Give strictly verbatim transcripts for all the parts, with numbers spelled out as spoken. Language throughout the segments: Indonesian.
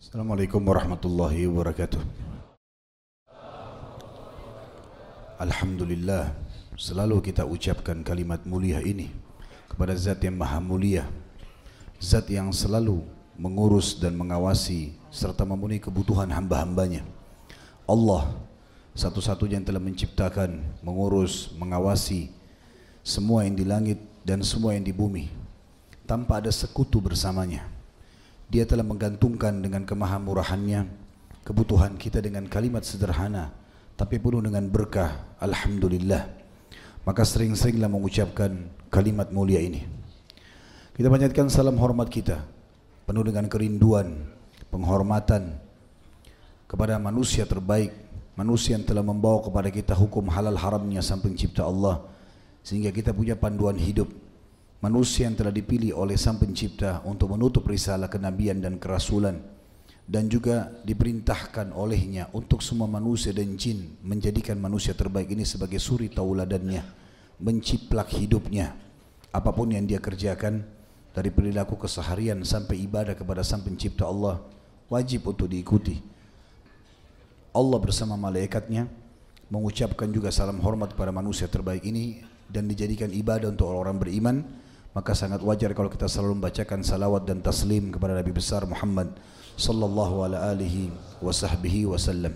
Assalamualaikum warahmatullahi wabarakatuh. Alhamdulillah, selalu kita ucapkan kalimat mulia ini kepada Zat yang Maha Mulia, Zat yang selalu mengurus dan mengawasi serta memenuhi kebutuhan hamba-hambanya. Allah satu-satunya yang telah menciptakan, mengurus, mengawasi semua yang di langit dan semua yang di bumi tanpa ada sekutu bersamanya. Dia telah menggantungkan dengan kemahamurahannya kebutuhan kita dengan kalimat sederhana tapi penuh dengan berkah. Alhamdulillah. Maka sering-seringlah mengucapkan kalimat mulia ini. Kita panjatkan salam hormat kita penuh dengan kerinduan, penghormatan kepada manusia terbaik, manusia yang telah membawa kepada kita hukum halal haramnya Sang Pencipta Allah, sehingga kita punya panduan hidup. Manusia yang telah dipilih oleh Sang Pencipta untuk menutup risalah kenabian dan kerasulan, dan juga diperintahkan olehnya untuk semua manusia dan jin menjadikan manusia terbaik ini sebagai suri tauladannya, menciplak hidupnya. Apapun yang dia kerjakan, dari perilaku keseharian sampai ibadah kepada Sang Pencipta Allah, wajib untuk diikuti. Allah bersama malaikatnya mengucapkan juga salam hormat kepada manusia terbaik ini dan dijadikan ibadah untuk orang beriman. Maka sangat wajar kalau kita selalu membacakan salawat dan taslim kepada Nabi besar Muhammad sallallahu alaihi wasallam.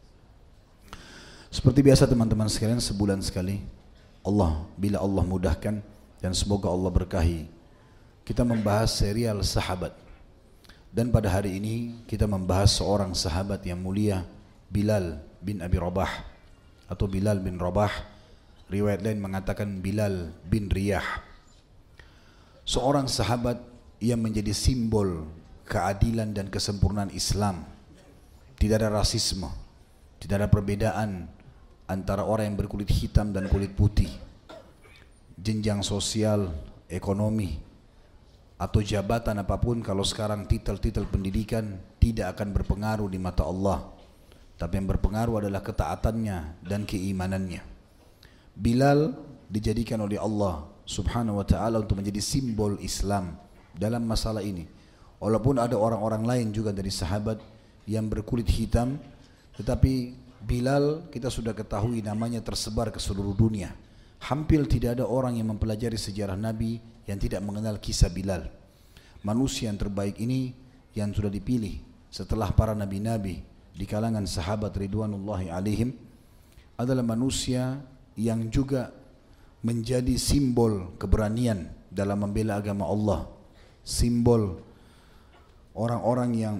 Seperti biasa teman-teman sekalian, sebulan sekali Allah, bila Allah mudahkan dan semoga Allah berkahi, kita membahas serial sahabat. Dan pada hari ini kita membahas seorang sahabat yang mulia, Bilal bin Abi Rabah atau Bilal bin Rabah. Riwayat lain mengatakan Bilal bin Riyah. Seorang sahabat yang menjadi simbol keadilan dan kesempurnaan Islam. Tidak ada rasisme, tidak ada perbedaan antara orang yang berkulit hitam dan kulit putih. Jenjang sosial, ekonomi, atau jabatan apapun, kalau sekarang titel-titel pendidikan tidak akan berpengaruh di mata Allah. Tapi yang berpengaruh adalah ketaatannya dan keimanannya. Bilal dijadikan oleh Allah Subhanahu wa ta'ala untuk menjadi simbol Islam dalam masalah ini. Walaupun ada orang-orang lain juga dari sahabat yang berkulit hitam, tetapi Bilal kita sudah ketahui namanya tersebar ke seluruh dunia. Hampir tidak ada orang yang mempelajari sejarah Nabi yang tidak mengenal kisah Bilal. Manusia yang terbaik ini yang sudah dipilih setelah para nabi-nabi di kalangan sahabat ridwanullahi alaihim adalah manusia yang juga menjadi simbol keberanian dalam membela agama Allah, simbol orang-orang yang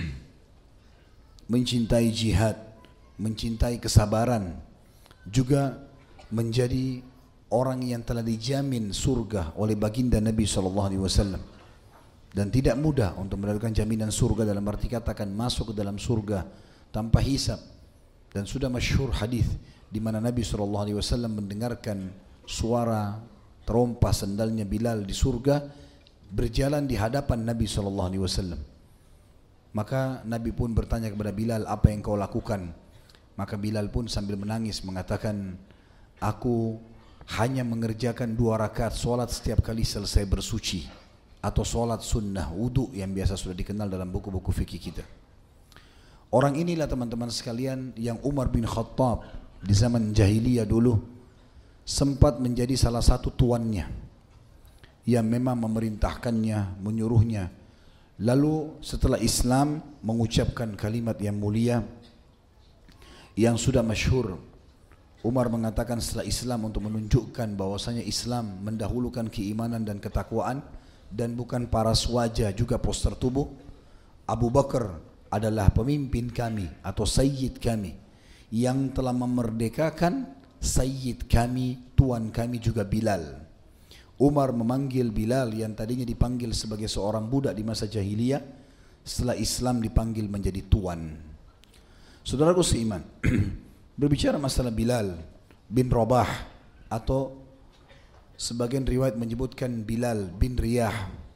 mencintai jihad, mencintai kesabaran, juga menjadi orang yang telah dijamin surga oleh baginda Nabi shallallahu alaihi wasallam. Dan tidak mudah untuk mendapatkan jaminan surga, dalam arti katakan masuk ke dalam surga tanpa hisab. Dan sudah masyhur hadis di mana Nabi shallallahu alaihi wasallam mendengarkan suara terompa sendalnya Bilal di surga berjalan di hadapan Nabi shallallahu alaihi wasallam. Maka Nabi pun bertanya kepada Bilal, apa yang kau lakukan? Maka Bilal pun sambil menangis mengatakan, aku hanya mengerjakan dua rakaat solat setiap kali selesai bersuci, atau solat sunnah wudu yang biasa sudah dikenal dalam buku-buku fikih kita. Orang inilah teman-teman sekalian yang Umar bin Khattab di zaman jahiliyah dulu sempat menjadi salah satu tuannya yang memang memerintahkannya, menyuruhnya. Lalu setelah Islam mengucapkan kalimat yang mulia yang sudah masyhur, Umar mengatakan setelah Islam untuk menunjukkan bahwasanya Islam mendahulukan keimanan dan ketakwaan dan bukan paras wajah juga poster tubuh. Abu Bakar adalah pemimpin kami atau sayyid kami yang telah memerdekakan sayyid kami, tuan kami juga Bilal. Umar memanggil Bilal yang tadinya dipanggil sebagai seorang budak di masa jahiliyah, setelah Islam dipanggil menjadi tuan. Saudaraku seiman, berbicara masalah Bilal bin Rabah atau sebagian riwayat menyebutkan Bilal bin Riyah.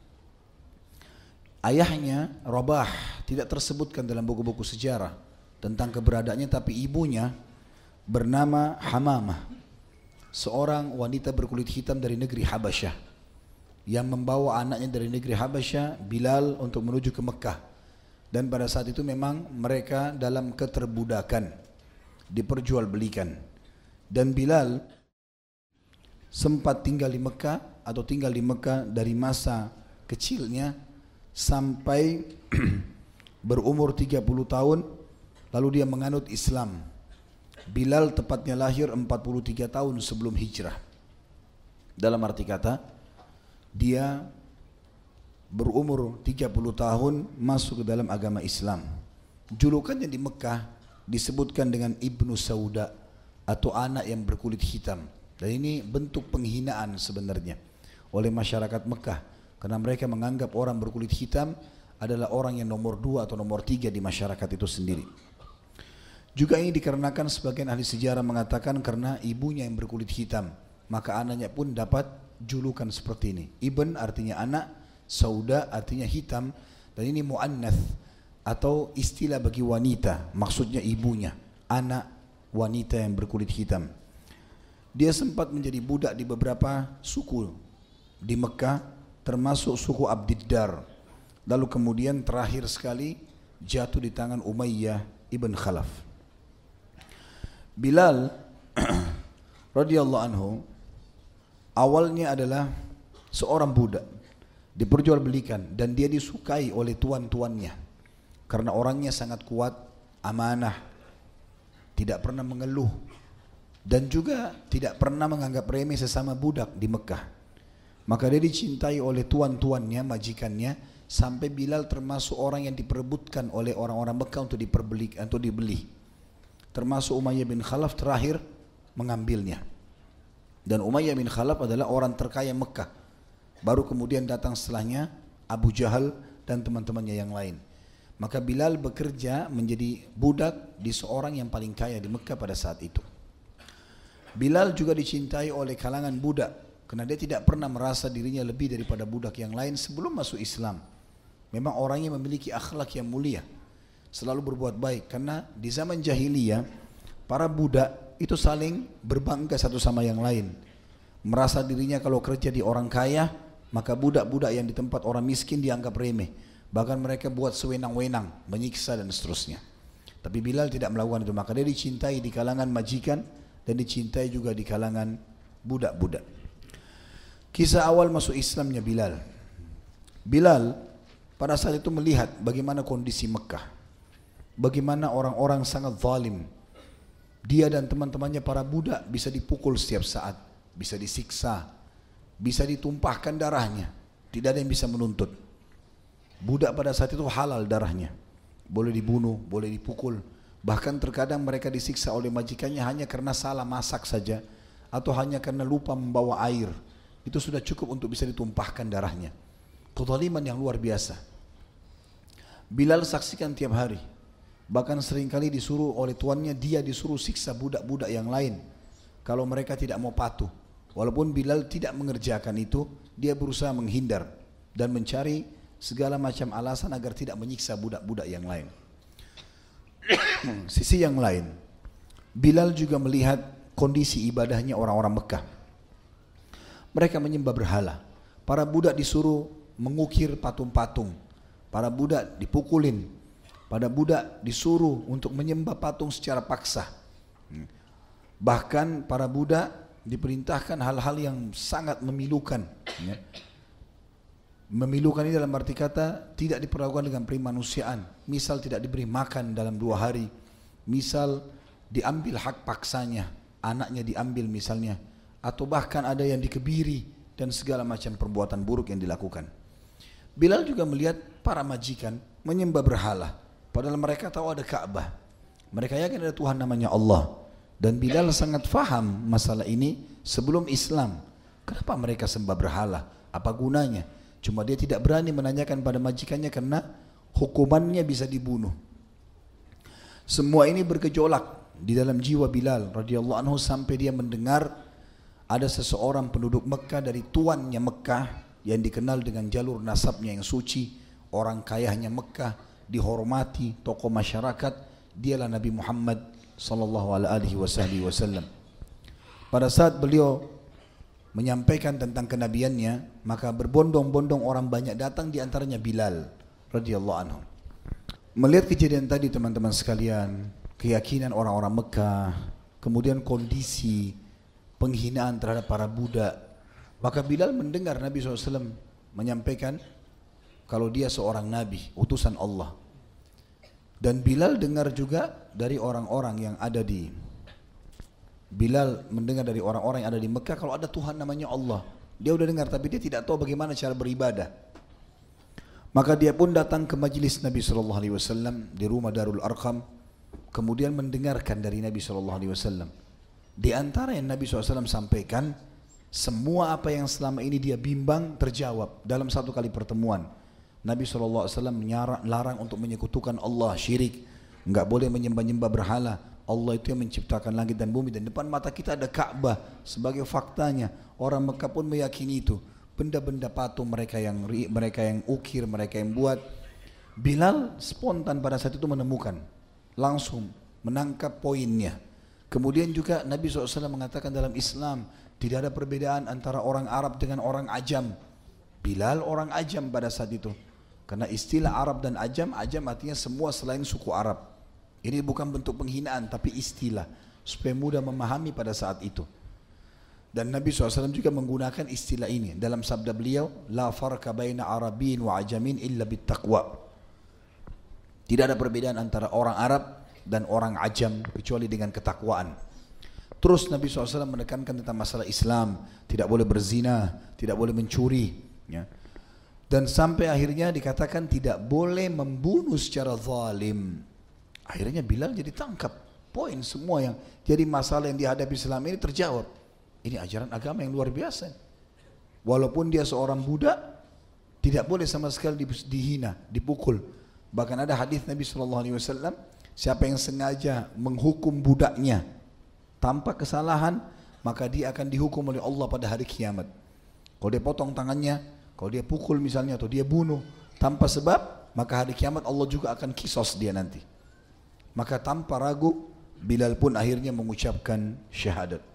Ayahnya Rabah tidak tersebutkan dalam buku-buku sejarah tentang keberadaannya, tapi ibunya bernama Hamamah, seorang wanita berkulit hitam dari negeri Habasyah yang membawa anaknya dari negeri Habasyah, Bilal, untuk menuju ke Mekah Dan pada saat itu memang mereka dalam keterbudakan, diperjualbelikan. Dan Bilal sempat tinggal di Mekah atau tinggal di Mekah dari masa kecilnya sampai berumur tiga puluh tahun, lalu dia menganut Islam. Bilal tepatnya lahir empat puluh tiga tahun sebelum hijrah. Dalam arti kata, dia berumur tiga puluh tahun masuk ke dalam agama Islam. Julukannya di Mekah disebutkan dengan Ibnu Sauda atau anak yang berkulit hitam. Dan ini bentuk penghinaan sebenarnya oleh masyarakat Mekah, karena mereka menganggap orang berkulit hitam adalah orang yang nomor dua atau nomor tiga di masyarakat itu sendiri. Juga ini dikarenakan sebagian ahli sejarah mengatakan karena ibunya yang berkulit hitam, maka anaknya pun dapat julukan seperti ini. Ibn artinya anak, Sauda artinya hitam, dan ini mu'annath atau istilah bagi wanita, maksudnya ibunya, anak wanita yang berkulit hitam. Dia sempat menjadi budak di beberapa suku di Mekah, termasuk suku Abdiddar. Lalu kemudian terakhir sekali jatuh di tangan Umayyah ibn Khalaf. Bilal radhiyallahu anhu awalnya adalah seorang budak, diperjualbelikan, dan dia disukai oleh tuan-tuannya karena orangnya sangat kuat, amanah, tidak pernah mengeluh, dan juga tidak pernah menganggap remeh sesama budak di Mekah. Maka dia dicintai oleh tuan-tuannya, majikannya, sampai Bilal termasuk orang yang diperebutkan oleh orang-orang Mekah untuk diperbeli, untuk dibeli. Termasuk Umayyah bin Khalaf terakhir mengambilnya. Dan Umayyah bin Khalaf adalah orang terkaya Mekah. Baru kemudian datang setelahnya Abu Jahal dan teman-temannya yang lain. Maka Bilal bekerja menjadi budak di seorang yang paling kaya di Mekah pada saat itu. Bilal juga dicintai oleh kalangan budak karena dia tidak pernah merasa dirinya lebih daripada budak yang lain sebelum masuk Islam. Memang orangnya memiliki akhlak yang mulia, selalu berbuat baik, karena di zaman jahiliyah para budak itu saling berbangga satu sama yang lain. Merasa dirinya kalau kerja di orang kaya, maka budak-budak yang di tempat orang miskin dianggap remeh. Bahkan mereka buat sewenang-wenang, menyiksa dan seterusnya. Tapi Bilal tidak melakukan itu, maka dia dicintai di kalangan majikan dan dicintai juga di kalangan budak-budak. Kisah awal masuk Islamnya Bilal. Bilal pada saat itu melihat bagaimana kondisi Mekah, bagaimana orang-orang sangat zalim. Dia dan teman-temannya para budak bisa dipukul setiap saat, bisa disiksa, bisa ditumpahkan darahnya, tidak ada yang bisa menuntut. Budak pada saat itu halal darahnya, boleh dibunuh, boleh dipukul. Bahkan terkadang mereka disiksa oleh majikannya hanya karena salah masak saja, atau hanya karena lupa membawa air. Itu sudah cukup untuk bisa ditumpahkan darahnya. Kezaliman yang luar biasa. Bilal saksikan tiap hari. Bahkan seringkali disuruh oleh tuannya, dia disuruh siksa budak-budak yang lain kalau mereka tidak mau patuh. Walaupun Bilal tidak mengerjakan itu, dia berusaha menghindar dan mencari segala macam alasan agar tidak menyiksa budak-budak yang lain. Sisi yang lain, Bilal juga melihat kondisi ibadahnya orang-orang Mekah. Mereka menyembah berhala. Para budak disuruh mengukir patung-patung. Para budak dipukulin. Para budak disuruh untuk menyembah patung secara paksa. Bahkan para budak diperintahkan hal-hal yang sangat memilukan. Memilukan ini dalam arti kata tidak diperlakukan dengan primanusiaan. Misal tidak diberi makan dalam dua hari. Misal diambil hak paksanya, anaknya diambil misalnya. Atau bahkan ada yang dikebiri dan segala macam perbuatan buruk yang dilakukan. Bilal juga melihat para majikan menyembah berhala. Padahal mereka tahu ada Ka'bah. Mereka yakin ada Tuhan namanya Allah. Dan Bilal sangat faham masalah ini sebelum Islam. Kenapa mereka sembah berhala? Apa gunanya? Cuma dia tidak berani menanyakan pada majikannya karena hukumannya bisa dibunuh. Semua ini bergejolak di dalam jiwa Bilal radhiyallahu anhu sampai dia mendengar ada seseorang penduduk Mekah dari tuannya Mekah yang dikenal dengan jalur nasabnya yang suci, orang kayanya Mekah, dihormati, tokoh masyarakat, dialah Nabi Muhammad sallallahu alaihi wasallam. Pada saat beliau menyampaikan tentang kenabiannya, maka berbondong-bondong orang banyak datang, di antaranya Bilal radhiyallahu anhu. Melihat kejadian tadi teman-teman sekalian, keyakinan orang-orang Mekah, kemudian kondisi penghinaan terhadap para budak, maka Bilal mendengar Nabi shallallahu alaihi wasallam menyampaikan kalau dia seorang Nabi, utusan Allah. Dan Bilal dengar juga dari orang-orang yang ada di Bilal mendengar dari orang-orang yang ada di Mekah kalau ada Tuhan namanya Allah. Dia udah dengar tapi dia tidak tahu bagaimana cara beribadah. Maka dia pun datang ke majlis Nabi shallallahu alaihi wasallam di rumah Darul Arqam, kemudian mendengarkan dari Nabi shallallahu alaihi wasallam. Di antara yang Nabi shallallahu alaihi wasallam sampaikan, semua apa yang selama ini dia bimbang terjawab dalam satu kali pertemuan. Nabi shallallahu alaihi wasallam melarang untuk menyekutukan Allah, syirik, enggak boleh menyembah-nyembah berhala. Allah itu yang menciptakan langit dan bumi, dan depan mata kita ada Ka'bah sebagai faktanya. Orang Mekah pun meyakini itu. Benda-benda patung mereka yang mereka yang ukir, mereka yang buat. Bilal spontan pada saat itu menemukan, langsung menangkap poinnya. Kemudian juga Nabi shallallahu alaihi wasallam mengatakan dalam Islam tidak ada perbedaan antara orang Arab dengan orang Ajam. Bilal orang Ajam pada saat itu. Karena istilah Arab dan Ajam, Ajam artinya semua selain suku Arab. Ini bukan bentuk penghinaan tapi istilah supaya mudah memahami pada saat itu. Dan Nabi shallallahu alaihi wasallam juga menggunakan istilah ini dalam sabda beliau, la farqa baina Arabin wa Ajamin illa bittaqwa. Tidak ada perbedaan antara orang Arab dan orang Ajam kecuali dengan ketakwaan. Terus Nabi shallallahu alaihi wasallam menekankan tentang masalah Islam, tidak boleh berzina, tidak boleh mencuri, ya. Dan sampai akhirnya dikatakan tidak boleh membunuh secara zalim. Akhirnya Bilal jadi tangkap poin semua yang jadi masalah yang dihadapi selama ini terjawab. Ini ajaran agama yang luar biasa. Walaupun dia seorang budak, tidak boleh sama sekali dihina, dipukul. Bahkan ada hadis Nabi shallallahu alaihi wasallam, siapa yang sengaja menghukum budaknya tanpa kesalahan, maka dia akan dihukum oleh Allah pada hari kiamat. Kalau dia potong tangannya, kalau dia pukul misalnya, atau dia bunuh tanpa sebab, maka hari kiamat Allah juga akan kisos dia nanti. Maka tanpa ragu, Bilal pun akhirnya mengucapkan syahadat.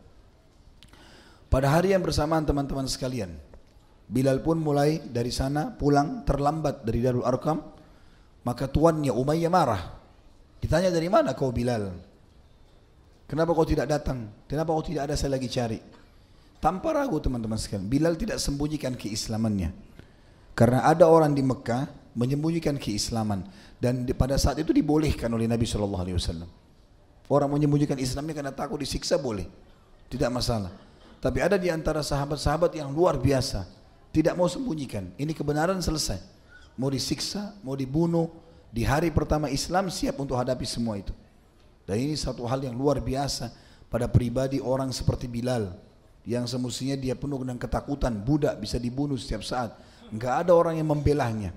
Pada hari yang bersamaan teman-teman sekalian, Bilal pun mulai dari sana pulang terlambat dari Darul Arqam. Maka tuannya Umayyah marah. Ditanya, dari mana kau Bilal? Kenapa kau tidak datang? Kenapa kau tidak ada, saya lagi cari. Tanpa ragu teman-teman sekalian, Bilal tidak sembunyikan keislamannya. Karena ada orang di Mekah menyembunyikan keislaman. Dan pada saat itu dibolehkan oleh Nabi shallallahu alaihi wasallam. Orang menyembunyikan Islamnya karena takut disiksa boleh, tidak masalah. Tapi ada di antara sahabat-sahabat yang luar biasa, tidak mau sembunyikan. Ini kebenaran selesai. Mau disiksa, mau dibunuh, di hari pertama Islam siap untuk hadapi semua itu. Dan ini satu hal yang luar biasa pada pribadi orang seperti Bilal, yang semestinya dia penuh dengan ketakutan, budak bisa dibunuh setiap saat. Enggak ada orang yang membelahnya.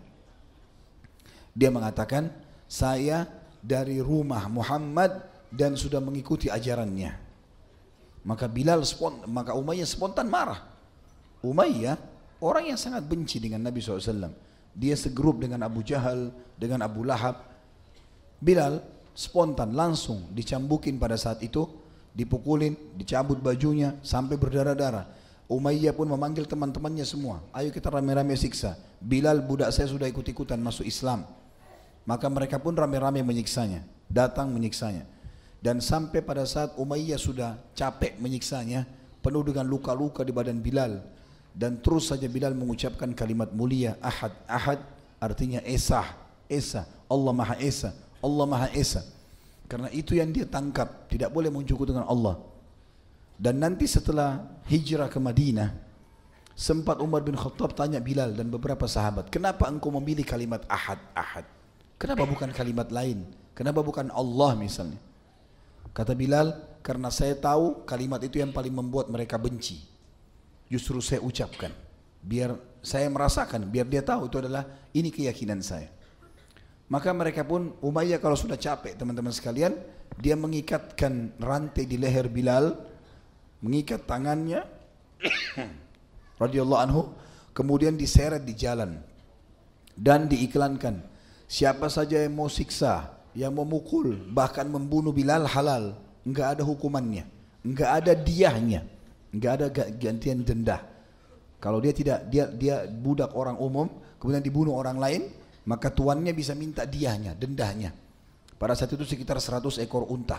Dia mengatakan, saya dari rumah Muhammad dan sudah mengikuti ajarannya. Maka Bilal spontan, maka Umayyah spontan marah. Umayyah orang yang sangat benci dengan Nabi shallallahu alaihi wasallam. Dia segrup dengan Abu Jahal, dengan Abu Lahab. Bilal spontan langsung dicambukin pada saat itu, dipukulin, dicabut bajunya sampai berdarah-darah. Umayyah pun memanggil teman-temannya semua, ayo kita rame-rame siksa. Bilal budak saya sudah ikut-ikutan masuk Islam. Maka mereka pun rame-rame menyiksanya, datang menyiksanya. Dan sampai pada saat Umayyah sudah capek menyiksanya, penuh dengan luka-luka di badan Bilal. Dan terus saja Bilal mengucapkan kalimat mulia, Ahad, Ahad, artinya Esa, Esa, Allah Maha Esa, Allah Maha Esa. Karena itu yang dia tangkap, tidak boleh menyekutukan dengan Allah. Dan nanti setelah hijrah ke Madinah, sempat Umar bin Khattab tanya Bilal dan beberapa sahabat, kenapa engkau memilih kalimat Ahad, Ahad? Kenapa bukan kalimat lain? Kenapa bukan Allah misalnya? Kata Bilal, karena saya tahu kalimat itu yang paling membuat mereka benci. Justru saya ucapkan, biar saya merasakan, biar dia tahu itu adalah ini keyakinan saya. Maka mereka pun, Umayyah kalau sudah capek teman-teman sekalian, dia mengikatkan rantai di leher Bilal, mengikat tangannya, radhiyallahu anhu, kemudian diseret di jalan dan diiklankan, siapa saja yang mau siksa, yang memukul, bahkan membunuh Bilal halal, enggak ada hukumannya, enggak ada diyahnya, enggak ada gantian denda. Kalau dia tidak, dia dia budak orang umum, kemudian dibunuh orang lain, maka tuannya bisa minta diahnya, dendanya. Pada saat itu sekitar seratus ekor unta.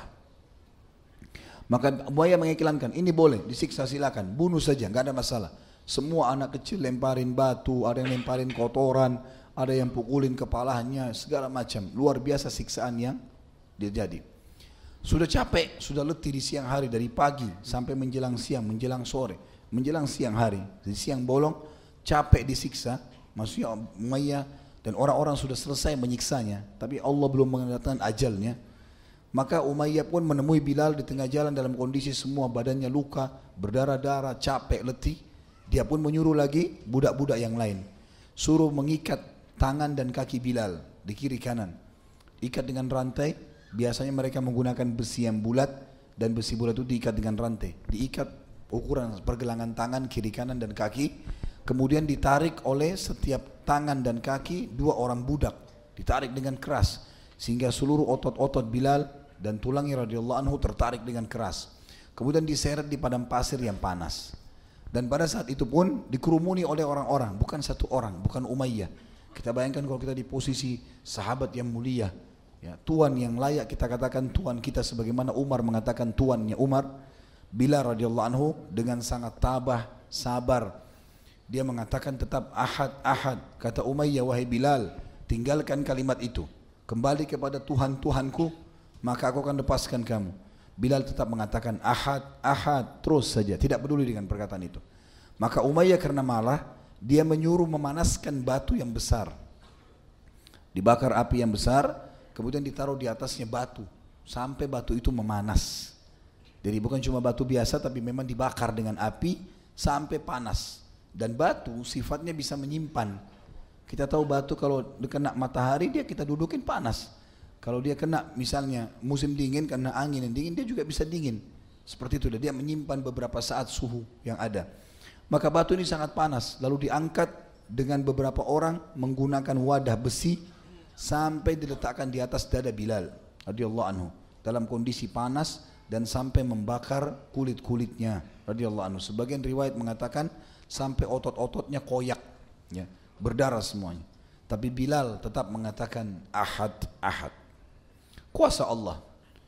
Maka Umayyah mengiklankan, ini boleh, disiksa silakan, bunuh saja, nggak ada masalah. Semua anak kecil lemparin batu, ada yang lemparin kotoran, ada yang pukulin kepalanya, segala macam. Luar biasa siksaan yang terjadi. Sudah capek, sudah letih di siang hari, dari pagi sampai menjelang siang, menjelang sore, menjelang siang hari, di siang bolong, capek disiksa. Maksudnya Umayyah dan orang-orang sudah selesai menyiksanya, tapi Allah belum mendatangkan ajalnya. Maka Umayyah pun menemui Bilal di tengah jalan dalam kondisi semua badannya luka, berdarah-darah, capek, letih. Dia pun menyuruh lagi budak-budak yang lain, suruh mengikat tangan dan kaki Bilal di kiri kanan, ikat dengan rantai. Biasanya mereka menggunakan besi yang bulat, dan besi bulat itu diikat dengan rantai, diikat ukuran pergelangan tangan kiri kanan dan kaki, kemudian ditarik oleh setiap tangan dan kaki dua orang budak, ditarik dengan keras sehingga seluruh otot-otot Bilal dan tulangnya radhiyallahu anhu tertarik dengan keras, kemudian diseret di padang pasir yang panas. Dan pada saat itu pun dikerumuni oleh orang-orang, bukan satu orang, bukan Umayyah. Kita bayangkan kalau kita di posisi sahabat yang mulia, ya, tuan yang layak kita katakan tuan kita, sebagaimana Umar mengatakan tuannya Umar, Bilal radhiyallahu anhu dengan sangat tabah, sabar. Dia mengatakan tetap ahad, ahad. Kata Umayyah, wahai Bilal, tinggalkan kalimat itu, kembali kepada Tuhan Tuhanku, maka aku akan lepaskan kamu. Bilal tetap mengatakan ahad, ahad, terus saja, tidak peduli dengan perkataan itu. Maka Umayyah karena malah, dia menyuruh memanaskan batu yang besar, dibakar api yang besar, kemudian ditaruh di atasnya batu, sampai batu itu memanas. Jadi bukan cuma batu biasa, tapi memang dibakar dengan api sampai panas. Dan batu sifatnya bisa menyimpan. Kita tahu batu kalau kena matahari dia kita dudukin panas. Kalau dia kena misalnya musim dingin karena angin yang dingin, dia juga bisa dingin. Seperti itu, dia menyimpan beberapa saat suhu yang ada. Maka batu ini sangat panas, lalu diangkat dengan beberapa orang menggunakan wadah besi sampai diletakkan di atas dada Bilal radhiyallahu anhu dalam kondisi panas dan sampai membakar kulit-kulitnya radhiyallahu anhu. Sebagian riwayat mengatakan sampai otot-ototnya koyak, ya, berdarah semuanya. Tapi Bilal tetap mengatakan ahad, ahad. Kuasa Allah.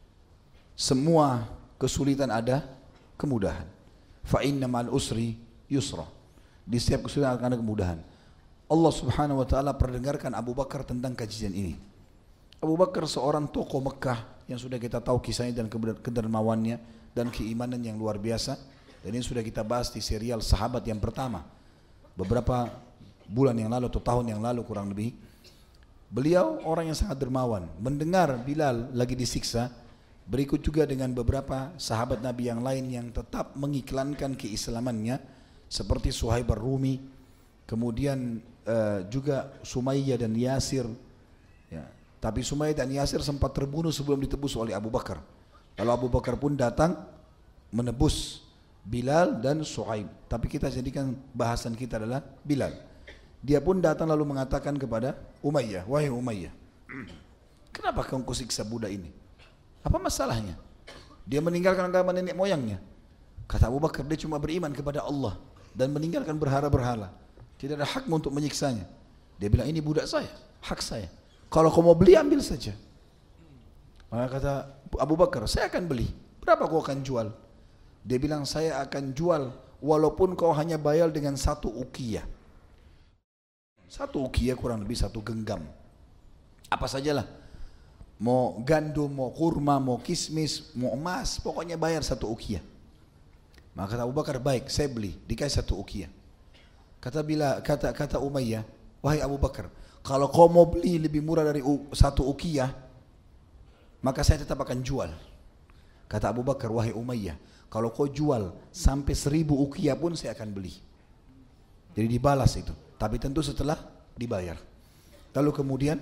Semua kesulitan ada kemudahan. Fa inna ma'al usri yusra. Di setiap kesulitan akan ada kemudahan. Allah Subhanahu wa taala perdengarkan Abu Bakar tentang kajian ini. Abu Bakar seorang tokoh Mekah yang sudah kita tahu kisahnya dan kedermawannya dan keimanan yang luar biasa. Dan ini sudah kita bahas di serial Sahabat yang pertama beberapa bulan yang lalu atau tahun yang lalu kurang lebih. Beliau orang yang sangat dermawan. Mendengar Bilal lagi disiksa, berikut juga dengan beberapa sahabat Nabi yang lain yang tetap mengiklankan keislamannya, seperti Suhaib ar-Rumi, kemudian uh, juga Sumayyah dan Yasir, ya. Tapi Sumayyah dan Yasir sempat terbunuh sebelum ditebus oleh Abu Bakar. Lalu Abu Bakar pun datang menebus Bilal dan Suhaib. Tapi kita jadikan bahasan kita adalah Bilal. Dia pun datang lalu mengatakan kepada Umayyah, wahai Umayyah, kenapa kau siksa budak ini? Apa masalahnya? Dia meninggalkan agama nenek moyangnya. Kata Abu Bakar, dia cuma beriman kepada Allah dan meninggalkan berhala-berhala. Tidak ada hak untuk menyiksanya. Dia bilang, ini budak saya, hak saya. Kalau kau mau beli, ambil saja. Maka kata Abu Bakar, saya akan beli. Berapa kau akan jual? Dia bilang, saya akan jual walaupun kau hanya bayar dengan satu ukiyah. Satu ukiyah kurang lebih satu genggam. Apa sajalah. Mau gandum, mau kurma, mau kismis, mau emas, pokoknya bayar satu ukiyah. Maka kata Abu Bakar, baik, saya beli, dikasih satu ukiyah. Kata bila kata kata Umayyah, wahai Abu Bakar, kalau kau mau beli lebih murah dari satu ukiyah, maka saya tetap akan jual. Kata Abu Bakar, wahai Umayyah, kalau kau jual sampai seribu ukiyah pun saya akan beli. Jadi dibalas itu, tapi tentu setelah dibayar. Lalu kemudian,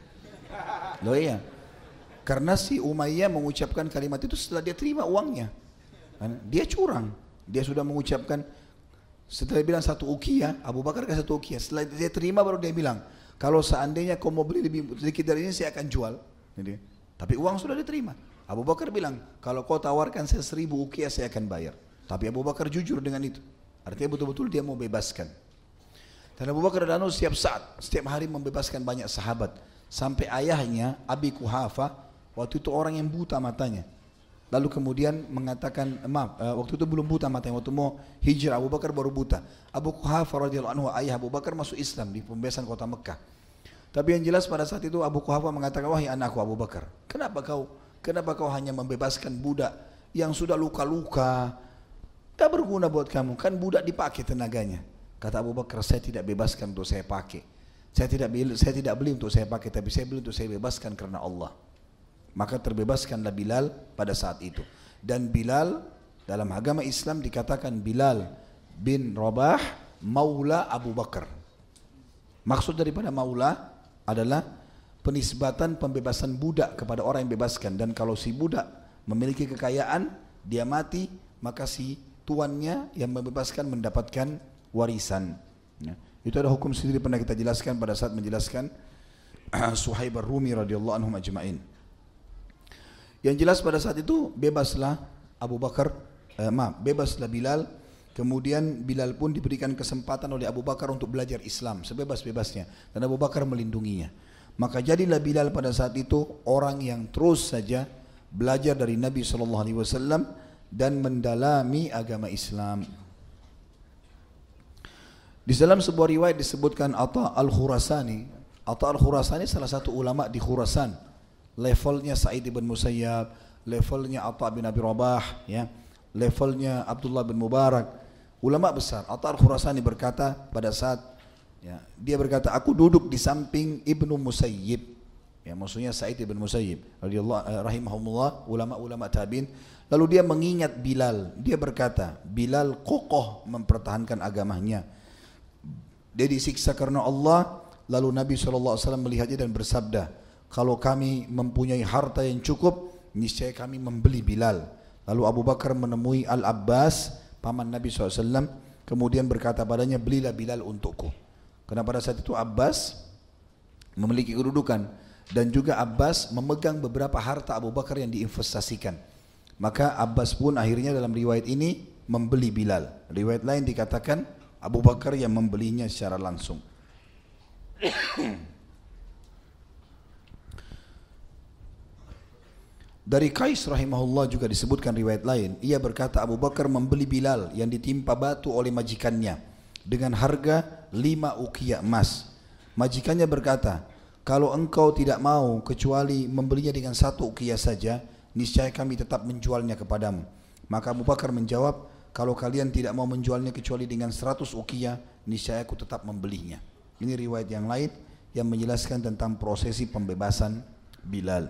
loh iya, karena si Umayyah mengucapkan kalimat itu setelah dia terima uangnya. Dia curang, dia sudah mengucapkan, setelah dia bilang satu ukiyah, Abu Bakar kasih satu ukiyah. Setelah dia terima baru dia bilang, kalau seandainya kau mau beli lebih sedikit dari ini saya akan jual. Jadi, tapi uang sudah diterima. Abu Bakar bilang, kalau kau tawarkan saya seribu ukiyah saya akan bayar. Tapi Abu Bakar jujur dengan itu. Artinya betul-betul dia mau bebaskan. Dan Abu Bakar radhiyallahu anhu setiap saat, setiap hari membebaskan banyak sahabat. Sampai ayahnya, Abi Kuhafa, waktu itu orang yang buta matanya. Lalu kemudian mengatakan, maaf, waktu itu belum buta matanya, waktu mau hijrah Abu Bakar baru buta. Abu Kuhafa radhiyallahu anhu, ayah Abu Bakar masuk Islam di pembebasan kota Mekah. Tapi yang jelas pada saat itu Abu Kuhafa mengatakan, wahai anakku Abu Bakar, kenapa kau, kenapa kau hanya membebaskan budak yang sudah luka-luka? Tak berguna buat kamu, kan budak dipakai tenaganya. Kata Abu Bakar, saya tidak bebaskan untuk saya pakai. Saya tidak beli, saya tidak beli untuk saya pakai, tapi saya beli untuk saya bebaskan karena Allah. Maka terbebaskanlah Bilal pada saat itu. Dan Bilal dalam agama Islam dikatakan Bilal bin Rabah Maula Abu Bakar. Maksud daripada Maula adalah penisbatan pembebasan budak kepada orang yang bebaskan. Dan kalau si budak memiliki kekayaan, dia mati, maka si tuannya yang membebaskan mendapatkan warisan. Ya. Itu ada hukum sendiri pernah kita jelaskan pada saat menjelaskan Suhaib ar-Rumi radhiyallahu anhum ajma'in. Yang jelas pada saat itu bebaslah Abu Bakar, eh, maaf, bebaslah Bilal. Kemudian Bilal pun diberikan kesempatan oleh Abu Bakar untuk belajar Islam sebebas-bebasnya, dan Abu Bakar melindunginya. Maka jadilah Bilal pada saat itu orang yang terus saja belajar dari Nabi shallallahu alaihi wasallam dan mendalami agama Islam. Di dalam sebuah riwayat disebutkan Atha al-Khurasani. Atha al-Khurasani salah satu ulama di Khurasan. Levelnya Sa'id bin Musayyab, levelnya Atha bin Abi Rabah, ya, levelnya Abdullah bin Mubarak. Ulama besar. Atha al-Khurasani berkata pada saat, ya, dia berkata, aku duduk di samping Ibnu Musayyib. Ya, maksudnya Sa'id bin Musayyib radhiyallahu eh, rahimahumullah, ulama-ulama tabi'in. Lalu dia mengingat Bilal. Dia berkata, Bilal kokoh mempertahankan agamanya. Dia disiksa karena Allah. Lalu Nabi shallallahu alaihi wasallam melihatnya dan bersabda, kalau kami mempunyai harta yang cukup, niscaya kami membeli Bilal. Lalu Abu Bakar menemui Al-Abbas, paman Nabi shallallahu alaihi wasallam, kemudian berkata padanya, belilah Bilal untukku. Karena pada saat itu Abbas memiliki kedudukan, dan juga Abbas memegang beberapa harta Abu Bakar yang diinvestasikan. Maka Abbas pun akhirnya dalam riwayat ini membeli Bilal. Riwayat lain dikatakan Abu Bakar yang membelinya secara langsung. Dari Qais rahimahullah juga disebutkan riwayat lain. Ia berkata Abu Bakar membeli Bilal yang ditimpa batu oleh majikannya dengan harga lima uqiyah emas. Majikannya berkata, kalau engkau tidak mau kecuali membelinya dengan satu uqiyah saja, niscaya kami tetap menjualnya kepadamu. Maka Abu Bakar menjawab, kalau kalian tidak mau menjualnya kecuali dengan seratus uqiyah, niscaya aku tetap membelinya. Ini riwayat yang lain yang menjelaskan tentang prosesi pembebasan Bilal.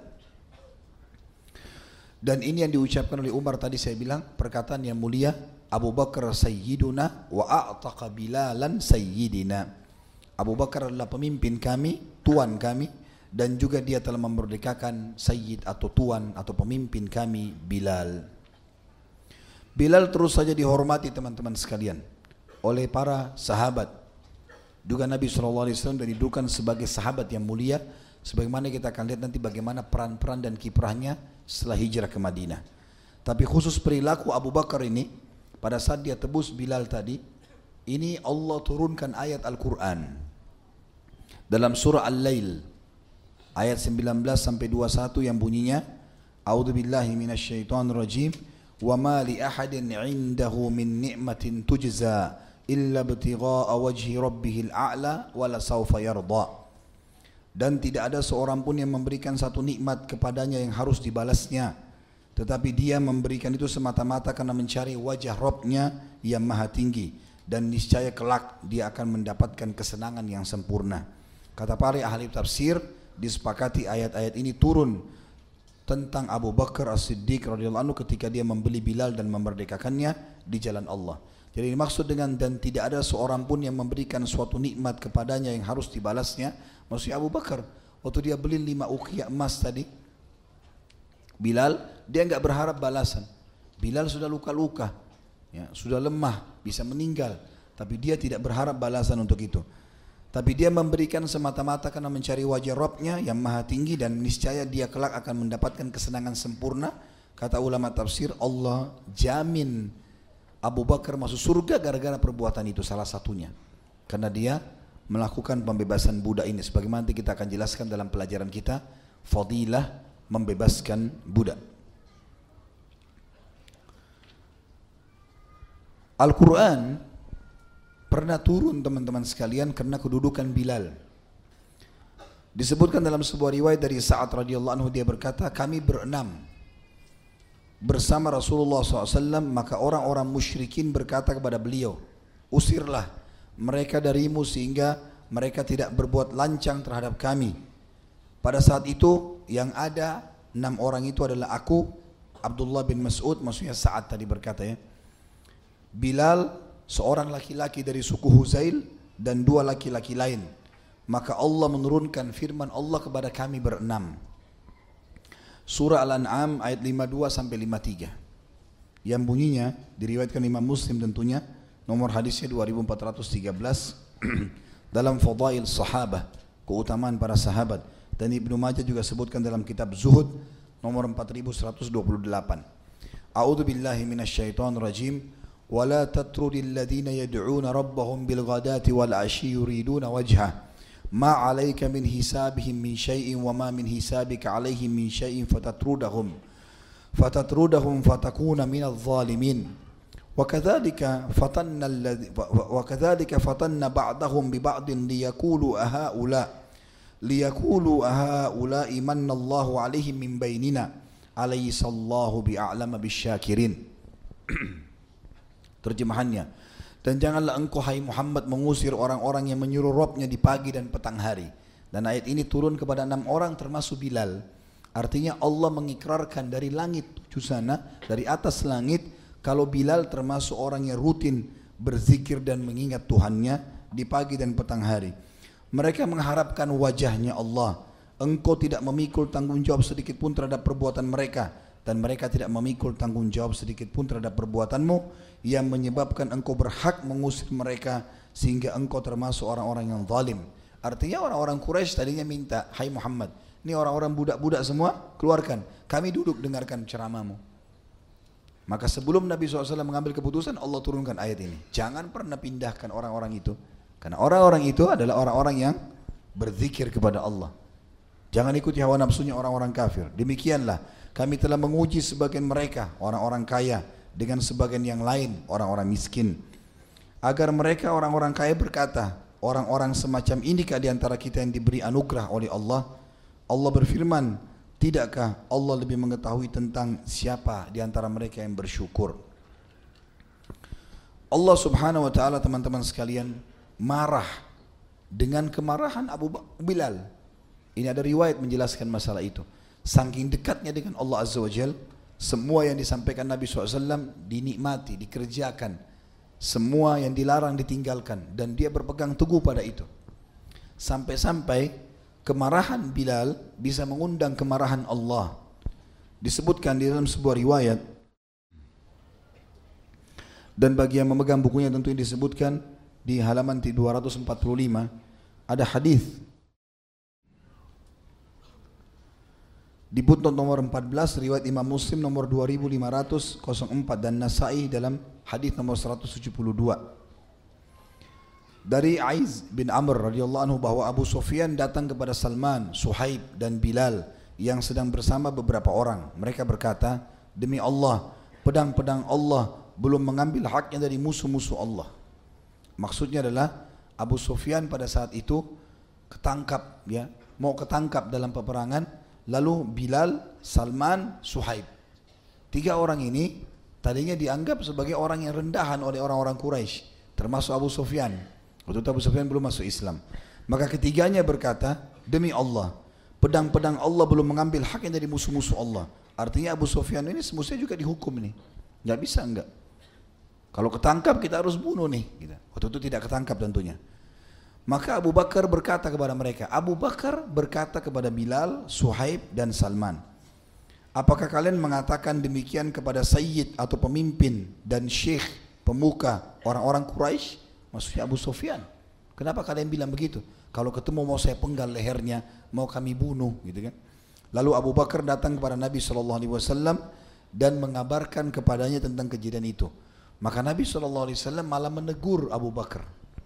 Dan ini yang diucapkan oleh Umar tadi saya bilang, perkataan yang mulia, Abu Bakar sayyiduna wa a'taqa Bilalan sayyidina. Abu Bakar adalah pemimpin kami, tuan kami, dan juga dia telah memerdekakan sayyid atau tuan atau pemimpin kami Bilal. Bilal terus saja dihormati teman-teman sekalian oleh para sahabat. Juga Nabi shallallahu alaihi wasallam didudukan sebagai sahabat yang mulia. Sebagaimana kita akan lihat nanti bagaimana peran-peran dan kiprahnya setelah hijrah ke Madinah. Tapi khusus perilaku Abu Bakar ini, pada saat dia tebus Bilal tadi, ini Allah turunkan ayat Al-Quran. Dalam surah Al-Lail, ayat sembilan belas sampai dua puluh satu yang bunyinya, A'udzubillahi minasyaitonirrajim. وَمَا لِأَحَدٍ عِنْدَهُ مِنْ نِعْمَةٍ تُجْزَى إِلَّا ابْتِغَاءَ وَجْهِ رَبِّهِ الْأَعْلَى وَلَسَوْفَ يَرْضَى. Dan tidak ada seorang pun yang memberikan satu nikmat kepadanya yang harus dibalasnya, tetapi dia memberikan itu semata-mata karena mencari wajah Rabb-nya yang maha tinggi, dan niscaya kelak dia akan mendapatkan kesenangan yang sempurna. Kata para ahli tafsir, disepakati ayat-ayat ini turun tentang Abu Bakar As-Siddiq radhiyallahu anhu ketika dia membeli Bilal dan memerdekakannya di jalan Allah. Jadi dimaksud dengan dan tidak ada seorang pun yang memberikan suatu nikmat kepadanya yang harus dibalasnya, maksudnya Abu Bakar waktu dia beli lima uqiyah emas tadi, Bilal dia enggak berharap balasan. Bilal sudah luka-luka, ya, sudah lemah, bisa meninggal, tapi dia tidak berharap balasan untuk itu. Tapi dia memberikan semata-mata karena mencari wajah Rabb-nya yang maha tinggi, dan niscaya dia kelak akan mendapatkan kesenangan sempurna. Kata ulama tafsir, Allah jamin Abu Bakar masuk surga gara-gara perbuatan itu salah satunya. Karena dia melakukan pembebasan budak ini. Sebagaimana nanti kita akan jelaskan dalam pelajaran kita, fadilah membebaskan budak. Al-Quran pernah turun teman-teman sekalian karena kedudukan Bilal. Disebutkan dalam sebuah riwayat dari Sa'ad radhiyallahu anhu, dia berkata, kami berenam bersama Rasulullah shallallahu alaihi wasallam, maka orang-orang musyrikin berkata kepada beliau, usirlah mereka darimu sehingga mereka tidak berbuat lancang terhadap kami. Pada saat itu yang ada enam orang itu adalah aku, Abdullah bin Mas'ud, maksudnya Sa'ad tadi berkata ya, Bilal, seorang laki-laki dari suku Huzail, dan dua laki-laki lain. Maka Allah menurunkan firman Allah kepada kami berenam. Surah Al-An'am ayat lima puluh dua sampai lima puluh tiga. Yang bunyinya diriwayatkan Imam Muslim tentunya, nomor hadisnya dua ribu empat ratus tiga belas dalam Fadail Sahabah, keutamaan para sahabat, dan Ibnu Majah juga sebutkan dalam kitab Zuhud nomor empat ribu seratus dua puluh delapan. A'udzu billahi minasyaitonir rajim. ولا تطرد الذين يدعون ربهم بالغداة والعشي يريدون وجهه ما عليك من حسابهم من شيء وما من حسابك عليهم من شيء فتطردهم فتطردهم فتكون من الظالمين وكذلك فتن الذي وكذلك فتن بعضهم ببعض ليقولوا أهؤلاء ليقولوا أهؤلاء من الله عليهم من بيننا أليس الله بأعلم بالشاكرين. Terjemahannya, dan janganlah engkau hai Muhammad mengusir orang-orang yang menyuruh Rabb-nya di pagi dan petang hari. Dan ayat ini turun kepada enam orang termasuk Bilal. Artinya Allah mengikrarkan dari langit tujuh sana, dari atas langit, kalau Bilal termasuk orang yang rutin berzikir dan mengingat Tuhannya di pagi dan petang hari. Mereka mengharapkan wajahnya Allah. Engkau tidak memikul tanggung jawab sedikit pun terhadap perbuatan mereka, dan mereka tidak memikul tanggung jawab sedikit pun terhadap perbuatanmu yang menyebabkan engkau berhak mengusir mereka sehingga engkau termasuk orang-orang yang zalim. Artinya orang-orang Quraisy tadinya minta, hai Muhammad, ini orang-orang budak-budak semua keluarkan, kami duduk dengarkan ceramahmu. Maka sebelum Nabi shallallahu alaihi wasallam mengambil keputusan, Allah turunkan ayat ini, jangan pernah pindahkan orang-orang itu, karena orang-orang itu adalah orang-orang yang berzikir kepada Allah. Jangan ikuti hawa nafsunya orang-orang kafir. Demikianlah kami telah menguji sebagian mereka, orang-orang kaya, dengan sebagian yang lain, orang-orang miskin, agar mereka orang-orang kaya berkata, orang-orang semacam inikah di antara kita yang diberi anugerah oleh Allah? Allah berfirman, tidakkah Allah lebih mengetahui tentang siapa di antara mereka yang bersyukur? Allah subhanahu wa ta'ala teman-teman sekalian marah dengan kemarahan Abu Bilal. Ini ada riwayat menjelaskan masalah itu. Saking dekatnya dengan Allah Azza wa Jal, semua yang disampaikan Nabi shallallahu alaihi wasallam dinikmati, dikerjakan. Semua yang dilarang ditinggalkan, dan dia berpegang teguh pada itu. Sampai-sampai kemarahan Bilal bisa mengundang kemarahan Allah. Disebutkan di dalam sebuah riwayat, dan bagi yang memegang bukunya tentu disebutkan di halaman dua ratus empat puluh lima, ada hadis di putnot nomor empat belas, riwayat Imam Muslim nomor dua ribu lima ratus empat dan Nasai dalam hadis nomor seratus tujuh puluh dua. Dari Aiz bin Amr radhiyallahu anhu bahwa Abu Sufyan datang kepada Salman, Suhaib dan Bilal yang sedang bersama beberapa orang. Mereka berkata, demi Allah, pedang-pedang Allah belum mengambil haknya dari musuh-musuh Allah. Maksudnya adalah Abu Sufyan pada saat itu ketangkap, ya, mau ketangkap dalam peperangan. Lalu Bilal, Salman, Suhaib, tiga orang ini tadinya dianggap sebagai orang yang rendahan oleh orang-orang Quraisy, termasuk Abu Sufyan. Waktu itu Abu Sufyan belum masuk Islam. Maka ketiganya berkata, demi Allah, pedang-pedang Allah belum mengambil haknya dari musuh-musuh Allah. Artinya Abu Sufyan ini semestinya juga dihukum nih. Nggak bisa enggak. Kalau ketangkap kita harus bunuh nih. Waktu itu tidak ketangkap tentunya. Maka Abu Bakar berkata kepada mereka, Abu Bakar berkata kepada Bilal, Suhaib dan Salman, apakah kalian mengatakan demikian kepada Sayyid atau pemimpin dan syekh pemuka orang-orang Quraisy? Maksudnya Abu Sufyan. Kenapa kalian bilang begitu? Kalau ketemu mau saya penggal lehernya, mau kami bunuh, gitu kan? Lalu Abu Bakar datang kepada Nabi shallallahu alaihi wasallam dan mengabarkan kepadanya tentang kejadian itu. Maka Nabi shallallahu alaihi wasallam malah menegur Abu Bakar.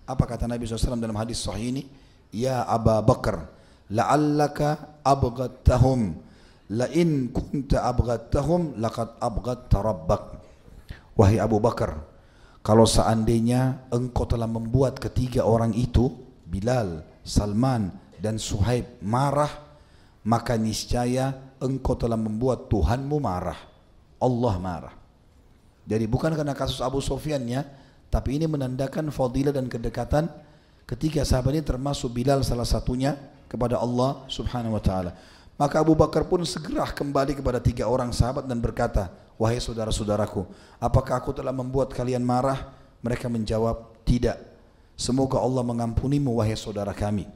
Apa kata Nabi shallallahu alaihi wasallam dalam hadis sahih ini? Ya Aba Bakar, la'allaka abghadtahum, la in kunta abghadtahum laqad abghadta rabbak. Wahai Abu Bakar, kalau seandainya engkau telah membuat ketiga orang itu, Bilal, Salman dan Suhaib marah, maka niscaya engkau telah membuat Tuhanmu marah. Allah marah. Jadi bukan karena kasus Abu Sufyannya, tapi ini menandakan fadilah dan kedekatan ketiga sahabat ini, termasuk Bilal salah satunya, kepada Allah subhanahu wa ta'ala. Maka Abu Bakar pun segera kembali kepada tiga orang sahabat dan berkata, wahai saudara-saudaraku, apakah aku telah membuat kalian marah? Mereka menjawab, tidak. Semoga Allah mengampunimu wahai saudara kami.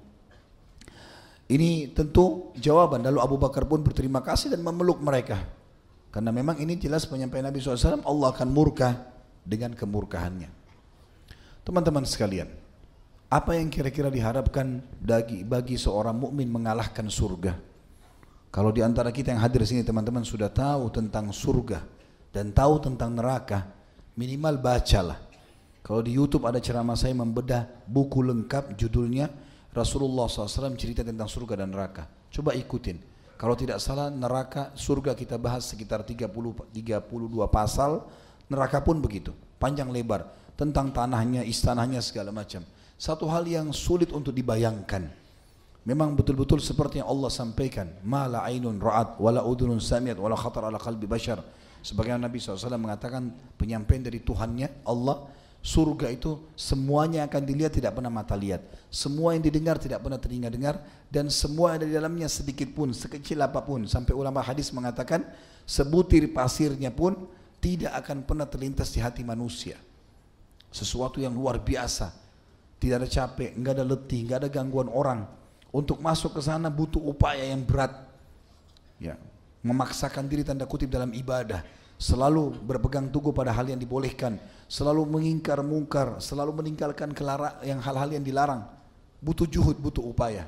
Ini tentu jawaban. Lalu Abu Bakar pun berterima kasih dan memeluk mereka. Karena memang ini jelas penyampaian Nabi shallallahu alaihi wasallam, Allah akan murka dengan kemurkahannya. Teman-teman sekalian, apa yang kira-kira diharapkan bagi, bagi seorang mukmin mengalahkan surga? Kalau di antara kita yang hadir sini teman-teman sudah tahu tentang surga dan tahu tentang neraka, minimal bacalah. Kalau di YouTube ada ceramah saya membedah buku lengkap, judulnya Rasulullah shallallahu alaihi wasallam cerita tentang surga dan neraka. Coba ikutin. Kalau tidak salah neraka, surga kita bahas sekitar tiga puluh, tiga puluh dua pasal, neraka pun begitu, panjang lebar, tentang tanahnya, istananya, segala macam. Satu hal yang sulit untuk dibayangkan. Memang betul-betul seperti yang Allah sampaikan, ma la ainun ra'at wala udhunun sami'at wala khatar ala qalbi bashar. Sebagaimana Nabi shallallahu alaihi wasallam mengatakan penyampaian dari Tuhannya Allah, surga itu semuanya akan dilihat, tidak pernah mata lihat. Semua yang didengar tidak pernah telinga dengar, dan semua yang ada di dalamnya sedikit pun, sekecil apapun. Sampai ulama hadis mengatakan sebutir pasirnya pun tidak akan pernah terlintas di hati manusia. Sesuatu yang luar biasa. Tidak ada capek, enggak ada letih, enggak ada gangguan orang. Untuk masuk ke sana butuh upaya yang berat. Ya, memaksakan diri tanda kutip dalam ibadah, selalu berpegang teguh pada hal yang dibolehkan, selalu mengingkar mungkar, selalu meninggalkan kelara yang hal-hal yang dilarang. Butuh juhud, butuh upaya.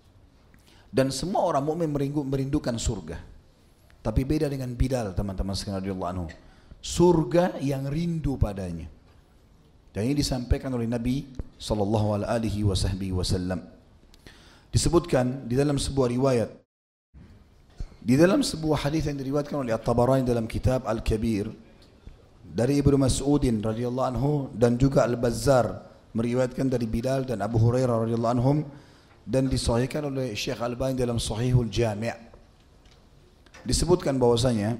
Dan semua orang mukmin merindukan surga. Tapi beda dengan Bilal, teman-teman sekalian radhiyallahu anhu. Surga yang rindu padanya. Dan ini disampaikan oleh Nabi sallallahu alaihi wasallam. Disebutkan di dalam sebuah riwayat, di dalam sebuah hadis yang diriwayatkan oleh At-Tabarani dalam kitab Al-Kabir dari Ibnu Mas'udin radhiyallahu anhu, dan juga Al-Bazzar meriwayatkan dari Bilal dan Abu Hurairah radhiyallahu anhum, dan disahihkan oleh Syekh Al-Albani dalam Sahihul Jami'. Disebutkan bahwasanya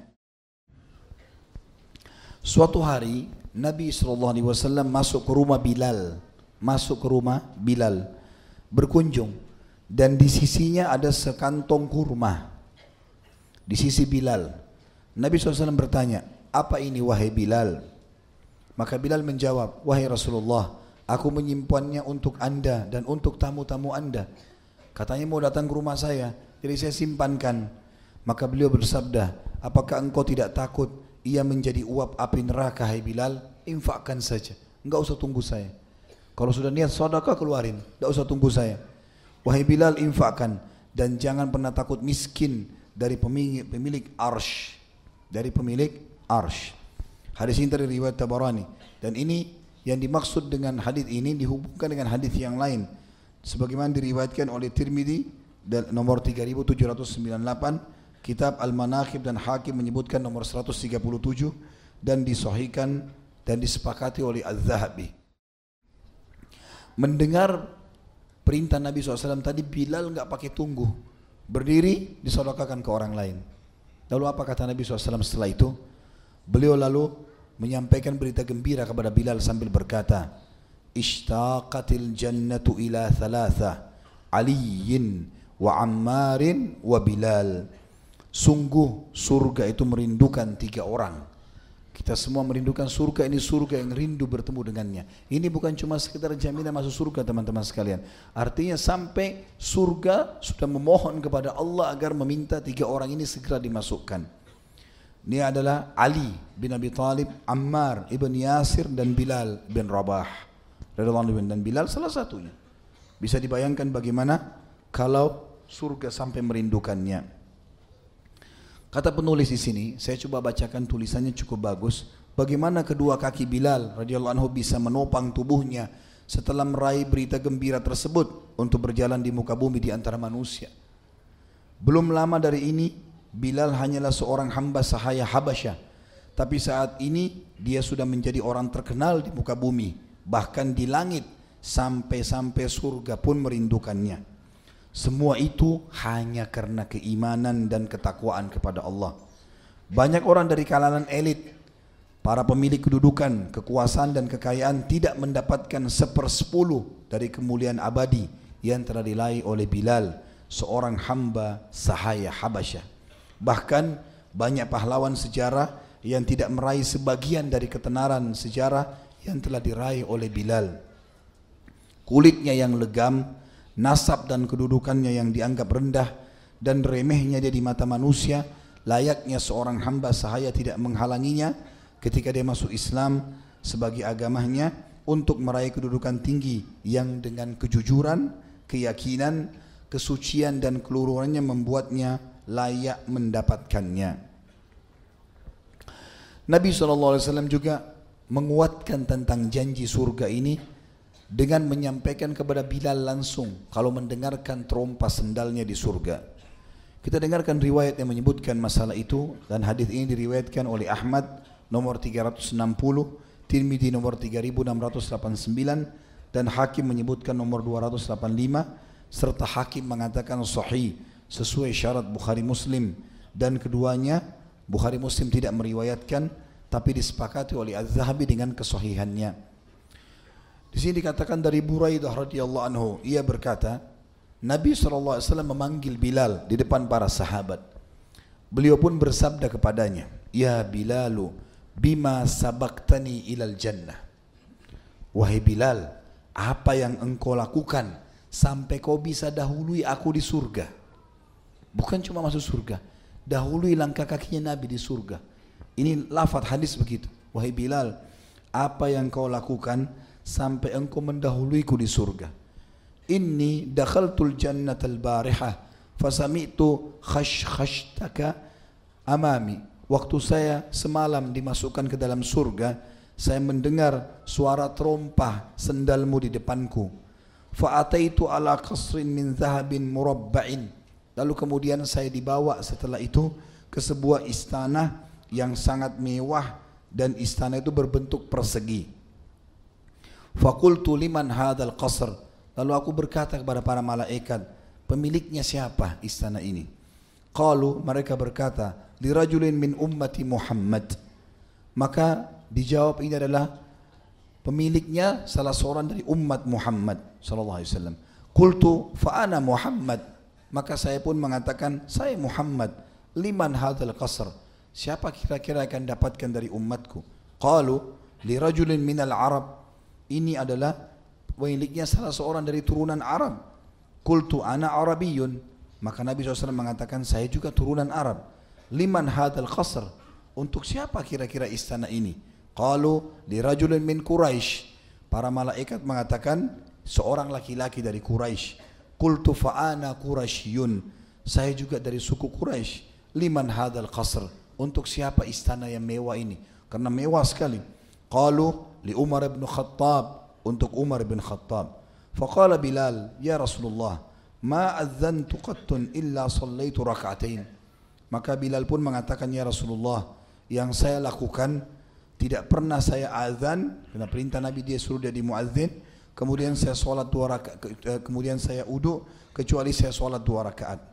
suatu hari Nabi shallallahu alaihi wasallam masuk ke rumah Bilal, masuk ke rumah Bilal, berkunjung, dan di sisinya ada sekantong kurma. Di sisi Bilal. Nabi shallallahu alaihi wasallam bertanya, apa ini wahai Bilal? Maka Bilal menjawab, wahai Rasulullah, aku menyimpannya untuk anda dan untuk tamu-tamu anda. Katanya mau datang ke rumah saya, jadi saya simpankan. Maka beliau bersabda, apakah engkau tidak takut ia menjadi uap api neraka, hai Bilal? Infakkan saja, enggak usah tunggu saya. Kalau sudah niat sedekah keluarin, enggak usah tunggu saya. Wahai Bilal, infakkan, dan jangan pernah takut miskin dari pemilik, pemilik arsh, dari pemilik arsh. Hadis ini dari riwayat Tabarani, dan ini yang dimaksud dengan hadis ini dihubungkan dengan hadis yang lain, sebagaimana diriwayatkan oleh Tirmidzi nomor tiga ribu tujuh ratus sembilan puluh delapan, Kitab Al-Manaqib dan Hakim menyebutkan nomor seratus tiga puluh tujuh, dan disahihkan dan disepakati oleh Az-Zahabi. Mendengar perintah Nabi shallallahu alaihi wasallam tadi, Bilal enggak pakai tunggu, berdiri disedekahkan ke orang lain. Lalu apa kata Nabi shallallahu alaihi wasallam setelah itu? Beliau lalu menyampaikan berita gembira kepada Bilal sambil berkata, Ishtaqatil jannatu ila thalatha, Aliyin wa Ammarin wa Bilal. Sungguh surga itu merindukan tiga orang. Kita semua merindukan surga, ini surga yang rindu bertemu dengannya. Ini bukan cuma sekedar jaminan masuk surga teman-teman sekalian. Artinya sampai surga sudah memohon kepada Allah agar meminta tiga orang ini segera dimasukkan. Ini adalah Ali bin Abi Thalib, Ammar ibn Yasir, dan Bilal bin Rabah. Dan Bilal salah satunya. Bisa dibayangkan bagaimana kalau surga sampai merindukannya. Kata penulis di sini, saya coba bacakan tulisannya cukup bagus. Bagaimana kedua kaki Bilal radhiyallahu anhu bisa menopang tubuhnya setelah meraih berita gembira tersebut untuk berjalan di muka bumi di antara manusia. Belum lama dari ini, Bilal hanyalah seorang hamba sahaya Habasyah, tapi saat ini dia sudah menjadi orang terkenal di muka bumi, bahkan di langit, sampai-sampai surga pun merindukannya. Semua itu hanya karena keimanan dan ketakwaan kepada Allah. Banyak orang dari kalangan elit, para pemilik kedudukan, kekuasaan dan kekayaan tidak mendapatkan sepersepuluh dari kemuliaan abadi yang telah diraih oleh Bilal, seorang hamba sahaya Habasyah. Bahkan banyak pahlawan sejarah yang tidak meraih sebagian dari ketenaran sejarah yang telah diraih oleh Bilal. Kulitnya yang legam, nasab dan kedudukannya yang dianggap rendah dan remehnya dia di mata manusia, layaknya seorang hamba sahaya tidak menghalanginya ketika dia masuk Islam sebagai agamanya untuk meraih kedudukan tinggi yang dengan kejujuran, keyakinan, kesucian dan keluruhannya membuatnya layak mendapatkannya. Nabi shallallahu alaihi wasallam juga menguatkan tentang janji surga ini dengan menyampaikan kepada Bilal langsung kalau mendengarkan trompa sendalnya di surga. Kita dengarkan riwayat yang menyebutkan masalah itu, dan hadis ini diriwayatkan oleh Ahmad nomor tiga ratus enam puluh, Tirmidzi nomor tiga ribu enam ratus delapan puluh sembilan, dan Hakim menyebutkan nomor dua ratus delapan puluh lima, serta Hakim mengatakan sahih sesuai syarat Bukhari Muslim, dan keduanya Bukhari Muslim tidak meriwayatkan tapi disepakati oleh Az-Zahabi dengan kesahihannya. Di sini dikatakan dari Buraidah radhiyallahu anhu, ia berkata, Nabi shallallahu alaihi wasallam memanggil Bilal di depan para sahabat. Beliau pun bersabda kepadanya, Ya Bilalu, bima sabaktani ilal jannah. Wahai Bilal, apa yang engkau lakukan sampai kau bisa dahului aku di surga? Bukan cuma masuk surga, dahului langkah kakinya Nabi di surga. Ini lafaz hadis begitu. Wahai Bilal, apa yang kau lakukan sampai engkau mendahuluiku di surga? Inni dakhaltul jannatal barihah fasami'tu khash-khashtaka amami. Waktu saya semalam dimasukkan ke dalam surga, saya mendengar suara terompah sendalmu di depanku. Fa'ataitu ala qasrin min zahabin murabba'in. Lalu kemudian saya dibawa setelah itu ke sebuah istana yang sangat mewah, dan istana itu berbentuk persegi. Faqultu liman hadzal qasr. Lalu aku berkata kepada para malaikat, pemiliknya siapa istana ini? Qalu, mereka berkata, lirajulin min ummati Muhammad. Maka dijawab, ini adalah pemiliknya salah seorang dari umat Muhammad sallallahu alaihi wasallam. Qultu fa ana Muhammad. Maka saya pun mengatakan, saya Muhammad. Liman hadzal qasr? Siapa kira-kira akan dapatkan dari umatku? Qalu lirajulin minal Arab. Ini adalah pemiliknya salah seorang dari turunan Arab. Qultu ana Arabiyun. Maka Nabi shallallahu alaihi wasallam mengatakan, saya juga turunan Arab. Liman hadzal qasr? Untuk siapa kira-kira istana ini? Qalu lirajulin min Quraisy. Para malaikat mengatakan, seorang laki-laki dari Quraisy. Qultu fa ana Quraisyun. Saya juga dari suku Quraisy. Liman hadzal qasr? Untuk siapa istana yang mewah ini? Karena mewah sekali. Qalu li Umar bin Khattab. Untuk Umar bin Khattab. Faqala Bilal, ya Rasulullah, ma adzantu qattun illa sallaitu raka'atain. Maka Bilal pun mengatakan, ya Rasulullah, yang saya lakukan tidak pernah saya azan, karena perintah Nabi dia suruh dia di muadzin, kemudian saya sholat dua rakaat, kemudian saya uduk, kecuali saya sholat dua rakaat.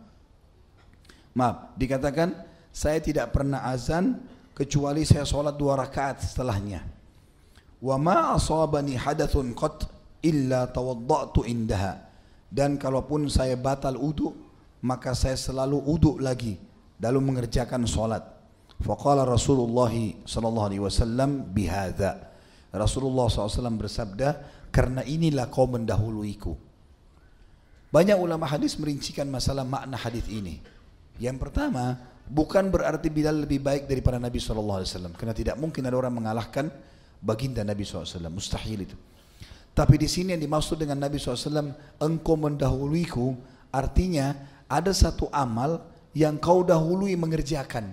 Maaf, dikatakan saya tidak pernah azan kecuali saya sholat dua rakaat setelahnya. Wa ma asabani hadathun qat illa tawadda'tu indaha. Dan kalaupun saya batal wudu, maka saya selalu wudu lagi lalu mengerjakan salat. Faqala Rasulullah sallallahu alaihi wasallam bihadza. Rasulullah sallallahu alaihi wasallam bersabda, karena inilah kau mendahuluiku. Banyak ulama hadis merincikan masalah makna hadis ini. Yang pertama, bukan berarti Bilal lebih baik daripada Nabi sallallahu alaihi wasallam, karena tidak mungkin ada orang mengalahkan baginda Nabi shallallahu alaihi wasallam, mustahil itu. Tapi di sini yang dimaksud dengan Nabi shallallahu alaihi wasallam, engkau mendahuluiku, artinya ada satu amal yang kau dahului mengerjakan.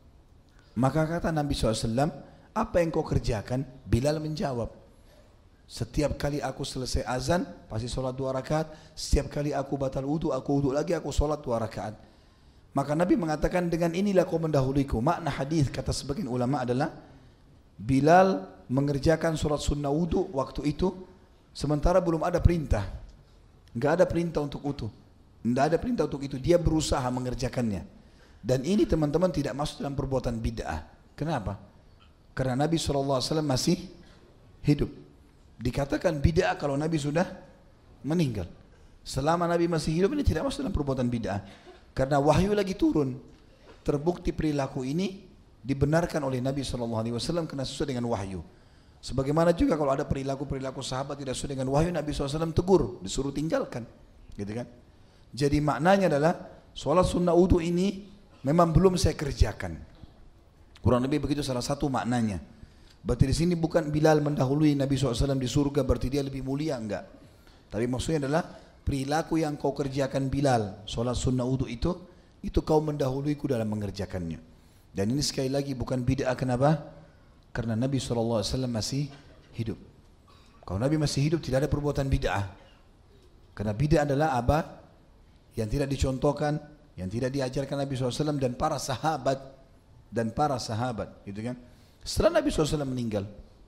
Maka kata Nabi shallallahu alaihi wasallam, apa yang kau kerjakan? Bilal menjawab, Setiap kali aku selesai azan, pasti sholat dua rakaat. Setiap kali aku batal wudu, aku wudu lagi, aku sholat dua rakaat. Maka Nabi mengatakan, dengan inilah kau mendahuluiku. Makna hadis kata sebagian ulama adalah Bilal mengerjakan sholat sunnah wudu waktu itu, sementara belum ada perintah. Enggak ada perintah untuk itu. Enggak ada perintah untuk itu. Dia berusaha mengerjakannya. Dan ini teman-teman tidak masuk dalam perbuatan bid'ah. Kenapa? Karena Nabi shallallahu alaihi wasallam masih hidup. Dikatakan bid'ah kalau Nabi sudah meninggal. Selama Nabi masih hidup ini tidak masuk dalam perbuatan bid'ah. Karena wahyu lagi turun. Terbukti perilaku ini dibenarkan oleh Nabi shallallahu alaihi wasallam karena sesuai dengan wahyu. Sebagaimana juga kalau ada perilaku-perilaku sahabat tidak sesuai dengan wahyu, Nabi shallallahu alaihi wasallam tegur, disuruh tinggalkan. Gitu kan? Jadi maknanya adalah sholat sunnah wudu ini memang belum saya kerjakan. Kurang lebih begitu salah satu maknanya. Berarti di sini bukan Bilal mendahului Nabi shallallahu alaihi wasallam di surga, berarti dia lebih mulia, enggak. Tapi maksudnya adalah perilaku yang kau kerjakan Bilal, sholat sunnah wudu itu, itu kau mendahuluiku dalam mengerjakannya. Dan ini sekali lagi bukan bid'ah. Kenapa? Karena Nabi shallallahu alaihi wasallam masih hidup. Kalau Nabi masih hidup tidak ada perbuatan bid'ah. Karena bid'ah adalah apa? Yang tidak dicontohkan, yang tidak diajarkan Nabi shallallahu alaihi wasallam dan para sahabat dan para sahabat, gitu kan? Setelah Nabi shallallahu alaihi wasallam meninggal,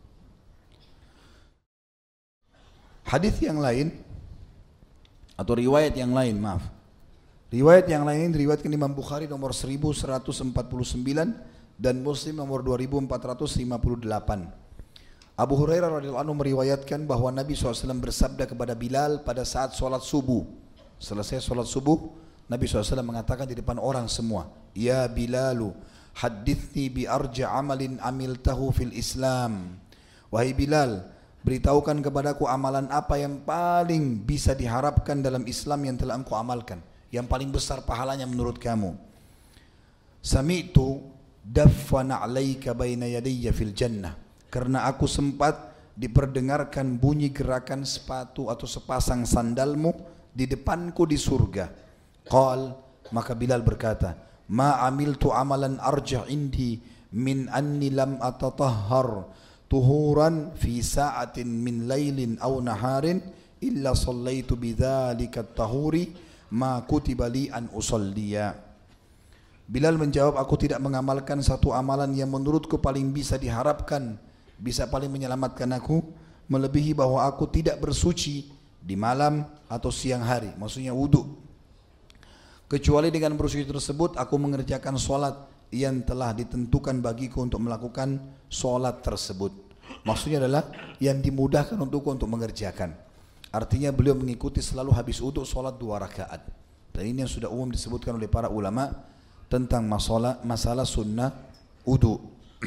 hadis yang lain atau riwayat yang lain, maaf, riwayat yang lain diriwayatkan Imam Bukhari nomor seribu seratus empat puluh sembilan dan Muslim nomor dua ribu empat ratus lima puluh delapan. Abu Hurairah radhiyallahu anhu meriwayatkan bahwa Nabi shallallahu alaihi wasallam bersabda kepada Bilal pada saat sholat subuh. Selesai sholat subuh, Nabi shallallahu alaihi wasallam mengatakan di depan orang semua, Ya Bilalu, hadithni bi arja amalin amiltahu fil Islam. Wahai Bilal, beritahukan kepadaku amalan apa yang paling bisa diharapkan dalam Islam yang telah engkau amalkan, yang paling besar pahalanya menurut kamu. Sami'tu daffana 'alaika baina yadayya fil jannah. Karena aku sempat diperdengarkan bunyi gerakan sepatu atau sepasang sandalmu di depanku di surga. Qal, maka Bilal berkata, Ma amiltu amalan arjah indi min anni lam atatahhar tuhuran fi sa'atin min lailin aw naharin illa sallaitu bidzalika at-tahuri ma kutiba li an usalliya. Bilal menjawab, aku tidak mengamalkan satu amalan yang menurutku paling bisa diharapkan, bisa paling menyelamatkan aku, melebihi bahwa aku tidak bersuci di malam atau siang hari, maksudnya wudu, kecuali dengan bersuci tersebut aku mengerjakan solat yang telah ditentukan bagiku untuk melakukan solat tersebut. Maksudnya adalah yang dimudahkan untukku untuk mengerjakan. Artinya beliau mengikuti selalu habis wudu solat dua rakaat. Dan ini yang sudah umum disebutkan oleh para ulama tentang masalah masalah sunnah wudu.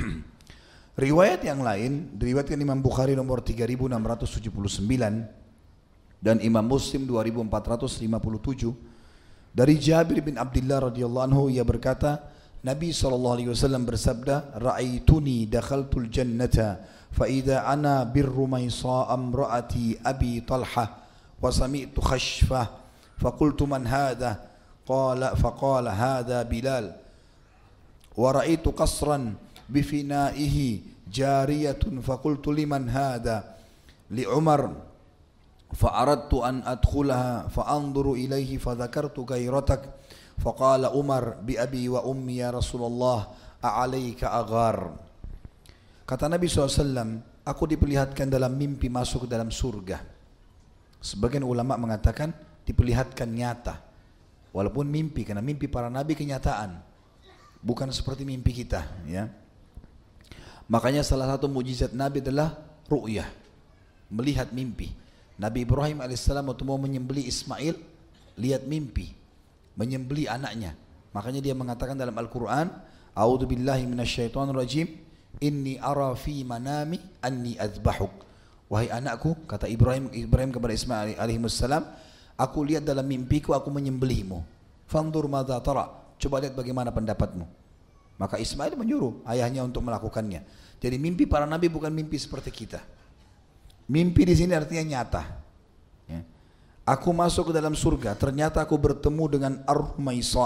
Riwayat yang lain diriwayatkan Imam Bukhari nomor tiga ribu enam ratus tujuh puluh sembilan dan Imam Muslim dua ribu empat ratus lima puluh tujuh dari Jabir bin Abdullah radhiyallahu anhu, ia berkata, Nabi sallallahu alaihi wasallam bersabda, Ra'aituni dakhaltul jannata fa idza ana birrumaysa amraati Abi Talha wa sami'tu khashfah fa qultu man hadha qala fa qala hadha Bilal wa ra'aitu qasran bifinaihi jariyatun fa qultu liman hadha li Umar فأردت أن أدخلها فأنظر إليه فذكرت غيرتك فقال عمر بأبي وأمي يا رسول الله أعليك أغار. Kata Nabi shallallahu alaihi wasallam, aku diperlihatkan dalam mimpi masuk ke dalam surga. Sebagian ulama mengatakan diperlihatkan nyata, walaupun mimpi, karena mimpi para nabi kenyataan, bukan seperti mimpi kita, ya. Makanya salah satu mukjizat Nabi adalah ru'yah, melihat mimpi. Nabi Ibrahim alaihissalam waktu mau menyembelih Ismail, lihat mimpi, menyembelih anaknya. Makanya dia mengatakan dalam Al-Quran, A'udzubillahi minasyaitonirrajim, inni ara fi manami anni azbahuk. Wahai anakku, kata Ibrahim Ibrahim kepada Ismail alaihissalam, aku lihat dalam mimpiku aku menyembelihmu. Fandur madza tara, coba lihat bagaimana pendapatmu. Maka Ismail menyuruh ayahnya untuk melakukannya. Jadi mimpi para nabi bukan mimpi seperti kita. Mimpi di sini artinya nyata. Ya. Aku masuk ke dalam surga, ternyata aku bertemu dengan Ar-Rumaysa.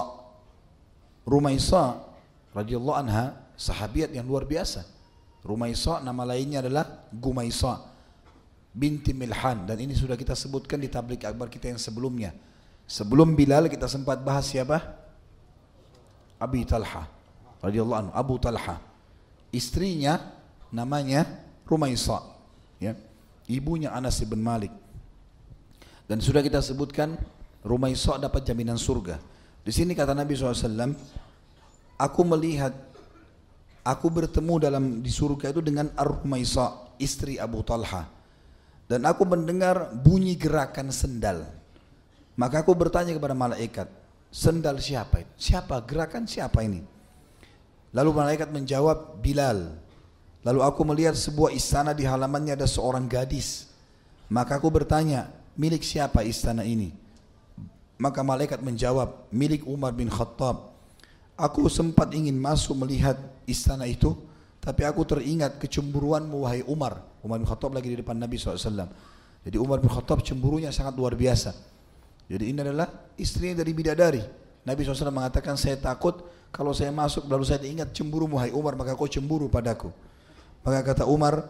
Rumaysa radhiyallahu anha, sahabiat yang luar biasa. Rumaysa nama lainnya adalah Gumaysa. binti Milhan, dan ini sudah kita sebutkan di tablik akbar kita yang sebelumnya. Sebelum Bilal kita sempat bahas siapa? Abi Talha radhiyallahu anhu, Abu Talha. Istrinya namanya Rumaisa, ya, ibunya Anas bin Malik. Dan sudah kita sebutkan Rumaisa dapat jaminan surga. Di sini kata Nabi shallallahu alaihi wasallam, aku melihat, aku bertemu dalam di surga itu dengan Ar-Rumaisa, istri Abu Talha, dan aku mendengar bunyi gerakan sendal. Maka aku bertanya kepada malaikat, sendal siapa itu? Siapa? Gerakan siapa ini? Lalu malaikat menjawab, Bilal. Lalu aku melihat sebuah istana, di halamannya ada seorang gadis. Maka aku bertanya, milik siapa istana ini? Maka malaikat menjawab, milik Umar bin Khattab. Aku sempat ingin masuk melihat istana itu, tapi aku teringat kecemburuanmu wahai Umar. Umar bin Khattab lagi di depan Nabi shallallahu alaihi wasallam. Jadi Umar bin Khattab cemburunya sangat luar biasa. Jadi ini adalah istrinya dari bidadari. Nabi shallallahu alaihi wasallam mengatakan, saya takut kalau saya masuk lalu saya ingat cemburumu wahai Umar, maka kau cemburu padaku. Maka kata Umar,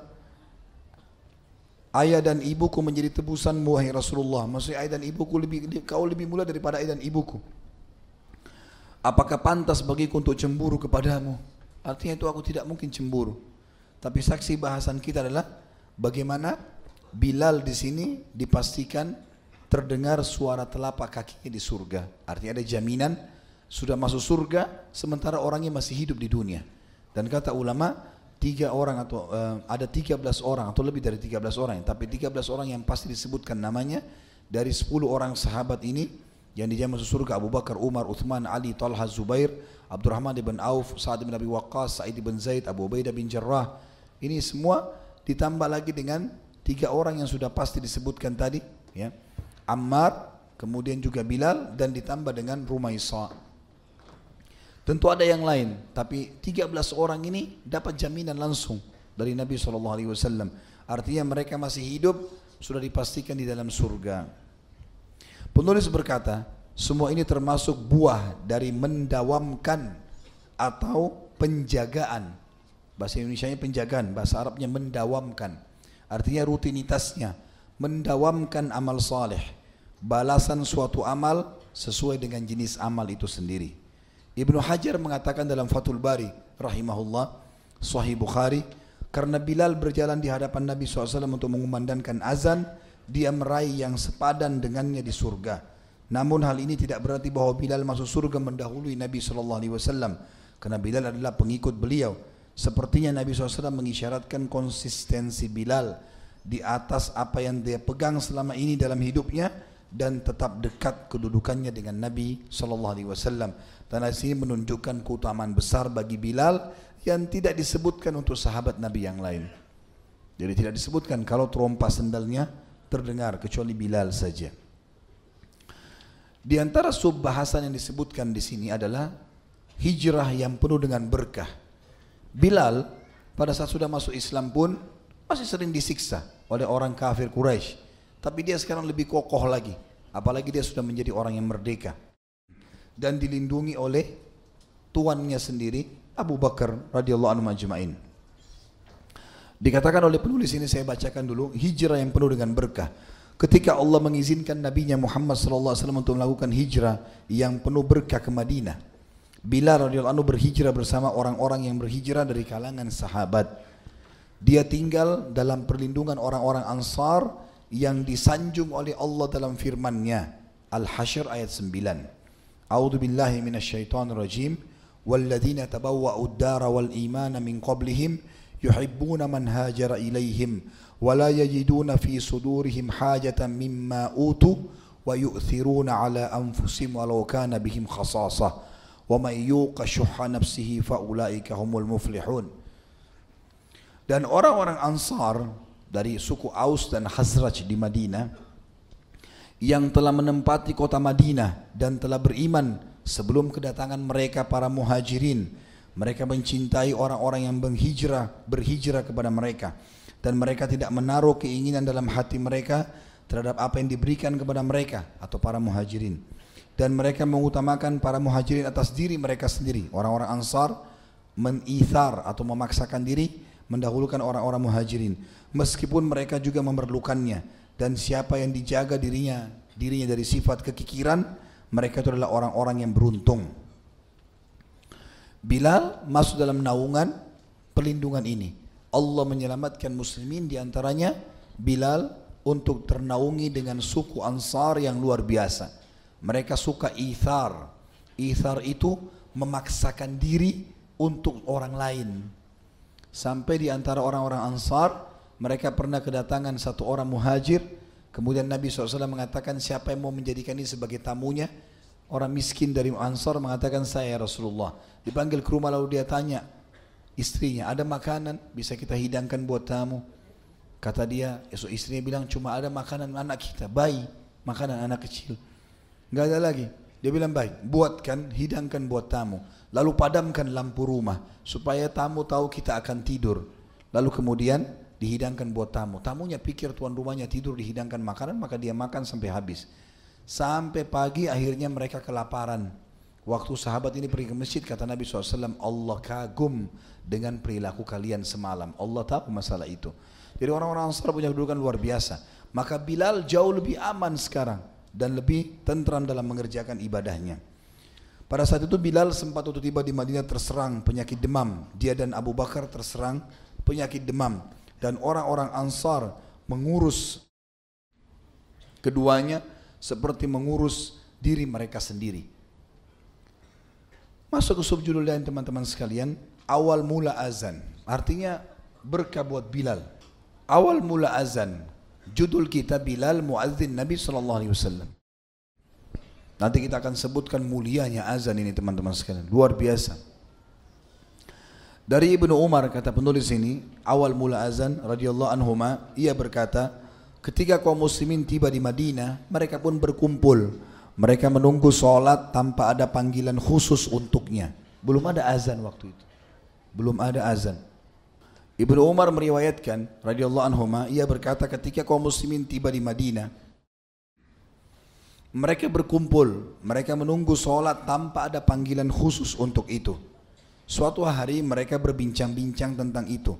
ayah dan ibuku menjadi tebusanmu wahai Rasulullah. Maksudnya ayah dan ibuku lebih, kau lebih mulia daripada ayah dan ibuku. Apakah pantas bagiku untuk cemburu kepadamu? Artinya itu aku tidak mungkin cemburu. Tapi saksi bahasan kita adalah bagaimana Bilal di sini dipastikan terdengar suara telapak kakinya di surga. Artinya ada jaminan sudah masuk surga sementara orangnya masih hidup di dunia. Dan kata ulama, tiga orang atau uh, ada tiga belas orang atau lebih dari tiga belas orang, tapi tiga belas orang yang pasti disebutkan namanya dari sepuluh orang sahabat ini yang dijamin masuk surga: Abu Bakar, Umar, Uthman, Ali, Talha, Zubair, Abdurrahman bin Auf, Sa'ad bin Abi Waqqas, Sa'id bin Zaid, Abu Ubaidah bin Jarrah. Ini semua ditambah lagi dengan tiga orang yang sudah pasti disebutkan tadi, ya, Ammar, kemudian juga Bilal, dan ditambah dengan Rumaisa. Tentu ada yang lain, tapi tiga belas orang ini dapat jaminan langsung dari Nabi shallallahu alaihi wasallam. Artinya mereka masih hidup, sudah dipastikan di dalam surga. Penulis berkata, semua ini termasuk buah dari mendawamkan atau penjagaan. Bahasa Indonesianya penjagaan, bahasa Arabnya mendawamkan. Artinya rutinitasnya, mendawamkan amal saleh, balasan suatu amal sesuai dengan jenis amal itu sendiri. Ibnu Hajar mengatakan dalam Fathul Bari rahimahullah, Sahih Bukhari, karena Bilal berjalan di hadapan Nabi shallallahu alaihi wasallam untuk mengumandangkan azan, dia meraih yang sepadan dengannya di surga. Namun hal ini tidak berarti bahwa Bilal masuk surga mendahului Nabi shallallahu alaihi wasallam, karena Bilal adalah pengikut beliau. Sepertinya Nabi shallallahu alaihi wasallam mengisyaratkan konsistensi Bilal di atas apa yang dia pegang selama ini dalam hidupnya, dan tetap dekat kedudukannya dengan Nabi shallallahu alaihi wasallam. Dan di sini menunjukkan keutamaan besar bagi Bilal yang tidak disebutkan untuk sahabat Nabi yang lain. Jadi tidak disebutkan kalau terompas sendalnya terdengar kecuali Bilal saja. Di antara sub bahasan yang disebutkan di sini adalah hijrah yang penuh dengan berkah. Bilal pada saat sudah masuk Islam pun masih sering disiksa oleh orang kafir Quraisy, tapi dia sekarang lebih kokoh lagi, apalagi dia sudah menjadi orang yang merdeka dan dilindungi oleh tuannya sendiri, Abu Bakar radhiyallahu anhu ajma'in. Dikatakan oleh penulis ini, saya bacakan dulu, hijrah yang penuh dengan berkah. Ketika Allah mengizinkan Nabi-Nya Muhammad sallallahu alaihi wasallam untuk melakukan hijrah yang penuh berkah ke Madinah, Bilal radhiyallahu anhu berhijrah bersama orang-orang yang berhijrah dari kalangan sahabat. Dia tinggal dalam perlindungan orang-orang Ansar yang disanjung oleh Allah dalam firman-Nya, Al-Hasyr ayat sembilan. A'udzu billahi minasyaitonir rajim. Walladzina tabawwa'u ad-dara wal imana min qablihim yuhibbuna man hajara ilaihim wa la yajiduna fi sudurihim hajatan mimma utu wa yu'thiruna ala anfusihim walau kana bihim khasasah wa may yuqa shuhha nafsihi fa ulaika humul muflihun. Dan orang-orang Ansar dari suku Aus dan Khazraj di Madinah yang telah menempati kota Madinah dan telah beriman sebelum kedatangan mereka para muhajirin, mereka mencintai orang-orang yang berhijrah, berhijrah kepada mereka, dan mereka tidak menaruh keinginan dalam hati mereka terhadap apa yang diberikan kepada mereka atau para muhajirin, dan mereka mengutamakan para muhajirin atas diri mereka sendiri. Orang-orang Ansar menithar atau memaksakan diri mendahulukan orang-orang muhajirin. Meskipun mereka juga memerlukannya. Dan siapa yang dijaga dirinya, dirinya dari sifat kekikiran, mereka itu adalah orang-orang yang beruntung. Bilal masuk dalam naungan perlindungan ini. Allah menyelamatkan muslimin, diantaranya Bilal untuk ternaungi dengan suku Ansar yang luar biasa. Mereka suka ithar. Ithar itu memaksakan diri untuk orang lain. Sampai di antara orang-orang Ansar, mereka pernah kedatangan satu orang muhajir. Kemudian Nabi shallallahu alaihi wasallam mengatakan, siapa yang mau menjadikan ini sebagai tamunya? Orang miskin dari Ansar mengatakan, saya Rasulullah. Dipanggil ke rumah, lalu dia tanya istrinya, ada makanan bisa kita hidangkan buat tamu? Kata dia, esok istrinya bilang, cuma ada makanan anak kita, bayi, makanan anak kecil, nggak ada lagi. Dia bilang, baik, buatkan, hidangkan buat tamu. Lalu padamkan lampu rumah supaya tamu tahu kita akan tidur. Lalu kemudian dihidangkan buat tamu. Tamunya pikir tuan rumahnya tidur, dihidangkan makanan, maka dia makan sampai habis. Sampai pagi akhirnya mereka kelaparan. Waktu sahabat ini pergi ke masjid, kata Nabi shallallahu alaihi wasallam, Allah kagum dengan perilaku kalian semalam. Allah tahu masalah itu. Jadi orang-orang Ansar punya kedudukan luar biasa. Maka Bilal jauh lebih aman sekarang dan lebih tentram dalam mengerjakan ibadahnya. Pada saat itu Bilal sempat waktu tiba di Madinah terserang penyakit demam. Dia dan Abu Bakar terserang penyakit demam. Dan orang-orang Ansar mengurus keduanya seperti mengurus diri mereka sendiri. Masuk ke subjudul lain teman-teman sekalian, awal mula azan. Artinya berkah buat Bilal. Awal mula azan. Judul kita Bilal muadzin Nabi sallallahu alaihi wasallam. Nanti kita akan sebutkan mulianya azan ini teman-teman sekalian. Luar biasa. Dari Ibnu Umar kata penulis ini, awal mula azan radhiyallahu anhuma, ia berkata, ketika kaum muslimin tiba di Madinah, mereka pun berkumpul. Mereka menunggu sholat tanpa ada panggilan khusus untuknya. Belum ada azan waktu itu. Belum ada azan. Ibnu Umar meriwayatkan radhiyallahu anhuma, ia berkata ketika kaum muslimin tiba di Madinah, mereka berkumpul, mereka menunggu sholat tanpa ada panggilan khusus untuk itu. Suatu hari mereka berbincang-bincang tentang itu.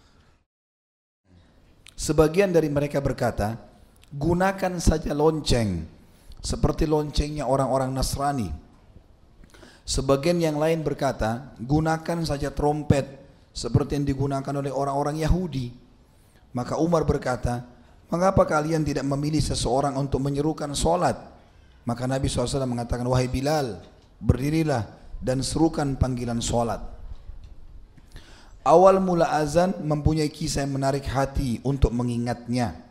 Sebagian dari mereka berkata, gunakan saja lonceng seperti loncengnya orang-orang Nasrani. Sebagian yang lain berkata, gunakan saja trompet seperti yang digunakan oleh orang-orang Yahudi. Maka Umar berkata, mengapa kalian tidak memilih seseorang untuk menyerukan sholat? Maka Nabi shallallahu alaihi wasallam mengatakan, wahai Bilal, berdirilah dan serukan panggilan sholat. Awal mula azan mempunyai kisah yang menarik hati untuk mengingatnya.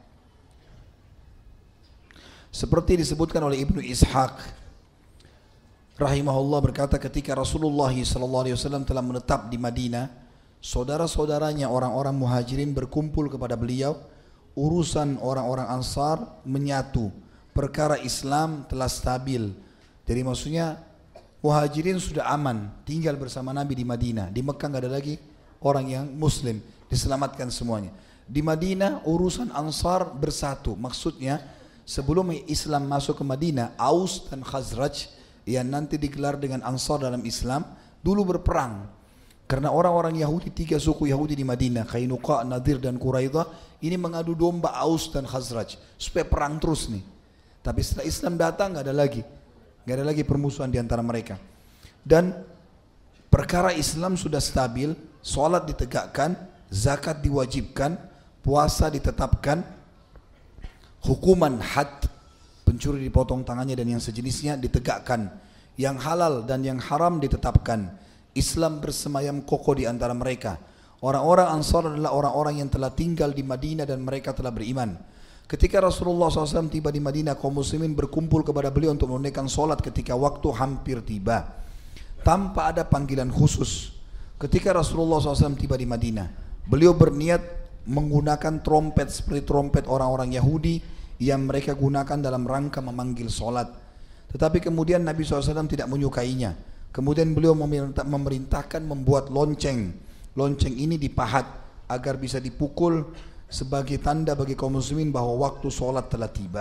Seperti disebutkan oleh Ibnu Ishaq rahimahullah berkata, ketika Rasulullah sallallahu alaihi wasallam telah menetap di Madinah, saudara-saudaranya orang-orang muhajirin berkumpul kepada beliau. Urusan orang-orang Ansar menyatu, perkara Islam telah stabil. Jadi maksudnya muhajirin sudah aman, tinggal bersama Nabi di Madinah. Di Mekah nggak ada lagi orang yang muslim, diselamatkan semuanya. Di Madinah urusan Ansar bersatu. Maksudnya sebelum Islam masuk ke Madinah, Aus dan Khazraj yang nanti digelar dengan Ansar dalam Islam dulu berperang. Karena orang-orang Yahudi, tiga suku Yahudi di Madinah, Qainuqa, Nadir dan Quraidah, ini mengadu domba Aus dan Khazraj supaya perang terus nih. Tapi setelah Islam datang nggak ada lagi, nggak ada lagi permusuhan di antara mereka. Dan perkara Islam sudah stabil, sholat ditegakkan, zakat diwajibkan, puasa ditetapkan, hukuman had, pencuri dipotong tangannya dan yang sejenisnya ditegakkan, yang halal dan yang haram ditetapkan. Islam bersemayam kokoh di antara mereka. Orang-orang Ansar adalah orang-orang yang telah tinggal di Madinah dan mereka telah beriman. Ketika Rasulullah shallallahu alaihi wasallam tiba di Madinah, kaum muslimin berkumpul kepada beliau untuk menunaikan sholat ketika waktu hampir tiba, tanpa ada panggilan khusus. Ketika Rasulullah shallallahu alaihi wasallam tiba di Madinah, beliau berniat menggunakan trompet seperti trompet orang-orang Yahudi yang mereka gunakan dalam rangka memanggil sholat. Tetapi kemudian Nabi shallallahu alaihi wasallam tidak menyukainya. Kemudian beliau memerintahkan membuat lonceng. Lonceng ini dipahat agar bisa dipukul sebagai tanda bagi kaum muslimin bahwa waktu sholat telah tiba.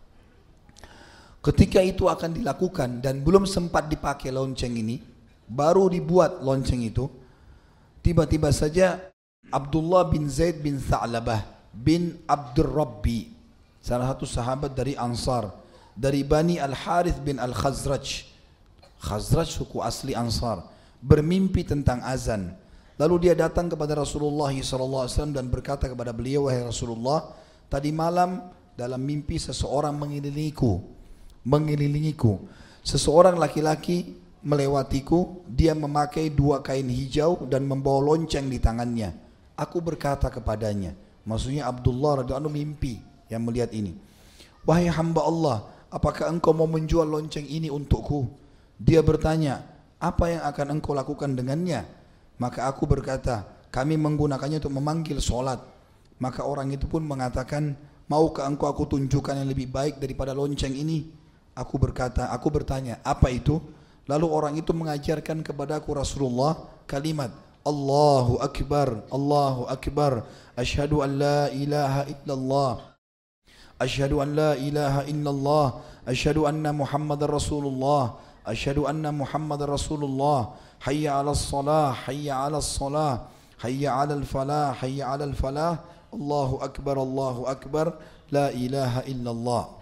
Ketika itu akan dilakukan dan belum sempat dipakai lonceng ini, baru dibuat lonceng itu, tiba-tiba saja Abdullah bin Zaid bin Tha'labah bin Abdur Rabbi, salah satu sahabat dari Ansar, dari Bani Al-Harith bin Al-Khazraj. Khazraj suku asli Ansar, bermimpi tentang azan. Lalu dia datang kepada Rasulullah shallallahu alaihi wasallam dan berkata kepada beliau, wahai Rasulullah, tadi malam dalam mimpi seseorang mengelilingiku, mengelilingiku. Seseorang laki-laki melewatiku, dia memakai dua kain hijau dan membawa lonceng di tangannya. Aku berkata kepadanya, maksudnya Abdullah radhiyallahu anhu mimpi yang melihat ini. Wahai hamba Allah, apakah engkau mau menjual lonceng ini untukku? Dia bertanya, apa yang akan engkau lakukan dengannya? Maka aku berkata, kami menggunakannya untuk memanggil solat. Maka orang itu pun mengatakan, maukah engkau aku tunjukkan yang lebih baik daripada lonceng ini? Aku berkata, aku bertanya, apa itu? Lalu orang itu mengajarkan kepadaku Rasulullah kalimat, Allahu Akbar, Allahu Akbar, Ashhadu an la ilaha illallah, Ashhadu an la ilaha illallah, Ashhadu anna Muhammadar Rasulullah, Ashhadu anna Muhammadar Rasulullah, Hayya ala salah, Hayya ala salah, Hayya ala falah, Hayya ala falah, Allahu Akbar, Allahu Akbar, la ilaha illallah.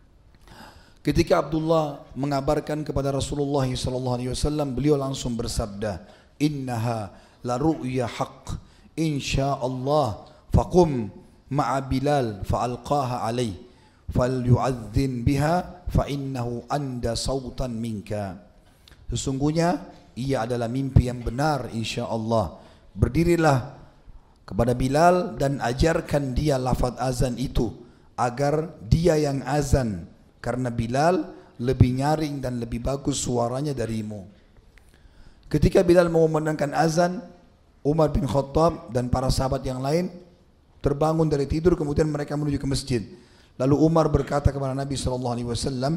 Ketika Abdullah mengabarkan kepada Rasulullah sallallahu alaihi wasallam, beliau langsung bersabda, innaha la ru'ya haqq, insyaallah faqum ma'a Bilal fa'alqaha alaih falyu'adzin biha fa innahu anda sautan minka. Sesungguhnya ia adalah mimpi yang benar, insyaallah. Berdirilah kepada Bilal dan ajarkan dia lafaz azan itu agar dia yang azan, karena Bilal lebih nyaring dan lebih bagus suaranya darimu. Ketika Bilal mengumandangkan azan, Umar bin Khattab dan para sahabat yang lain terbangun dari tidur, kemudian mereka menuju ke masjid. Lalu Umar berkata kepada Nabi shallallahu alaihi wasallam,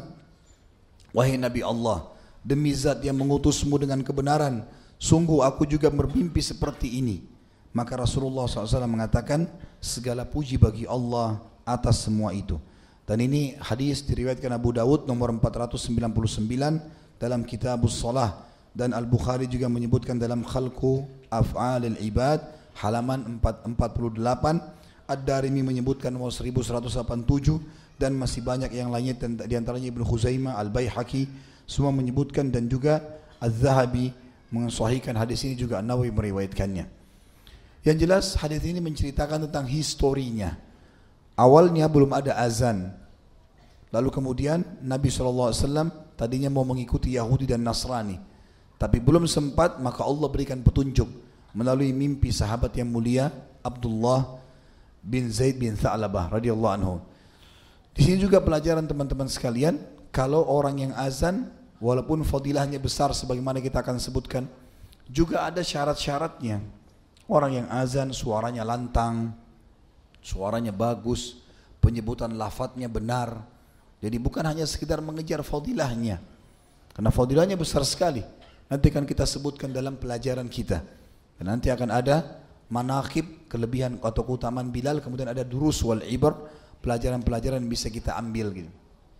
wahai Nabi Allah, demi zat yang mengutusmu dengan kebenaran, sungguh aku juga bermimpi seperti ini. Maka Rasulullah shallallahu alaihi wasallam mengatakan, segala puji bagi Allah atas semua itu. Dan ini hadis diriwayatkan Abu Dawud nomor empat ratus sembilan puluh sembilan dalam Kitabus Shalah, dan Al-Bukhari juga menyebutkan dalam Khalqu Af'alil Ibad halaman empat ratus empat puluh delapan. Ad-Darimi menyebutkan nomor seribu seratus delapan puluh tujuh, dan masih banyak yang lainnya, di antaranya Ibnu Khuzaimah, Al-Baihaqi semua menyebutkan, dan juga Az-Zahabi mensahihkan hadis ini, juga An-Nawawi meriwayatkannya. Yang jelas hadis ini menceritakan tentang historinya. Awalnya belum ada azan. Lalu kemudian Nabi shallallahu alaihi wasallam tadinya mau mengikuti Yahudi dan Nasrani, tapi belum sempat, maka Allah berikan petunjuk melalui mimpi sahabat yang mulia Abdullah bin Zaid bin Tha'labah radhiyallahu anhu. Di sini juga pelajaran teman-teman sekalian, kalau orang yang azan walaupun fadilahnya besar sebagaimana kita akan sebutkan, juga ada syarat-syaratnya. Orang yang azan suaranya lantang, suaranya bagus, penyebutan lafadznya benar. Jadi bukan hanya sekedar mengejar fadilahnya, karena fadilahnya besar sekali. Nanti akan kita sebutkan dalam pelajaran kita. Dan nanti akan ada manaqib, kelebihan atau keutamaan Bilal, kemudian ada durus wal ibar, pelajaran-pelajaran yang bisa kita ambil gitu.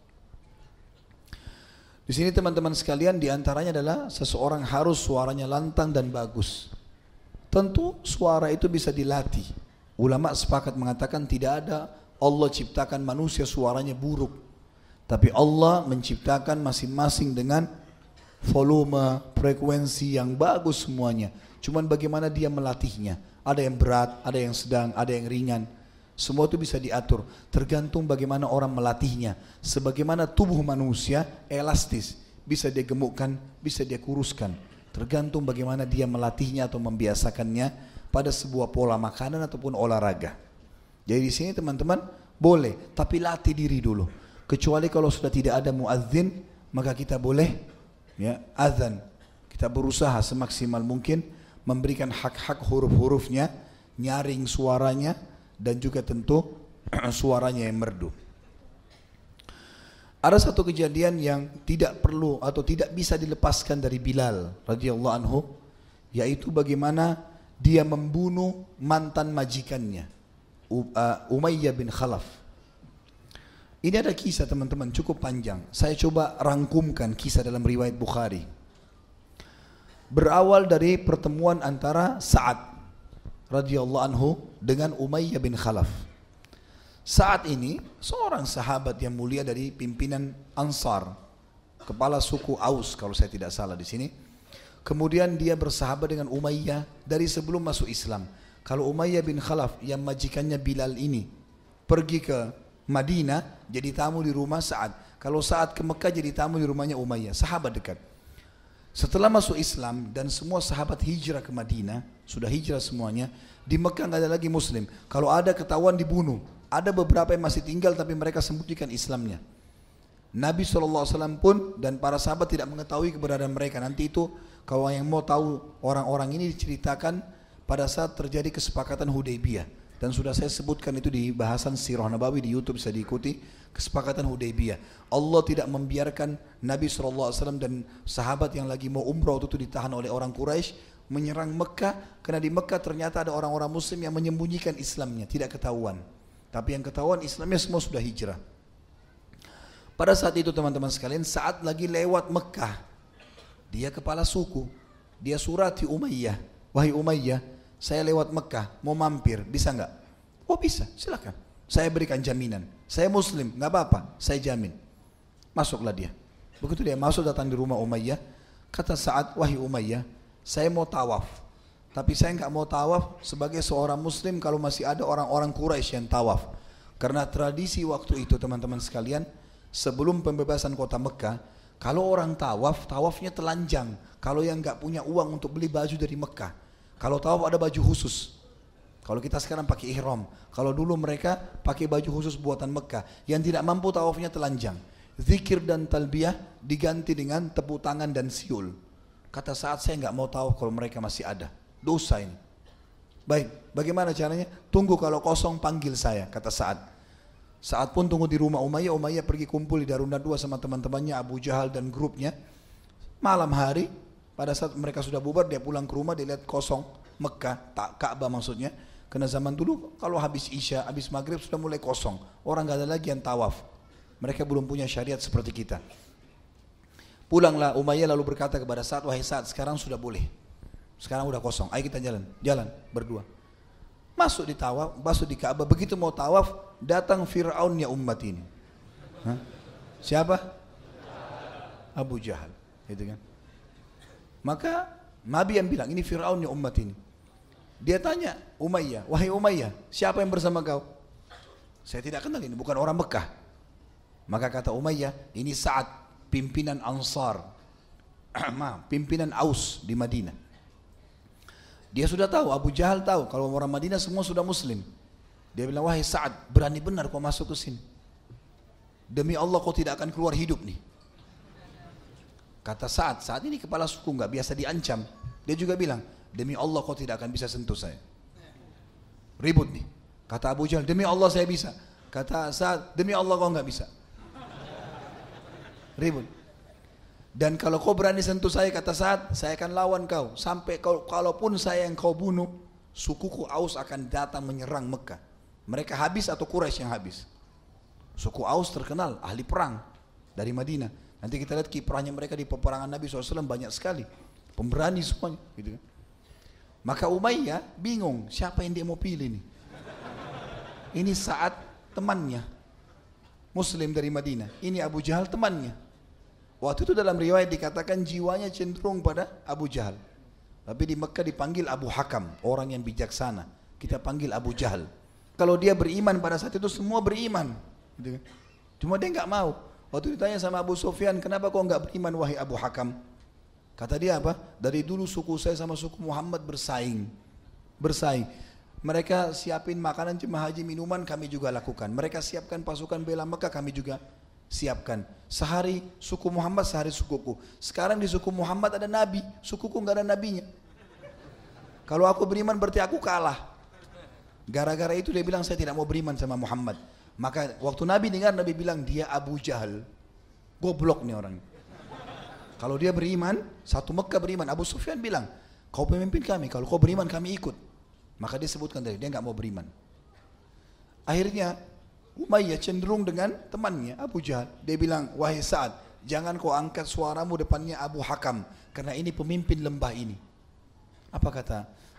Di sini teman-teman sekalian, diantaranya adalah seseorang harus suaranya lantang dan bagus. Tentu suara itu bisa dilatih. Ulama sepakat mengatakan tidak ada Allah ciptakan manusia suaranya buruk, tapi Allah menciptakan masing-masing dengan volume, frekuensi yang bagus semuanya. Cuman bagaimana dia melatihnya. Ada yang berat, ada yang sedang, ada yang ringan. Semua itu bisa diatur, tergantung bagaimana orang melatihnya. Sebagaimana tubuh manusia elastis, bisa dia gemukkan, bisa dia kuruskan. Tergantung bagaimana dia melatihnya atau membiasakannya pada sebuah pola makanan ataupun olahraga. Jadi di sini teman-teman boleh, tapi latih diri dulu. Kecuali kalau sudah tidak ada muadzin, maka kita boleh ya azan. Kita berusaha semaksimal mungkin memberikan hak-hak huruf-hurufnya, nyaring suaranya, dan juga tentu suaranya yang merdu. Ada satu kejadian yang tidak perlu atau tidak bisa dilepaskan dari Bilal radhiyallahu anhu, yaitu bagaimana dia membunuh mantan majikannya, Umayyah bin Khalaf. Ini ada kisah teman-teman cukup panjang. Saya coba rangkumkan kisah dalam riwayat Bukhari. Berawal dari pertemuan antara Sa'ad radhiyallahu anhu dengan Umayyah bin Khalaf. Saat ini seorang sahabat yang mulia dari pimpinan Ansar, kepala suku Aus kalau saya tidak salah di sini. Kemudian dia bersahabat dengan Umayyah dari sebelum masuk Islam. Kalau Umayyah bin Khalaf yang majikannya Bilal ini pergi ke Madinah jadi tamu di rumah Sa'ad. Kalau Sa'ad ke Mekah jadi tamu di rumahnya Umayyah, sahabat dekat. Setelah masuk Islam dan semua sahabat hijrah ke Madinah, sudah hijrah semuanya, di Mekah nggak ada lagi Muslim. Kalau ada ketahuan dibunuh. Ada beberapa yang masih tinggal tapi mereka sembunyikan Islamnya. Nabi shallallahu alaihi wasallam pun dan para sahabat tidak mengetahui keberadaan mereka. Nanti itu kalau yang mau tahu orang-orang ini diceritakan pada saat terjadi kesepakatan Hudaybiyah. Dan sudah saya sebutkan itu di bahasan Sirah Nabawi di YouTube, bisa diikuti. Kesepakatan Hudaybiyah. Allah tidak membiarkan Nabi shallallahu alaihi wasallam dan sahabat yang lagi mau umrah itu ditahan oleh orang Quraisy menyerang Mekah. Karena di Mekah ternyata ada orang-orang Muslim yang menyembunyikan Islamnya, tidak ketahuan. Tapi yang ketahuan Islamnya semua sudah hijrah. Pada saat itu teman-teman sekalian, saat lagi lewat Mekah, dia kepala suku, dia surati Umayyah, wahai Umayyah, saya lewat Mekah, mau mampir, bisa nggak? Oh bisa, silakan. Saya berikan jaminan. Saya Muslim, nggak apa-apa, saya jamin. Masuklah dia. Begitu dia masuk datang di rumah Umayyah, kata Sa'ad, wahai Umayyah, saya mau tawaf. Tapi saya nggak mau tawaf sebagai seorang Muslim kalau masih ada orang-orang Quraisy yang tawaf. Karena tradisi waktu itu teman-teman sekalian, sebelum pembebasan kota Mekah, kalau orang tawaf, tawafnya telanjang. Kalau yang nggak punya uang untuk beli baju dari Mekah, kalau tawaf ada baju khusus. Kalau kita sekarang pakai ihram, kalau dulu mereka pakai baju khusus buatan Mekah. Yang tidak mampu tawafnya telanjang. Zikir dan talbiyah diganti dengan tepuk tangan dan siul. Kata Sa'ad, saya nggak mau tawaf kalau mereka masih ada. Dosa ini. Baik, bagaimana caranya? Tunggu kalau kosong panggil saya, kata Sa'ad. Sa'ad pun tunggu di rumah Umayyah. Umayyah pergi kumpul di Darun Nadwa sama teman-temannya Abu Jahal dan grupnya. Malam hari, pada saat mereka sudah bubar, dia pulang ke rumah, dia lihat kosong Mekah, tak Ka'bah maksudnya. Karena zaman dulu kalau habis Isya, habis Maghrib sudah mulai kosong. Orang gak ada lagi yang tawaf. Mereka belum punya syariat seperti kita. Pulanglah Umayyah lalu berkata kepada Sa'ad, wahai Sa'ad, sekarang sudah boleh. Sekarang udah kosong, ayo kita jalan, jalan berdua. Masuk di tawaf, masuk di Ka'bah, begitu mau tawaf, datang Fir'aunnya umat ini. Hah? Siapa? Abu Jahal, gitu kan. Maka Nabi yang bilang, ini Fir'aunnya umat ini. Dia tanya Umayyah, wahai Umayyah, siapa yang bersama kau? Saya tidak kenal ini, bukan orang Mekah. Maka kata Umayyah, ini Sa'ad, pimpinan Ansar, maaf, pimpinan Aus di Madinah. Dia sudah tahu, Abu Jahal tahu, kalau orang Madinah semua sudah Muslim. Dia bilang, wahai Sa'ad, berani benar kau masuk ke sini. Demi Allah kau tidak akan keluar hidup nih. Kata Sa'ad, Sa'ad ini kepala suku, nggak biasa diancam. Dia juga bilang, demi Allah kau tidak akan bisa sentuh saya. Ribut nih. Kata Abu Jahal, demi Allah saya bisa. Kata Sa'ad, demi Allah kau nggak bisa. Ribut. Dan kalau kau berani sentuh saya, kata Sa'ad, saya akan lawan kau. Sampai kau, kalaupun saya yang kau bunuh, sukuku Aus akan datang menyerang Mekah. Mereka habis atau Quraisy yang habis. Suku Aus terkenal, ahli perang dari Madinah. Nanti kita lihat kiprahnya mereka di peperangan Nabi shallallahu alaihi wasallam banyak sekali. Pemberani semuanya. Gitu kan. Maka Umayyah bingung, siapa yang dia mau pilih nih? Ini Sa'ad temannya, Muslim dari Madinah. Ini Abu Jahal temannya. Waktu itu dalam riwayat dikatakan jiwanya cenderung pada Abu Jahal. Tapi di Mekah dipanggil Abu Hakam, orang yang bijaksana. Kita panggil Abu Jahal. Kalau dia beriman pada saat itu semua beriman. Cuma dia nggak mau. Waktu ditanya sama Abu Sufyan, kenapa kau nggak beriman wahai Abu Hakam? Kata dia apa? Dari dulu suku saya sama suku Muhammad bersaing. Bersaing. Mereka siapin makanan jemaah haji, minuman kami juga lakukan. Mereka siapkan pasukan bela Mekah, kami juga siapkan. Sehari suku Muhammad, sehari sukuku. Sekarang di suku Muhammad ada nabi, sukuku nggak ada nabinya. Kalau aku beriman berarti aku kalah. Gara-gara itu dia bilang saya tidak mau beriman sama Muhammad. Maka waktu Nabi dengar, Nabi bilang dia Abu Jahal. Goblok nih orang. Kalau dia beriman, satu Mekah beriman. Abu Sufyan bilang, kau pemimpin kami, kalau kau beriman kami ikut. Maka dia sebutkan tadi, dia nggak mau beriman. Akhirnya Umayyah cenderung dengan temannya Abu Jahal. Dia bilang, wahai Sa'ad, jangan kau angkat suaramu depannya Abu Hakam, karena ini pemimpin lembah ini. Apa kata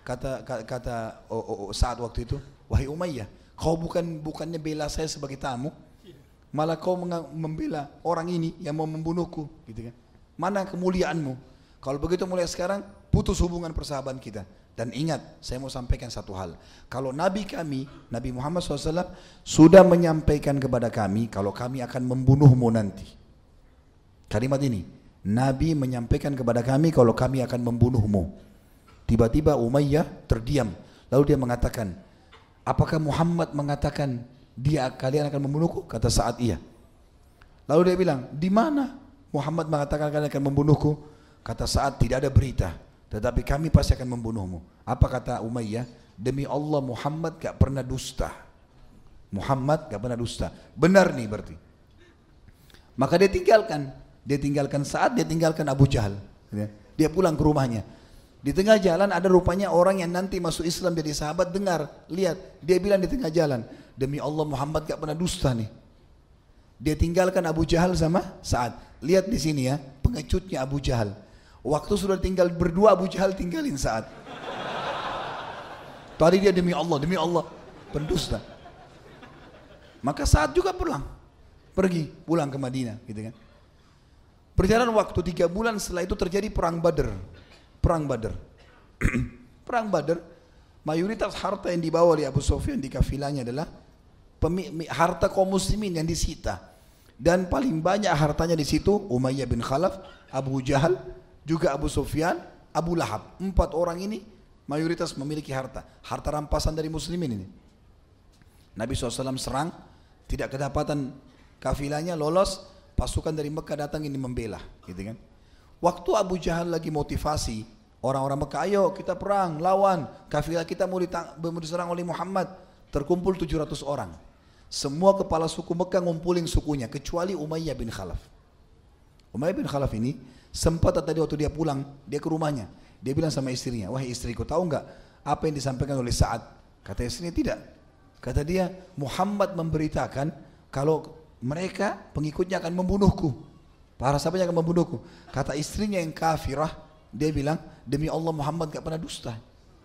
kata kata, kata oh, oh, oh, saat waktu itu, wahai Umayyah, kau bukan bukannya bela saya sebagai tamu, malah kau membela orang ini yang mau membunuhku, gitu kan? Mana kemuliaanmu? Kalau begitu mulai sekarang putus hubungan persahabatan kita. Dan ingat, saya mau sampaikan satu hal. Kalau Nabi kami, Nabi Muhammad shallallahu alaihi wasallam sudah menyampaikan kepada kami kalau kami akan membunuhmu nanti. Kalimat ini, Nabi menyampaikan kepada kami kalau kami akan membunuhmu. Tiba-tiba Umayyah terdiam. Lalu dia mengatakan, apakah Muhammad mengatakan dia kalian akan membunuhku? Kata Sa'ad, iya. Lalu dia bilang, di mana Muhammad mengatakan kalian akan membunuhku? Kata Sa'ad, tidak ada berita. Tetapi kami pasti akan membunuhmu. Apa kata Umayyah? Demi Allah Muhammad gak pernah dusta. Muhammad gak pernah dusta. Benar nih berarti. Maka dia tinggalkan. Dia tinggalkan Sa'ad, dia tinggalkan Abu Jahal. Dia pulang ke rumahnya. Di tengah jalan ada rupanya orang yang nanti masuk Islam jadi sahabat, dengar, lihat. Dia bilang di tengah jalan, demi Allah Muhammad gak pernah dusta nih. Dia tinggalkan Abu Jahal sama Sa'ad. Lihat di sini ya, pengecutnya Abu Jahal. Waktu sudah tinggal berdua, Abu Jahal tinggalin Sa'ad. Tadi dia demi Allah, demi Allah, pendusta. Maka Sa'ad juga pulang, pergi, pulang ke Madinah, gitu kan. Berjalan waktu tiga bulan setelah itu terjadi perang Badr. Perang Badr. Perang Badr, mayoritas harta yang dibawa oleh Abu Sufyan di kafilahnya adalah harta kaum muslimin yang disita. Dan paling banyak hartanya di situ Umayyah bin Khalaf, Abu Jahal, juga Abu Sufyan, Abu Lahab. Empat orang ini mayoritas memiliki harta. Harta rampasan dari muslimin ini. Nabi shallallahu alaihi wasallam serang, tidak kedapatan kafilahnya, lolos, pasukan dari Mekah datang ini membela, gitu kan. Waktu Abu Jahal lagi motivasi orang-orang Mekah, ayo kita perang, lawan, kafilah kita mau, mau diserang oleh Muhammad. Terkumpul tujuh ratus orang. Semua kepala suku Mekah ngumpulin sukunya, kecuali Umayyah bin Khalaf. Umayyah bin Khalaf ini sempat tadi waktu dia pulang, dia ke rumahnya. Dia bilang sama istrinya, wahai istriku, tahu enggak apa yang disampaikan oleh Sa'ad? Kata istrinya, tidak. Kata dia, Muhammad memberitakan kalau mereka pengikutnya akan membunuhku. Para sahabatnya akan membunuhku. Kata istrinya yang kafirah, dia bilang, demi Allah Muhammad gak pernah dusta.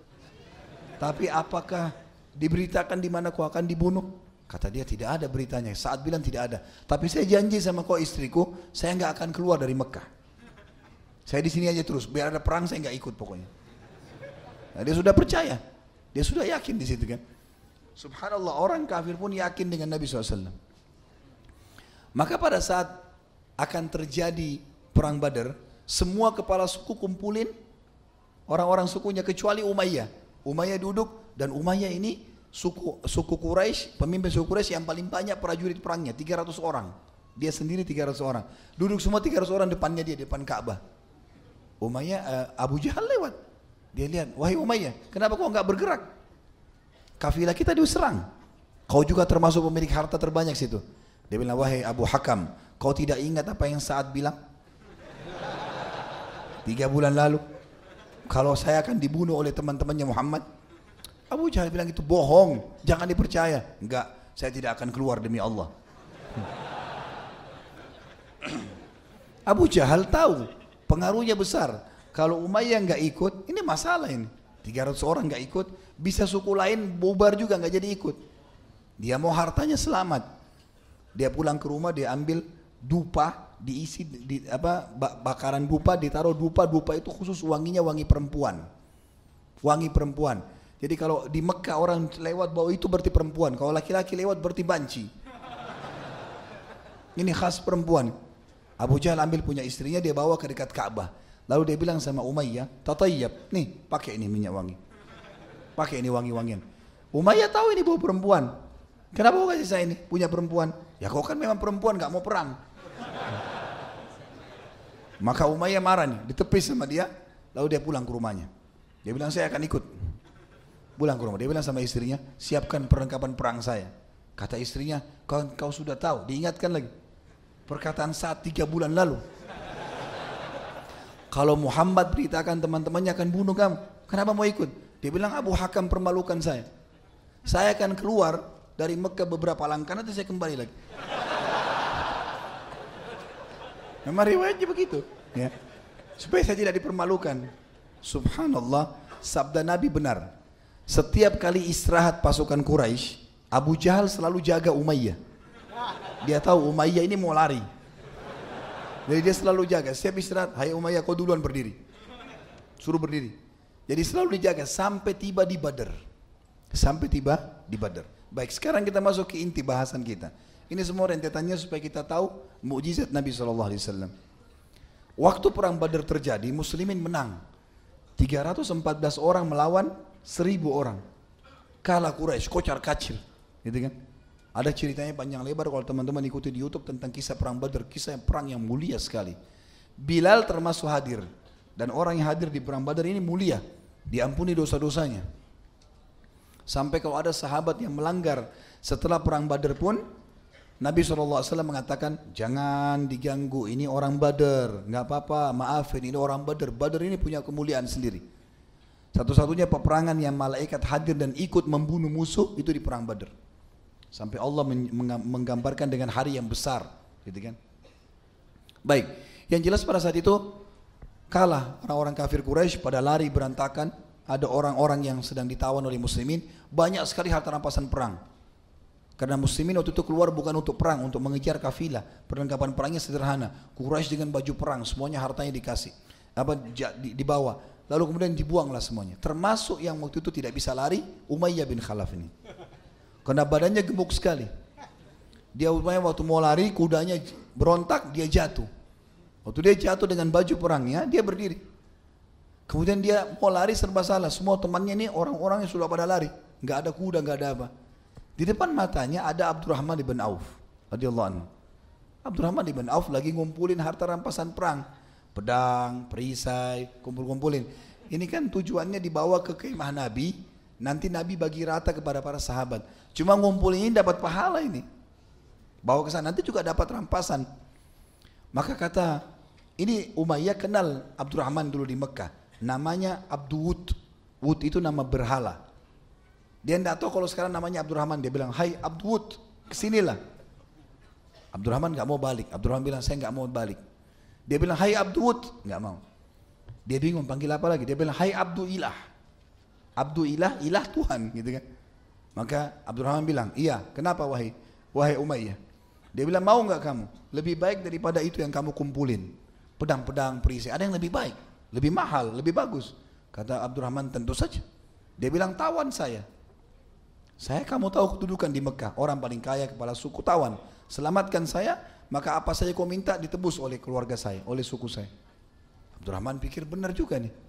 Tapi apakah diberitakan di mana kau akan dibunuh? Kata dia, tidak ada beritanya. Sa'ad bilang tidak ada. Tapi saya janji sama kau istriku, saya gak akan keluar dari Mekah. Saya di sini aja terus, biar ada perang saya nggak ikut pokoknya. Nah, dia sudah percaya, dia sudah yakin di situ kan. Subhanallah, orang kafir pun yakin dengan Nabi shallallahu alaihi wasallam. Maka pada saat akan terjadi perang Badar, semua kepala suku kumpulin orang-orang sukunya kecuali Umayyah. Umayyah duduk, dan Umayyah ini suku suku Quraisy, pemimpin suku Quraisy yang paling banyak prajurit perangnya, tiga ratus orang. Dia sendiri tiga ratus orang. Duduk semua tiga ratus orang depannya dia, depan Ka'bah. Umayyah, uh, Abu Jahal lewat. Dia lihat, wahai Umayyah, kenapa kau enggak bergerak? Kafilah kita diserang. Kau juga termasuk pemilik harta terbanyak situ. Dia bilang, wahai Abu Hakam, kau tidak ingat apa yang Sa'ad bilang? Tiga bulan lalu, kalau saya akan dibunuh oleh teman-temannya Muhammad. Abu Jahal bilang itu bohong, jangan dipercaya. Enggak, saya tidak akan keluar demi Allah. Abu Jahal tahu pengaruhnya besar. Kalau Umayyah nggak ikut, ini masalah ini. tiga ratus orang nggak ikut, bisa suku lain bubar juga nggak jadi ikut. Dia mau hartanya selamat. Dia pulang ke rumah, dia ambil dupa, diisi di apa bakaran dupa, ditaruh dupa. Dupa itu khusus wanginya wangi perempuan. Wangi perempuan. Jadi kalau di Mekah orang lewat bau itu berarti perempuan. Kalau laki-laki lewat berarti banci. Ini khas perempuan. Abu Jahal ambil punya istrinya, dia bawa ke dekat Ka'bah. Lalu dia bilang sama Umayyah, tatayyab, nih pakai ini minyak wangi. Pakai ini wangi-wangian. Umayyah tahu ini bau perempuan. Kenapa kau kasih saya ini punya perempuan? Ya kau kan memang perempuan, gak mau perang. Maka Umayyah marah nih, ditepis sama dia. Lalu dia pulang ke rumahnya. Dia bilang saya akan ikut. Pulang ke rumah, dia bilang sama istrinya, siapkan perlengkapan perang saya. Kata istrinya, kau, kau sudah tahu, diingatkan lagi. Perkataan Sa'ad tiga bulan lalu. Kalau Muhammad beritakan teman-temannya akan bunuh kamu, kenapa mau ikut? Dia bilang Abu Hakam permalukan saya. Saya akan keluar dari Mekah beberapa langkah, nanti saya kembali lagi. Memang riwayatnya begitu, ya. Supaya saya tidak dipermalukan. Subhanallah, sabda Nabi benar. Setiap kali istirahat pasukan Quraisy, Abu Jahal selalu jaga Umayyah. Dia tahu Umayyah ini mau lari. Jadi dia selalu jaga, setiap istirahat, hai Umayyah kau duluan berdiri. Suruh berdiri. Jadi selalu dijaga sampai tiba di Badar. Sampai tiba di Badar. Baik, sekarang kita masuk ke inti bahasan kita. Ini semua rentetannya supaya kita tahu mukjizat Nabi shallallahu alaihi wasallam. Waktu perang Badar terjadi, muslimin menang. tiga ratus empat belas orang melawan seribu orang. Kalah Quraisy, kocar kacir. Gitu kan? Ada ceritanya panjang lebar kalau teman-teman ikuti di YouTube tentang kisah perang Badar, kisah yang perang yang mulia sekali. Bilal termasuk hadir, dan orang yang hadir di perang Badar ini mulia, diampuni dosa-dosanya. Sampai kalau ada sahabat yang melanggar setelah perang Badar pun, Nabi shallallahu alaihi wasallam mengatakan, jangan diganggu, ini orang Badar, nggak apa-apa, maafin, ini orang Badar. Badar ini punya kemuliaan sendiri. Satu-satunya peperangan yang malaikat hadir dan ikut membunuh musuh itu di perang Badar. Sampai Allah menggambarkan dengan hari yang besar, gitu kan? Baik, yang jelas pada saat itu kalah orang-orang kafir Quraisy, pada lari berantakan. Ada orang-orang yang sedang ditawan oleh muslimin, banyak sekali harta rampasan perang. Karena muslimin waktu itu keluar bukan untuk perang, untuk mengejar kafilah. Perlengkapan perangnya sederhana. Quraisy dengan baju perang, semuanya hartanya dikasih, apa dibawa. Lalu kemudian dibuanglah semuanya. Termasuk yang waktu itu tidak bisa lari, Umayyah bin Khalaf ini. Karena badannya gemuk sekali. Dia Umayyah waktu mau lari, kudanya berontak, dia jatuh. Waktu dia jatuh dengan baju perangnya, dia berdiri. Kemudian dia mau lari serba salah. Semua temannya ini orang-orang yang sudah pada lari. Nggak ada kuda, nggak ada apa. Di depan matanya ada Abdurrahman bin Auf radhiyallahu anhu. Abdurrahman bin Auf lagi ngumpulin harta rampasan perang. Pedang, perisai, kumpul-kumpulin. Ini kan tujuannya dibawa ke kemah Nabi. Nanti Nabi bagi rata kepada para sahabat. Cuma ngumpulin ini dapat pahala ini. Bawa ke sana, nanti juga dapat rampasan. Maka kata, ini Umayyah kenal Abdurrahman dulu di Mekah. Namanya Abduwud. Wud itu nama berhala. Dia tidak tahu kalau sekarang namanya Abdurrahman. Dia bilang, hai Abduwud, kesinilah. Abdurrahman gak mau balik. Abdurrahman bilang, saya gak mau balik. Dia bilang, hai Abduwud, gak mau. Dia bingung panggil apa lagi. Dia bilang, hai Abdu Ilah. Abdu Ilah, Ilah Tuhan, gitu kan. Maka Abdurrahman bilang, iya, kenapa wahai wahai Umayyah? Dia bilang, mau nggak kamu? Lebih baik daripada itu yang kamu kumpulin. Pedang-pedang, perisai, ada yang lebih baik, lebih mahal, lebih bagus. Kata Abdurrahman, tentu saja. Dia bilang, tawan saya. Saya kamu tahu kedudukan di Mekah, orang paling kaya, kepala suku, tawan. Selamatkan saya, maka apa saja kau minta ditebus oleh keluarga saya, oleh suku saya. Abdurrahman pikir benar juga nih.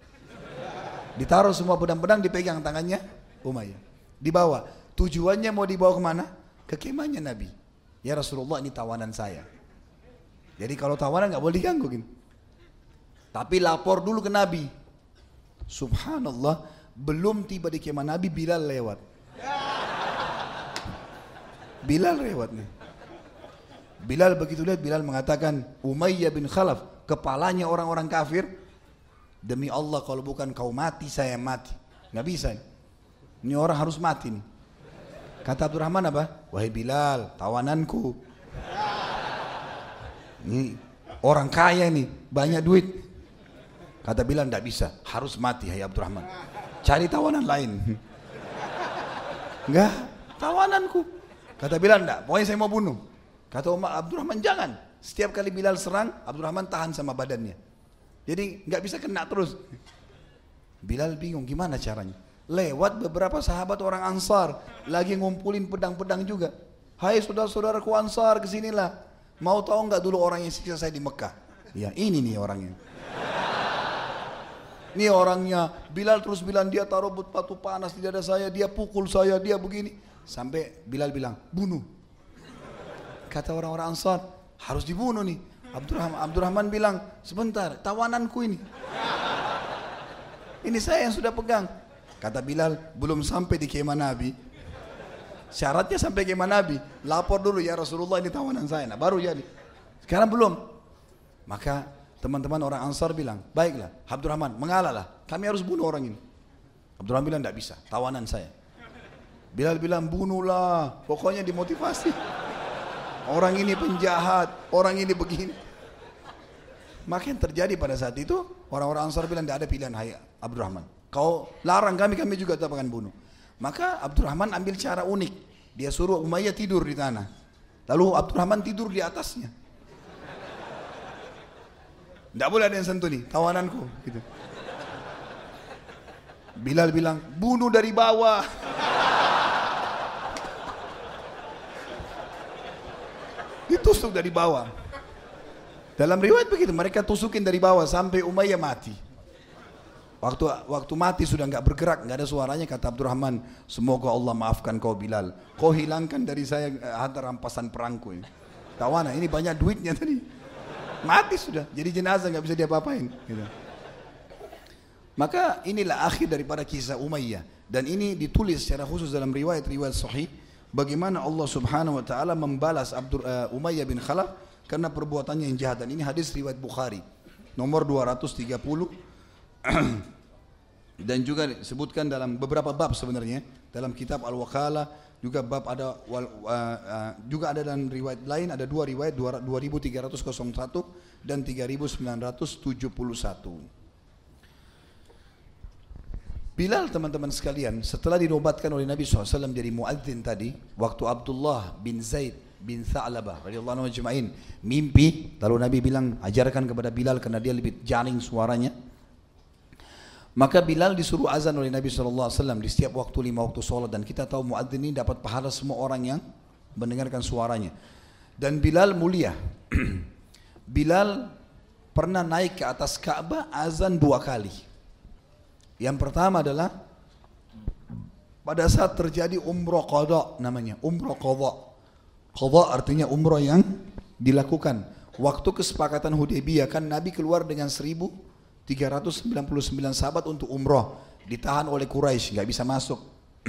Ditaruh semua pedang-pedang, dipegang tangannya Umayyah. Dibawa. Tujuannya mau dibawa kemana? Ke kemahnya Nabi. Ya Rasulullah, ini tawanan saya. Jadi kalau tawanan nggak boleh diganggu gini. Tapi lapor dulu ke Nabi. Subhanallah, belum tiba di kemah Nabi, Bilal lewat. Bilal lewat nih. Bilal begitu lihat, Bilal mengatakan, Umayyah bin Khalaf, kepalanya orang-orang kafir. Demi Allah kalau bukan kau mati, saya mati. Nggak bisa. Ini orang harus mati nih. Kata Abdurrahman apa? Wahai Bilal, tawananku. Ini orang kaya nih, banyak duit. Kata Bilal, nggak bisa, harus mati hai Abdurrahman. Cari tawanan lain. Enggak, tawananku. Kata Bilal, enggak, pokoknya saya mau bunuh. Kata Umar, Abdurrahman jangan. Setiap kali Bilal serang, Abdurrahman tahan sama badannya. Jadi nggak bisa kena terus. Bilal bingung gimana caranya. Lewat beberapa sahabat orang Ansar lagi ngumpulin pedang-pedang juga. Hai saudara-saudaraku Ansar, kesinilah. Mau tahu nggak dulu orang yang siksa saya di Mekah? Ya ini nih orangnya. Ini orangnya. Bilal terus bilang, dia taruh batu panas di dada saya, dia pukul saya, dia begini. Sampai Bilal bilang, bunuh. Kata orang-orang Ansar, harus dibunuh nih. Abdurrahman, Abdurrahman bilang, sebentar, tawananku ini. Ini saya yang sudah pegang. Kata Bilal, belum sampai di kemah Nabi. Syaratnya sampai kemah Nabi. Lapor dulu, ya Rasulullah ini tawanan saya. Nah, baru jadi. Sekarang belum. Maka teman-teman orang Ansar bilang, baiklah Abdurrahman, mengalahlah. Kami harus bunuh orang ini. Abdurrahman bilang, tidak bisa, tawanan saya. Bilal bilang, bunuhlah. Pokoknya dimotivasi. Orang ini penjahat, orang ini begini. Maka yang terjadi pada saat itu, orang-orang Ansar bilang, tidak ada pilihan, hai Abdurrahman. Kau larang kami, kami juga tetap akan bunuh. Maka Abdurrahman ambil cara unik. Dia suruh Umayyah tidur di tanah. Lalu Abdurrahman tidur di atasnya. Tidak boleh ada yang sentuh nih, tawananku. Gitu. Bilal bilang, bunuh dari bawah. Ditusuk dari bawah. Dalam riwayat begitu, mereka tusukin dari bawah sampai Umayyah mati. Waktu waktu mati sudah nggak bergerak, nggak ada suaranya, kata Abdurrahman, semoga Allah maafkan kau Bilal. Kau hilangkan dari saya harta rampasan perangku ini. Tawana, ini banyak duitnya tadi. Mati sudah, jadi jenazah nggak bisa diapa-apain. Gitu. Maka inilah akhir daripada kisah Umayyah. Dan ini ditulis secara khusus dalam riwayat-riwayat sahih. Bagaimana Allah subhanahu wa ta'ala membalas Abdur, uh, Umayyah bin Khalaf karena perbuatannya yang jahat. Dan ini hadis riwayat Bukhari nomor dua ratus tiga puluh dan juga disebutkan dalam beberapa bab sebenarnya dalam kitab Al-Wakalah, juga bab ada uh, uh, juga ada dalam riwayat lain, ada dua riwayat, dua ribu tiga ratus satu dan tiga ribu sembilan ratus tujuh puluh satu. Bilal, teman-teman sekalian, setelah dinobatkan oleh Nabi shallallahu alaihi wasallam jadi muadzin tadi, waktu Abdullah bin Zaid bin Tha'labah radhiyallahu anhu ajma'in mimpi, lalu Nabi bilang, ajarkan kepada Bilal karena dia lebih jaring suaranya. Maka Bilal disuruh azan oleh Nabi shallallahu alaihi wasallam di setiap waktu, lima waktu sholat. Dan kita tahu muadzin ini dapat pahala semua orang yang mendengarkan suaranya. Dan Bilal mulia. Bilal pernah naik ke atas Ka'bah azan dua kali. Yang pertama adalah pada saat terjadi umrah qadha, namanya umrah qadha. Qadha artinya umrah yang dilakukan. Waktu kesepakatan Hudaybiyah kan Nabi keluar dengan seribu tiga ratus sembilan puluh sembilan sahabat untuk umrah, ditahan oleh Quraisy, nggak bisa masuk.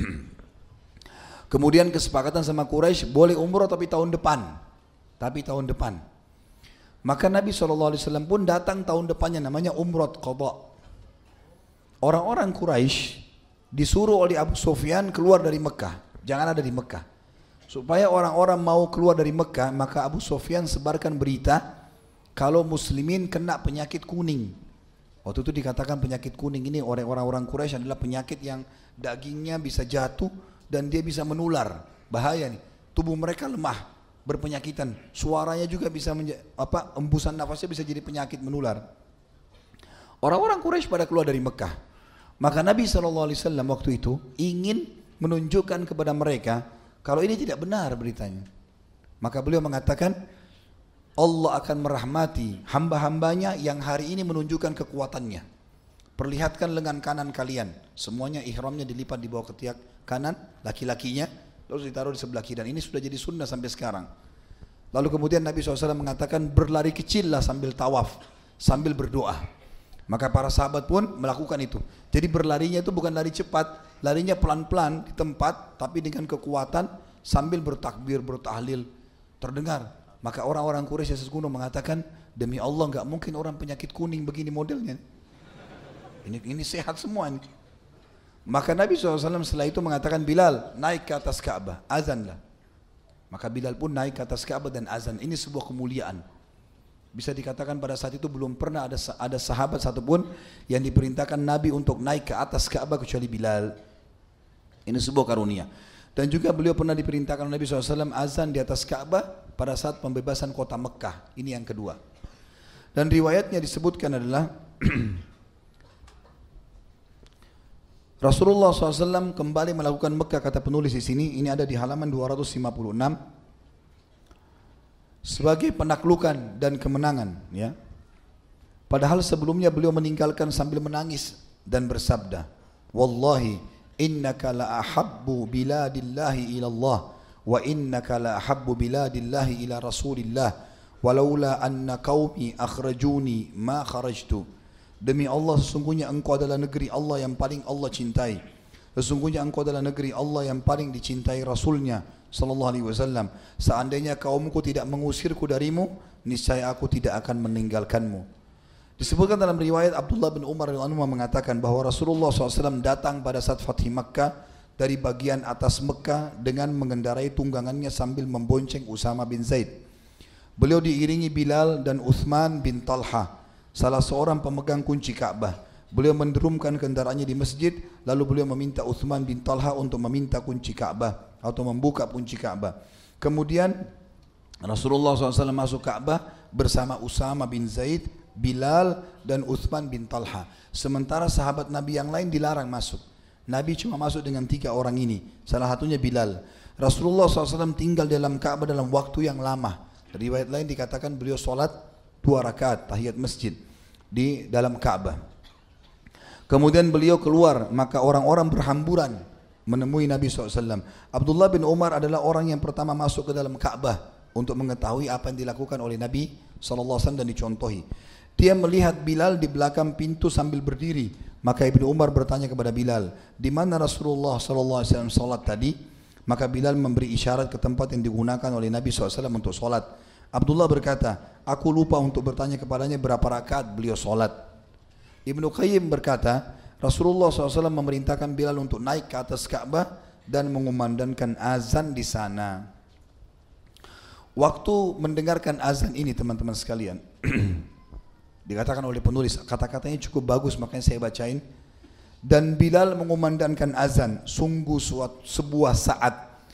Kemudian kesepakatan sama Quraisy boleh umrah tapi tahun depan, tapi tahun depan. Maka Nabi shallallahu alaihi wasallam pun datang tahun depannya, namanya umrah qadha. Orang-orang Quraisy disuruh oleh Abu Sufyan keluar dari Mekah, jangan ada di Mekah. Supaya orang-orang mau keluar dari Mekah, maka Abu Sufyan sebarkan berita kalau muslimin kena penyakit kuning. Waktu itu dikatakan penyakit kuning ini oleh orang-orang Quraisy adalah penyakit yang dagingnya bisa jatuh dan dia bisa menular. Bahaya nih, tubuh mereka lemah, berpenyakitan, suaranya juga bisa menja- apa embusan nafasnya bisa jadi penyakit menular. Orang-orang Quraisy pada keluar dari Mekah. Maka Nabi shallallahu alaihi wasallam waktu itu ingin menunjukkan kepada mereka kalau ini tidak benar beritanya. Maka beliau mengatakan, Allah akan merahmati hamba-hambanya yang hari ini menunjukkan kekuatannya. Perlihatkan lengan kanan kalian, semuanya ihramnya dilipat di bawah ketiak kanan laki-lakinya, lalu ditaruh di sebelah kiri. Dan ini sudah jadi sunnah sampai sekarang. Lalu kemudian Nabi shallallahu alaihi wasallam mengatakan, berlari kecil lah sambil tawaf, sambil berdoa. Maka para sahabat pun melakukan itu. Jadi berlarinya itu bukan lari cepat, larinya pelan-pelan di tempat, tapi dengan kekuatan sambil bertakbir, bertahlil, terdengar. Maka orang-orang Quraisy yang sesungguhnya mengatakan, demi Allah nggak mungkin orang penyakit kuning begini modelnya. Ini ini sehat semua ini. Maka Nabi shallallahu alaihi wasallam setelah itu mengatakan, Bilal naik ke atas Ka'bah, azanlah. Maka Bilal pun naik ke atas Ka'bah dan azan. Ini sebuah kemuliaan. Bisa dikatakan pada saat itu belum pernah ada ada sahabat satupun yang diperintahkan Nabi untuk naik ke atas Ka'bah kecuali Bilal. Ini sebuah karunia. Dan juga beliau pernah diperintahkan Nabi shallallahu alaihi wasallam azan di atas Ka'bah pada saat pembebasan kota Mekah. Ini yang kedua. Dan riwayatnya disebutkan adalah Rasulullah shallallahu alaihi wasallam kembali melakukan Mekah, kata penulis di sini. Ini ada di halaman dua ratus lima puluh enam. Sebagai penaklukan dan kemenangan, ya. Padahal sebelumnya beliau meninggalkan sambil menangis dan bersabda, Wallahi innaka la ahabbu biladillahi ila Allah wa innaka la ahabbu biladillahi ila Rasulillah walaula anna qaumi akhrajuni ma kharajtu. Demi Allah, sesungguhnya engkau adalah negeri Allah yang paling Allah cintai. Sesungguhnya engkau adalah negeri Allah yang paling dicintai Rasulnya sallallahu alaihi wasallam. Seandainya kaumku tidak mengusirku darimu, niscaya aku tidak akan meninggalkanmu. Disebutkan dalam riwayat Abdullah bin Umar radhiyallahu anhu mengatakan bahwa Rasulullah shallallahu alaihi wasallam datang pada saat Fath Makkah dari bagian atas Mekah dengan mengendarai tunggangannya sambil membonceng Usama bin Zaid. Beliau diiringi Bilal dan Uthman bin Talha. salah seorang pemegang kunci Ka'bah. Beliau menderumkan kendaraannya di masjid, lalu beliau meminta Uthman bin Talha untuk meminta kunci Ka'bah atau membuka kunci Ka'bah. Kemudian Rasulullah shallallahu alaihi wasallam masuk Ka'bah bersama Usama bin Zaid, Bilal dan Uthman bin Talha. Sementara sahabat Nabi yang lain dilarang masuk. Nabi cuma masuk dengan tiga orang ini, salah satunya Bilal. Rasulullah shallallahu alaihi wasallam tinggal dalam Ka'bah dalam waktu yang lama. Riwayat lain dikatakan beliau sholat dua rakaat tahiyat masjid di dalam Ka'bah. Kemudian beliau keluar, maka orang-orang berhamburan menemui Nabi shallallahu alaihi wasallam. Abdullah bin Umar adalah orang yang pertama masuk ke dalam Ka'bah untuk mengetahui apa yang dilakukan oleh Nabi shallallahu alaihi wasallam dan dicontohi. Dia melihat Bilal di belakang pintu sambil berdiri. Maka Ibnu Umar bertanya kepada Bilal, di mana Rasulullah shallallahu alaihi wasallam sholat tadi? Maka Bilal memberi isyarat ke tempat yang digunakan oleh Nabi shallallahu alaihi wasallam untuk sholat. Abdullah berkata, aku lupa untuk bertanya kepadanya berapa rakaat beliau sholat. Ibnu Qayyim berkata, Rasulullah shallallahu alaihi wasallam memerintahkan Bilal untuk naik ke atas Ka'bah dan mengumandangkan azan di sana. Waktu mendengarkan azan ini teman-teman sekalian, dikatakan oleh penulis, kata-katanya cukup bagus makanya saya bacain. Dan Bilal mengumandangkan azan, sungguh suatu, sebuah saat,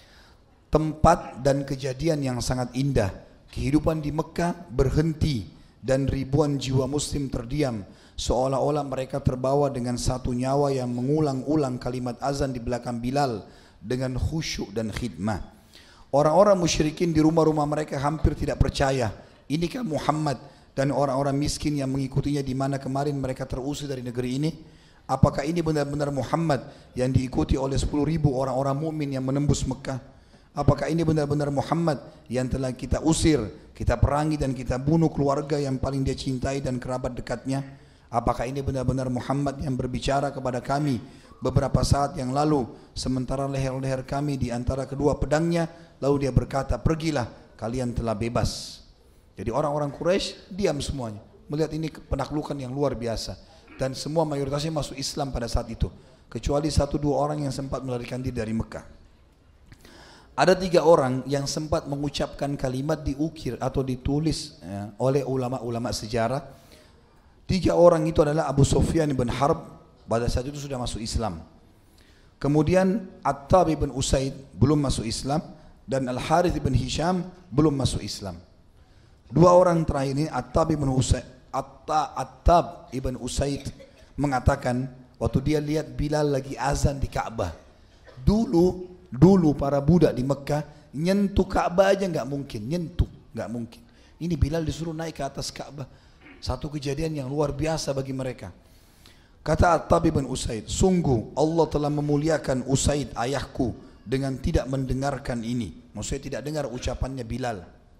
tempat dan kejadian yang sangat indah. Kehidupan di Mekah berhenti dan ribuan jiwa muslim terdiam, seolah-olah mereka terbawa dengan satu nyawa yang mengulang-ulang kalimat azan di belakang Bilal dengan khusyuk dan khidmah. Orang-orang musyrikin di rumah-rumah mereka hampir tidak percaya, inikah Muhammad? Dan orang-orang miskin yang mengikutinya di mana kemarin mereka terusir dari negeri ini? Apakah ini benar-benar Muhammad yang diikuti oleh sepuluh ribu orang-orang mukmin yang menembus Mekah? Apakah ini benar-benar Muhammad yang telah kita usir, kita perangi dan kita bunuh keluarga yang paling dia cintai dan kerabat dekatnya? Apakah ini benar-benar Muhammad yang berbicara kepada kami beberapa saat yang lalu, sementara leher-leher kami di antara kedua pedangnya, lalu dia berkata, pergilah, kalian telah bebas. Jadi orang-orang Quraisy diam semuanya, melihat ini penaklukan yang luar biasa, dan semua mayoritasnya masuk Islam pada saat itu, kecuali satu dua orang yang sempat melarikan diri dari Mekah. Ada tiga orang yang sempat mengucapkan kalimat diukir atau ditulis ya, oleh ulama-ulama sejarah. Tiga orang itu adalah Abu Sufyan bin Harb, pada saat itu sudah masuk Islam. Kemudian Attab bin Usaid belum masuk Islam, dan Al-Harith bin Hisham belum masuk Islam. Dua orang terakhir ini, Attab bin Usaid, Attab ibn Usaid mengatakan waktu dia lihat Bilal lagi azan di Ka'bah, dulu dulu para budak di Mekah nyentuh Ka'bah aja nggak mungkin, nyentuh nggak mungkin. Ini Bilal disuruh naik ke atas Ka'bah, satu kejadian yang luar biasa bagi mereka. Kata Attab bin Usaid, sungguh Allah telah memuliakan Usaid ayahku dengan tidak mendengarkan ini. Maksudnya tidak dengar ucapannya Bilal.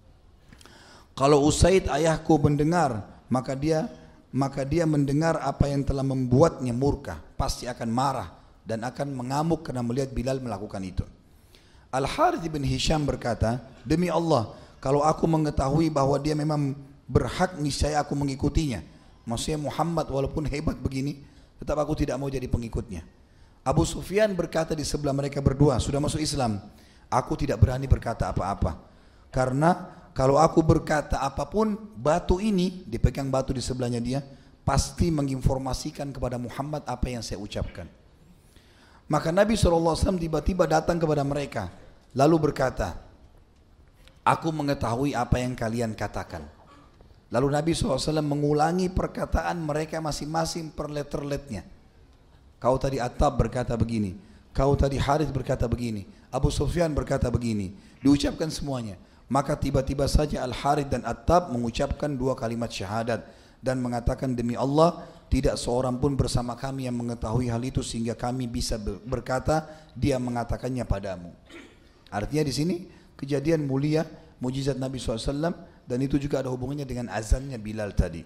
Kalau Usaid ayahku mendengar, maka dia maka dia mendengar apa yang telah membuatnya murka, pasti akan marah dan akan mengamuk karena melihat Bilal melakukan itu. Al-Harith bin Hisham berkata, demi Allah, kalau aku mengetahui bahwa dia memang berhak, niscaya aku mengikutinya. Maksudnya Muhammad walaupun hebat begini, tetap aku tidak mau jadi pengikutnya. Abu Sufyan berkata di sebelah mereka berdua, sudah masuk Islam, aku tidak berani berkata apa-apa, karena kalau aku berkata apapun, batu ini, dipegang batu di sebelahnya dia, pasti menginformasikan kepada Muhammad apa yang saya ucapkan. Maka Nabi shallallahu alaihi wasallam tiba-tiba datang kepada mereka, lalu berkata, aku mengetahui apa yang kalian katakan. Lalu Nabi shallallahu alaihi wasallam mengulangi perkataan mereka masing-masing per letter-letternya. Kau tadi Attab berkata begini, kau tadi Harith berkata begini, Abu Sufyan berkata begini, diucapkan semuanya. Maka tiba-tiba saja Al-Harith dan Attab mengucapkan dua kalimat syahadat dan mengatakan, demi Allah, tidak seorang pun bersama kami yang mengetahui hal itu sehingga kami bisa berkata dia mengatakannya padamu. Artinya di sini kejadian mulia, mujizat Nabi shallallahu alaihi wasallam, dan itu juga ada hubungannya dengan azannya Bilal tadi.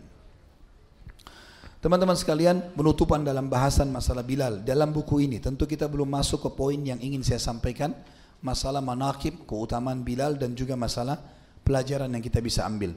Teman-teman sekalian, penutupan dalam bahasan masalah Bilal dalam buku ini, tentu kita belum masuk ke poin yang ingin saya sampaikan, masalah manaqib, keutamaan Bilal, dan juga masalah pelajaran yang kita bisa ambil.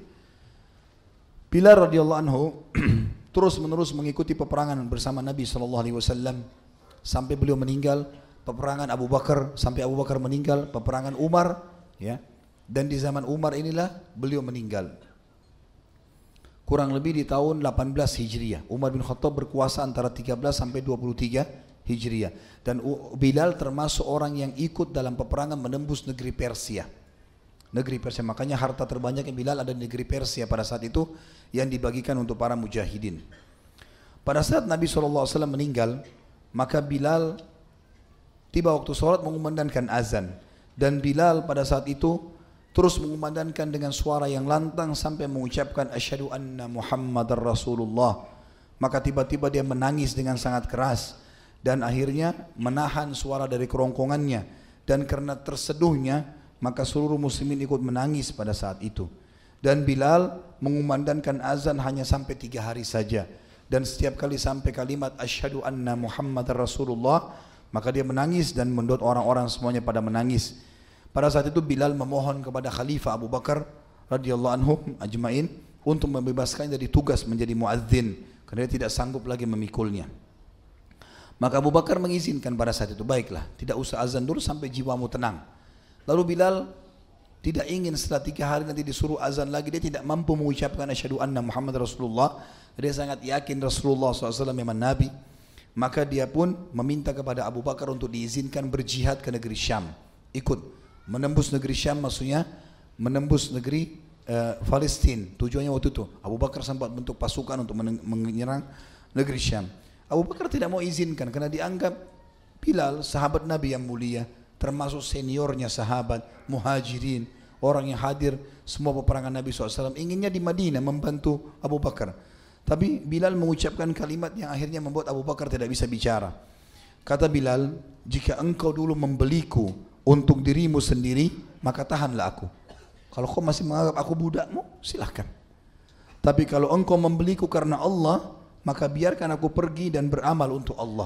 Bilal radhiyallahu anhu terus menerus mengikuti peperangan bersama Nabi shallallahu alaihi wasallam sampai beliau meninggal. Peperangan Abu Bakar sampai Abu Bakar meninggal, peperangan Umar, ya, dan di zaman Umar inilah beliau meninggal. kurang lebih di tahun delapan belas Hijriah. Umar bin Khattab berkuasa antara tiga belas sampai dua puluh tiga Hijriah. Dan Bilal termasuk orang yang ikut dalam peperangan menembus negeri Persia. Negeri Persia, makanya harta terbanyak yang Bilal ada di negeri Persia pada saat itu yang dibagikan untuk para mujahidin. Pada saat Nabi shallallahu alaihi wasallam meninggal, maka Bilal tiba waktu sholat mengumandangkan azan. Dan Bilal pada saat itu terus mengumandangkan dengan suara yang lantang sampai mengucapkan asyhadu anna Muhammadar Rasulullah. Maka tiba-tiba dia menangis dengan sangat keras dan akhirnya menahan suara dari kerongkongannya. Dan karena terseduhnya, maka seluruh muslimin ikut menangis pada saat itu. Dan Bilal mengumandangkan azan hanya sampai tiga hari saja. Dan setiap kali sampai kalimat asyhadu anna Muhammadar Rasulullah, maka dia menangis dan membuat orang-orang semuanya pada menangis. Pada saat itu Bilal memohon kepada Khalifah Abu Bakar radhiyallahu anhu ajmain untuk membebaskannya dari tugas menjadi muadzin karena dia tidak sanggup lagi memikulnya. Maka Abu Bakar mengizinkan pada saat itu, baiklah, tidak usah azan dulu sampai jiwamu tenang. Lalu Bilal tidak ingin setelah tiga hari nanti disuruh azan lagi, dia tidak mampu mengucapkan asyhadu anna Muhammad Rasulullah. Dia sangat yakin Rasulullah shallallahu alaihi wasallam memang Nabi. Maka dia pun meminta kepada Abu Bakar untuk diizinkan berjihad ke negeri Syam. Ikut menembus negeri Syam, maksudnya menembus negeri uh, Palestina. Tujuannya waktu itu Abu Bakar sempat bentuk pasukan untuk menyerang negeri Syam. Abu Bakar tidak mau izinkan karena dianggap Bilal sahabat Nabi yang mulia, termasuk seniornya sahabat muhajirin, orang yang hadir semua peperangan Nabi shallallahu alaihi wasallam, inginnya di Madinah membantu Abu Bakar. Tapi Bilal mengucapkan kalimat yang akhirnya membuat Abu Bakar tidak bisa bicara. Kata Bilal, jika engkau dulu membeliku untuk dirimu sendiri, maka tahanlah aku. Kalau kau masih menganggap aku budakmu, silahkan. Tapi kalau engkau membeliku karena Allah, maka biarkan aku pergi dan beramal untuk Allah.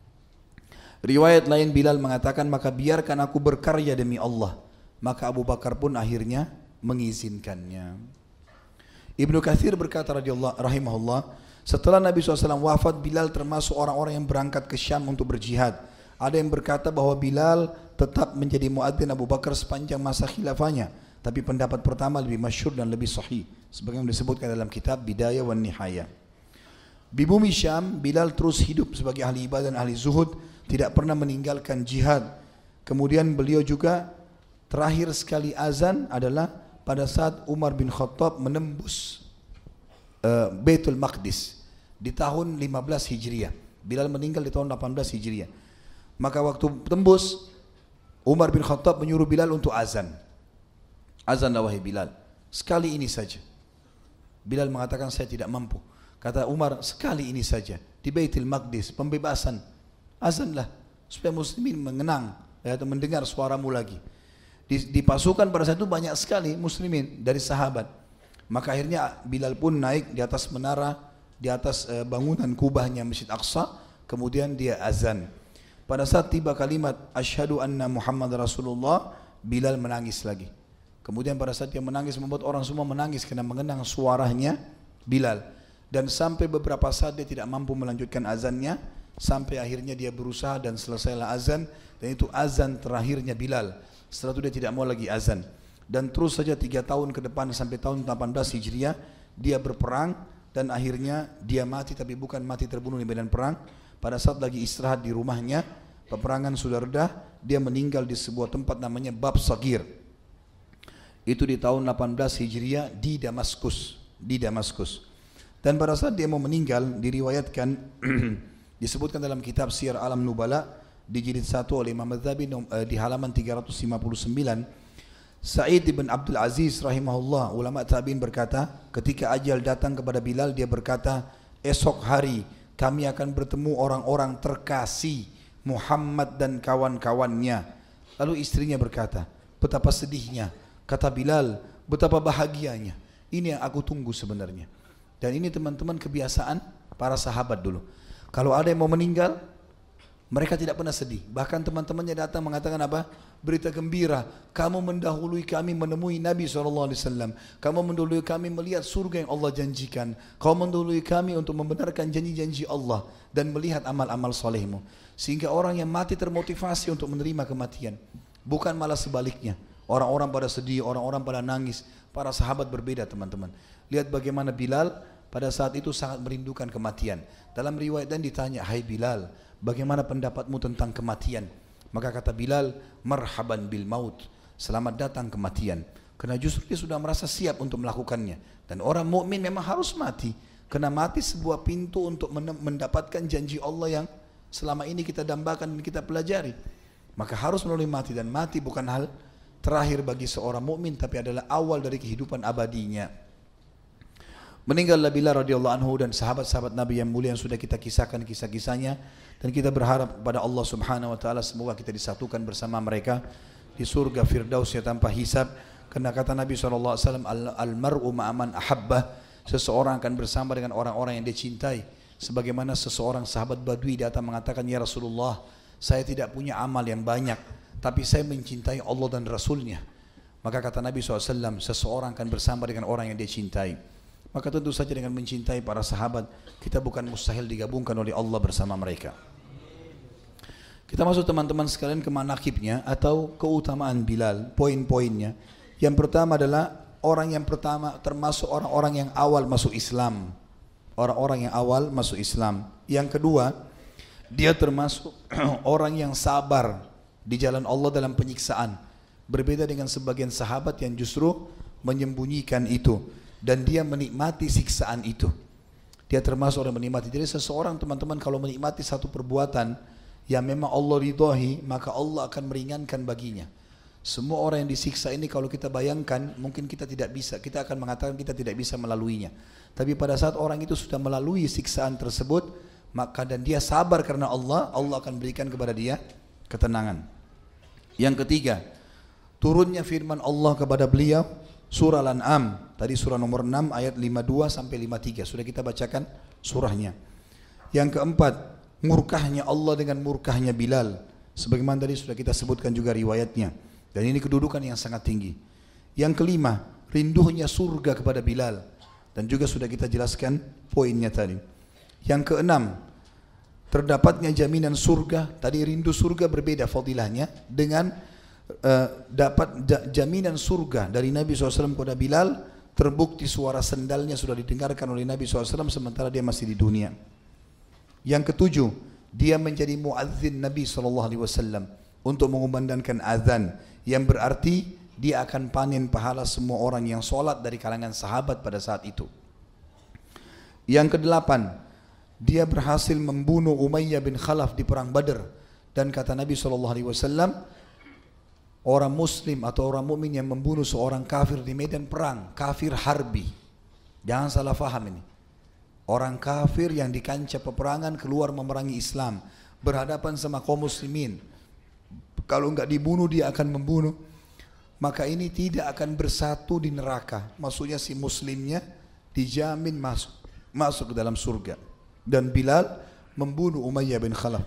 Riwayat lain Bilal mengatakan, maka biarkan aku berkarya demi Allah. Maka Abu Bakar pun akhirnya mengizinkannya. Ibnu Katsir berkata radhiyallahu rahimahullah, setelah Nabi shallallahu alaihi wasallam wafat, Bilal termasuk orang-orang yang berangkat ke Syam untuk berjihad. Ada yang berkata bahwa Bilal tetap menjadi muadzin Abu Bakar sepanjang masa khilafahnya. Tapi pendapat pertama lebih masyhur dan lebih sahih, sebagaimana disebutkan dalam kitab Bidayah wan Nihayah. Di bumi Syam, Bilal terus hidup sebagai ahli ibadah dan ahli zuhud, tidak pernah meninggalkan jihad. Kemudian beliau juga terakhir sekali azan adalah pada saat Umar bin Khattab menembus uh, Baitul Maqdis di tahun lima belas Hijriah. Bilal meninggal di tahun delapan belas Hijriah. Maka waktu tembus, Umar bin Khattab menyuruh Bilal untuk azan. Azanlah wahai Bilal, sekali ini saja. Bilal mengatakan saya tidak mampu. Kata Umar, sekali ini saja di Baitul Maqdis, pembebasan. Azanlah supaya muslimin mengenang atau mendengar suaramu lagi. Di, di pasukan pada saat itu banyak sekali muslimin dari sahabat. Maka akhirnya Bilal pun naik di atas menara, di atas uh, bangunan kubahnya Masjid Aqsa, kemudian dia azan. Pada saat tiba kalimat asyhadu anna Muhammad Rasulullah, Bilal menangis lagi. Kemudian pada saat dia menangis membuat orang semua menangis karena mengenang suaranya Bilal. Dan sampai beberapa saat dia tidak mampu melanjutkan azannya, sampai akhirnya dia berusaha dan selesailah azan, dan itu azan terakhirnya Bilal. Setelah itu dia tidak mau lagi azan. Dan terus saja tiga tahun ke depan sampai tahun delapan belas Hijriah dia berperang dan akhirnya dia mati, tapi bukan mati terbunuh di medan perang. Pada saat lagi istirahat di rumahnya, peperangan sudah reda, dia meninggal di sebuah tempat namanya Bab Sagir. Itu di tahun delapan belas Hijriah di Damaskus, di Damaskus. Dan pada saat dia mau meninggal, diriwayatkan disebutkan dalam kitab Syiar Alam Nubala di jilid satu oleh Imam Adz-Dzahabi di halaman tiga ratus lima puluh sembilan, Sa'id bin Abdul Aziz rahimahullah, ulama tabi'in berkata, ketika ajal datang kepada Bilal, dia berkata, esok hari kami akan bertemu orang-orang terkasih Muhammad dan kawan-kawannya. Lalu istrinya berkata, betapa sedihnya. Kata Bilal, betapa bahagianya. Ini yang aku tunggu sebenarnya. Dan ini teman-teman kebiasaan para sahabat dulu. Kalau ada yang mau meninggal, mereka tidak pernah sedih. Bahkan teman-temannya datang mengatakan apa? Berita gembira, kamu mendahului kami menemui Nabi shallallahu alaihi wasallam. Kamu mendahului kami melihat surga yang Allah janjikan. Kamu mendahului kami untuk membenarkan janji-janji Allah dan melihat amal-amal solehmu. Sehingga orang yang mati termotivasi untuk menerima kematian. Bukan malah sebaliknya. Orang-orang pada sedih, orang-orang pada nangis. para sahabat berbeda teman-teman. Lihat bagaimana Bilal pada saat itu sangat merindukan kematian. Dalam riwayat dan ditanya, hai Bilal, bagaimana pendapatmu tentang kematian? Maka kata Bilal, marhaban bil maut, selamat datang kematian. Karena justru dia sudah merasa siap untuk melakukannya. Dan orang mukmin memang harus mati. Karena mati sebuah pintu untuk mendapatkan janji Allah yang selama ini kita dambakan dan kita pelajari. Maka harus melalui mati, dan mati bukan hal terakhir bagi seorang mukmin, tapi adalah awal dari kehidupan abadinya. Meninggallah Bilal radhiyallahu anhu dan sahabat-sahabat Nabi yang mulia yang sudah kita kisahkan kisah-kisahnya, dan kita berharap kepada Allah Subhanahu wa taala semoga kita disatukan bersama mereka di surga Firdaus ya tanpa hisab. Karena kata Nabi shallallahu alaihi wasallam, al-mar'u ma'aman ahabbah, seseorang akan bersama dengan orang-orang yang dia cintai. Sebagaimana seseorang sahabat Badui datang mengatakan, ya Rasulullah, saya tidak punya amal yang banyak, tapi saya mencintai Allah dan Rasulnya. Maka kata Nabi shallallahu alaihi wasallam, seseorang akan bersama dengan orang yang dia cintai. Maka tentu saja dengan mencintai para sahabat, kita bukan mustahil digabungkan oleh Allah bersama mereka. Kita masuk teman-teman sekalian ke manakibnya atau keutamaan Bilal, poin-poinnya. Yang pertama adalah orang yang pertama termasuk orang-orang yang awal masuk Islam. Orang-orang yang awal masuk Islam. Yang kedua, dia termasuk orang yang sabar di jalan Allah dalam penyiksaan. Berbeda dengan sebagian sahabat yang justru menyembunyikan itu. Dan dia menikmati siksaan itu. Dia termasuk orang menikmati. Jadi seseorang teman-teman kalau menikmati satu perbuatan yang memang Allah ridhoi, maka Allah akan meringankan baginya. Semua orang yang disiksa ini kalau kita bayangkan mungkin kita tidak bisa, kita akan mengatakan kita tidak bisa melaluinya. Tapi pada saat orang itu sudah melalui siksaan tersebut, maka dan dia sabar karena Allah, Allah akan berikan kepada dia ketenangan. Yang ketiga, turunnya firman Allah kepada beliau surah Al-An'am, tadi surah nomor enam ayat lima puluh dua sampai lima puluh tiga, sudah kita bacakan surahnya. Yang keempat, murkahnya Allah dengan murkahnya Bilal, sebagaimana tadi sudah kita sebutkan juga riwayatnya. Dan ini kedudukan yang sangat tinggi. Yang kelima, rindunya surga kepada Bilal. Dan juga sudah kita jelaskan poinnya tadi. Yang keenam, terdapatnya jaminan surga. Tadi rindu surga berbeda fadilahnya dengan uh, dapat jaminan surga dari Nabi shallallahu alaihi wasallam kepada Bilal. Terbukti suara sendalnya sudah didengarkan oleh Nabi shallallahu alaihi wasallam sementara dia masih di dunia. Yang ketujuh, dia menjadi muadzin Nabi shallallahu alaihi wasallam untuk mengumandangkan azan, yang berarti dia akan panen pahala semua orang yang sholat dari kalangan sahabat pada saat itu. Yang kedelapan, dia berhasil membunuh Umayyah bin Khalaf di perang Badr. Dan kata Nabi shallallahu alaihi wasallam, orang muslim atau orang mukmin yang membunuh seorang kafir di medan perang, kafir harbi, jangan salah faham ini, orang kafir yang di kancah peperangan keluar memerangi Islam, berhadapan sama kaum muslimin, kalau enggak dibunuh dia akan membunuh, maka ini tidak akan bersatu di neraka. Maksudnya si muslimnya dijamin masuk masuk ke dalam surga. Dan Bilal membunuh Umayyah bin Khalaf.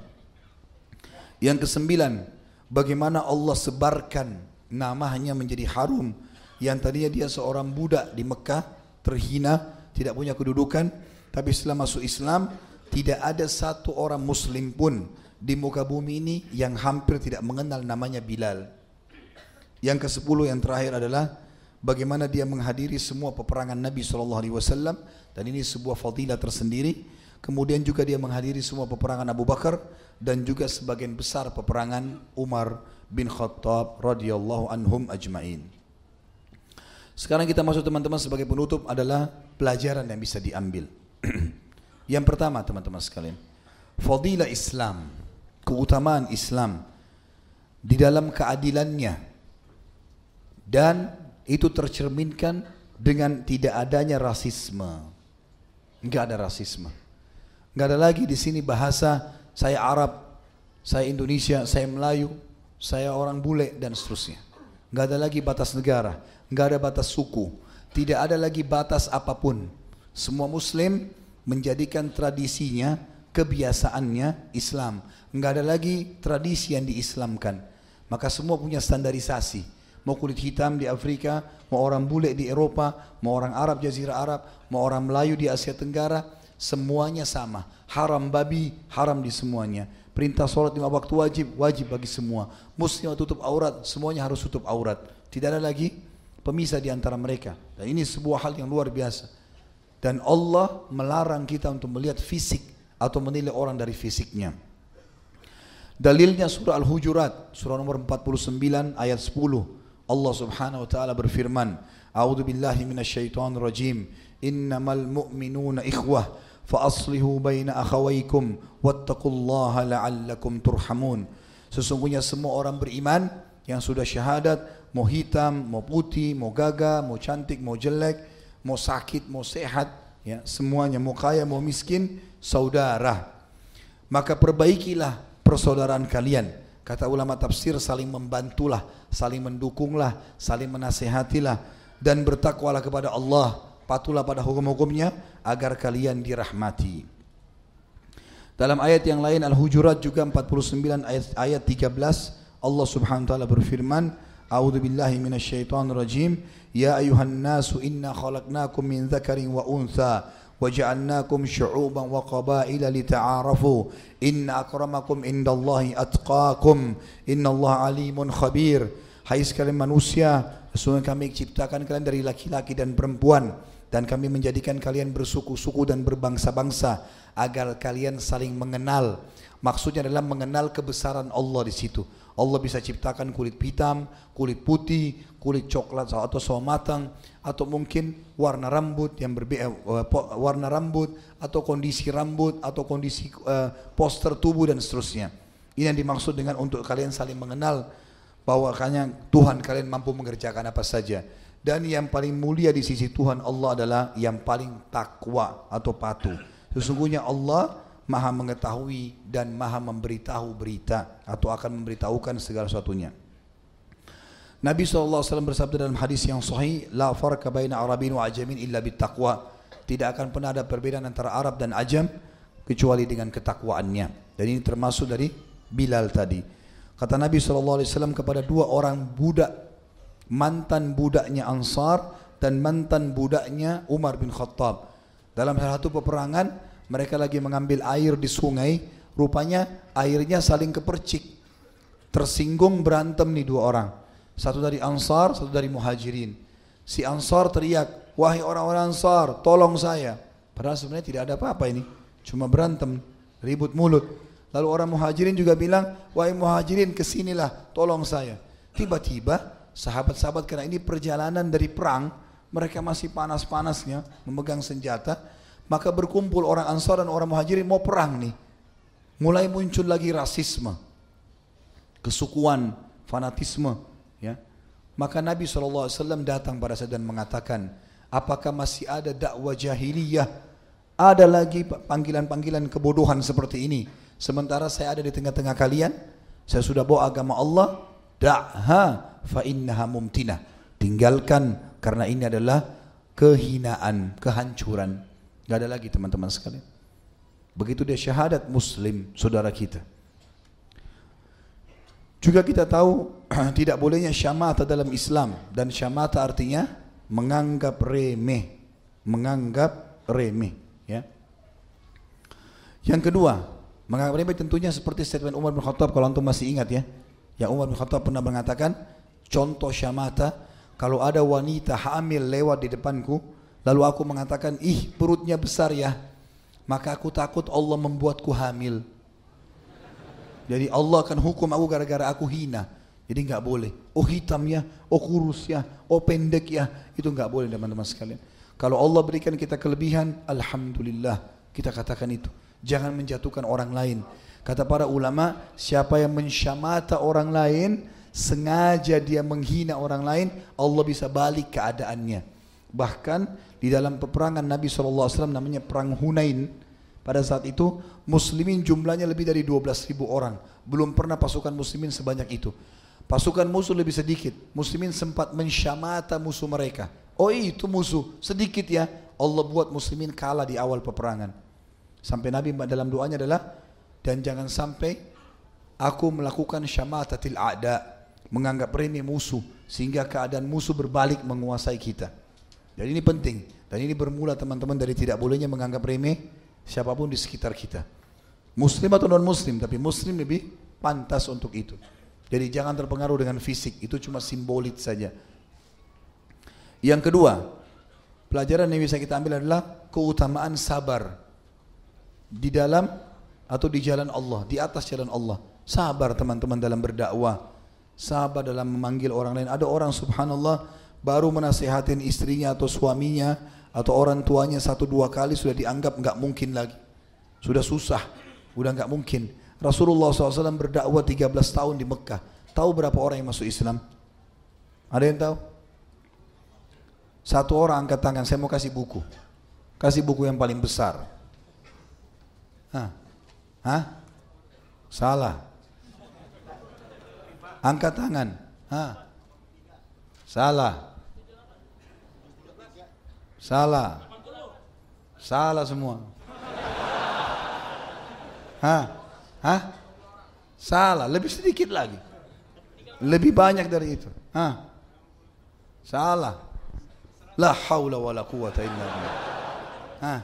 Yang kesembilan, bagaimana Allah sebarkan namanya menjadi harum, yang tadinya dia seorang budak di Mekah, terhina, tidak punya kedudukan, tapi setelah masuk Islam tidak ada satu orang muslim pun di muka bumi ini yang hampir tidak mengenal namanya Bilal. Yang kesepuluh yang terakhir adalah bagaimana dia menghadiri semua peperangan Nabi shallallahu alaihi wasallam, dan ini sebuah fadilah tersendiri. Kemudian juga dia menghadiri semua peperangan Abu Bakar dan juga sebagian besar peperangan Umar bin Khattab radhiyallahu anhum ajmain. Sekarang kita masuk teman-teman sebagai penutup adalah pelajaran yang bisa diambil. Yang pertama teman-teman sekalian, fadilah Islam, keutamaan Islam di dalam keadilannya, dan itu tercerminkan dengan tidak adanya rasisme. Enggak ada rasisme. Enggak ada lagi di sini bahasa saya Arab, saya Indonesia, saya Melayu, saya orang bule dan seterusnya. Enggak ada lagi batas negara, enggak ada batas suku, tidak ada lagi batas apapun. Semua muslim menjadikan tradisinya, kebiasaannya Islam. Enggak ada lagi tradisi yang diislamkan. Maka semua punya standarisasi. Mau kulit hitam di Afrika, mau orang bule di Eropa, mau orang Arab Jazirah Arab, mau orang Melayu di Asia Tenggara, semuanya sama. Haram babi, haram di semuanya. Perintah sholat lima waktu wajib, wajib bagi semua. Muslim tutup aurat, semuanya harus tutup aurat. Tidak ada lagi pemisah di antara mereka. Dan ini sebuah hal yang luar biasa. Dan Allah melarang kita untuk melihat fisik atau menilai orang dari fisiknya. Dalilnya surah Al-Hujurat, surah nomor empat puluh sembilan ayat sepuluh. Allah Subhanahu wa taala berfirman, "A'udzu billahi minasyaitonir rajim. Innamal mu'minuna ikhwah fa aslihu baina akhawaykum wattaqullaha la'allakum turhamun." Sesungguhnya semua orang beriman yang sudah syahadat, mau hitam, mau putih, mau gagah, mau cantik, mau jelek, mau sakit, mau sehat, ya, semuanya, mau kaya, mau miskin, saudara. Maka perbaikilah persaudaraan kalian. Kata ulama tafsir, saling membantulah, saling mendukunglah, saling menasehatilah, dan bertakwalah kepada Allah, patuhlah pada hukum-hukumnya agar kalian dirahmati. Dalam ayat yang lain Al-Hujurat juga empat puluh sembilan ayat, ayat tiga belas, Allah Subhanahu wa taala berfirman, "A'udzu billahi minasyaitonir rajim. Ya ayuhan nasu inna khalaqnakum min dzakarin wa untha waja'alnakum syu'uban wa qabaila lita'arafu. Inna akramakum indallahi atqakum. Innallaha alimun khabir." Hai sekalian manusia, sesungguhnya kami ciptakan kalian dari laki-laki dan perempuan, dan kami menjadikan kalian bersuku-suku dan berbangsa-bangsa agar kalian saling mengenal. Maksudnya adalah mengenal kebesaran Allah di situ. Allah bisa ciptakan kulit hitam, kulit putih, kulit coklat atau sawo matang, atau mungkin warna rambut yang berbeda, warna rambut atau kondisi rambut atau kondisi uh, poster tubuh dan seterusnya. Ini yang dimaksud dengan untuk kalian saling mengenal bahwa hanya Tuhan kalian mampu mengerjakan apa saja. Dan yang paling mulia di sisi Tuhan Allah adalah yang paling takwa atau patuh. Sesungguhnya Allah Maha mengetahui dan Maha memberitahu berita atau akan memberitahukan segala sesuatunya. Nabi shallallahu alaihi wasallam bersabda dalam hadis yang sahih, "La farqa baina Arabin wa Ajamin illa bittaqwa." Tidak akan pernah ada perbedaan antara Arab dan Ajam kecuali dengan ketakwaannya. Dan ini termasuk dari Bilal tadi. Kata Nabi shallallahu alaihi wasallam kepada dua orang budak, mantan budaknya Ansar dan mantan budaknya Umar bin Khattab. Dalam salah satu peperangan mereka lagi mengambil air di sungai, rupanya airnya saling kepercik. Tersinggung, berantem nih dua orang. Satu dari Ansar, satu dari Muhajirin. Si Ansar teriak, "Wahai orang-orang Ansar, tolong saya." Padahal sebenarnya tidak ada apa-apa ini, cuma berantem, ribut mulut. Lalu orang Muhajirin juga bilang, "Wahai Muhajirin, kesinilah, tolong saya." Tiba-tiba sahabat-sahabat, karena ini perjalanan dari perang, mereka masih panas-panasnya memegang senjata. Maka berkumpul orang Ansar dan orang Muhajirin mau perang nih. Mulai muncul lagi rasisme, kesukuan, fanatisme, ya. Maka Nabi shallallahu alaihi wasallam datang pada saat dan mengatakan, "Apakah masih ada dakwah jahiliyah? Ada lagi panggilan-panggilan kebodohan seperti ini? Sementara saya ada di tengah-tengah kalian, saya sudah bawa agama Allah. Da'ha fa innaha mumtinah." Tinggalkan, karena ini adalah kehinaan, kehancuran. Gak ada lagi teman-teman sekalian. Begitu dia syahadat muslim, saudara kita. Juga kita tahu tidak bolehnya syamata dalam Islam. Dan syamata artinya menganggap remeh. Menganggap remeh, ya. Yang kedua, menganggap remeh tentunya seperti statement Umar bin Khattab, kalau antum masih ingat, ya. Yang Umar bin Khattab pernah mengatakan, contoh syamata, kalau ada wanita hamil lewat di depanku, lalu aku mengatakan, "Ih, perutnya besar ya," maka aku takut Allah membuatku hamil. Jadi Allah akan hukum aku gara-gara aku hina. Jadi nggak boleh. Oh hitam ya, oh kurus ya, oh pendek ya, itu nggak boleh teman-teman sekalian. Kalau Allah berikan kita kelebihan, alhamdulillah, kita katakan itu. Jangan menjatuhkan orang lain. Kata para ulama, siapa yang mensyamata orang lain, sengaja dia menghina orang lain, Allah bisa balik keadaannya. Bahkan di dalam peperangan Nabi shallallahu alaihi wasallam namanya perang Hunain, pada saat itu muslimin jumlahnya lebih dari dua belas ribu orang. Belum pernah pasukan muslimin sebanyak itu. Pasukan musuh lebih sedikit. Muslimin sempat mensyamata musuh mereka. Oh itu musuh, sedikit ya. Allah buat muslimin kalah di awal peperangan. Sampai Nabi dalam doanya adalah, dan jangan sampai aku melakukan syamatatil a'da, menganggap remeh musuh, sehingga keadaan musuh berbalik menguasai kita. Jadi ini penting, dan ini bermula teman-teman dari tidak bolehnya menganggap remeh siapapun di sekitar kita, muslim atau non muslim, tapi muslim lebih pantas untuk itu. Jadi jangan terpengaruh dengan fisik, itu cuma simbolik saja. Yang kedua, pelajaran yang bisa kita ambil adalah keutamaan sabar di dalam atau di jalan Allah, di atas jalan Allah. Sabar teman-teman dalam berdakwah, sabar dalam memanggil orang lain. Ada orang subhanallah baru menasihatin istrinya atau suaminya atau orang tuanya satu dua kali sudah dianggap nggak mungkin lagi, sudah susah, udah nggak mungkin. Rasulullah shallallahu alaihi wasallam berdakwah tiga belas tahun di Mekah. Tahu berapa orang yang masuk Islam? Ada yang tahu? Satu orang angkat tangan, saya mau kasih buku. Kasih buku yang paling besar. Hah? Hah? Salah. Angkat tangan. Hah? Salah. Salah. Salah semua. Hah? Hah? Salah. Lebih sedikit lagi. Lebih banyak dari itu. Hah? Salah. La haula wa la quwata illa billah. Hah?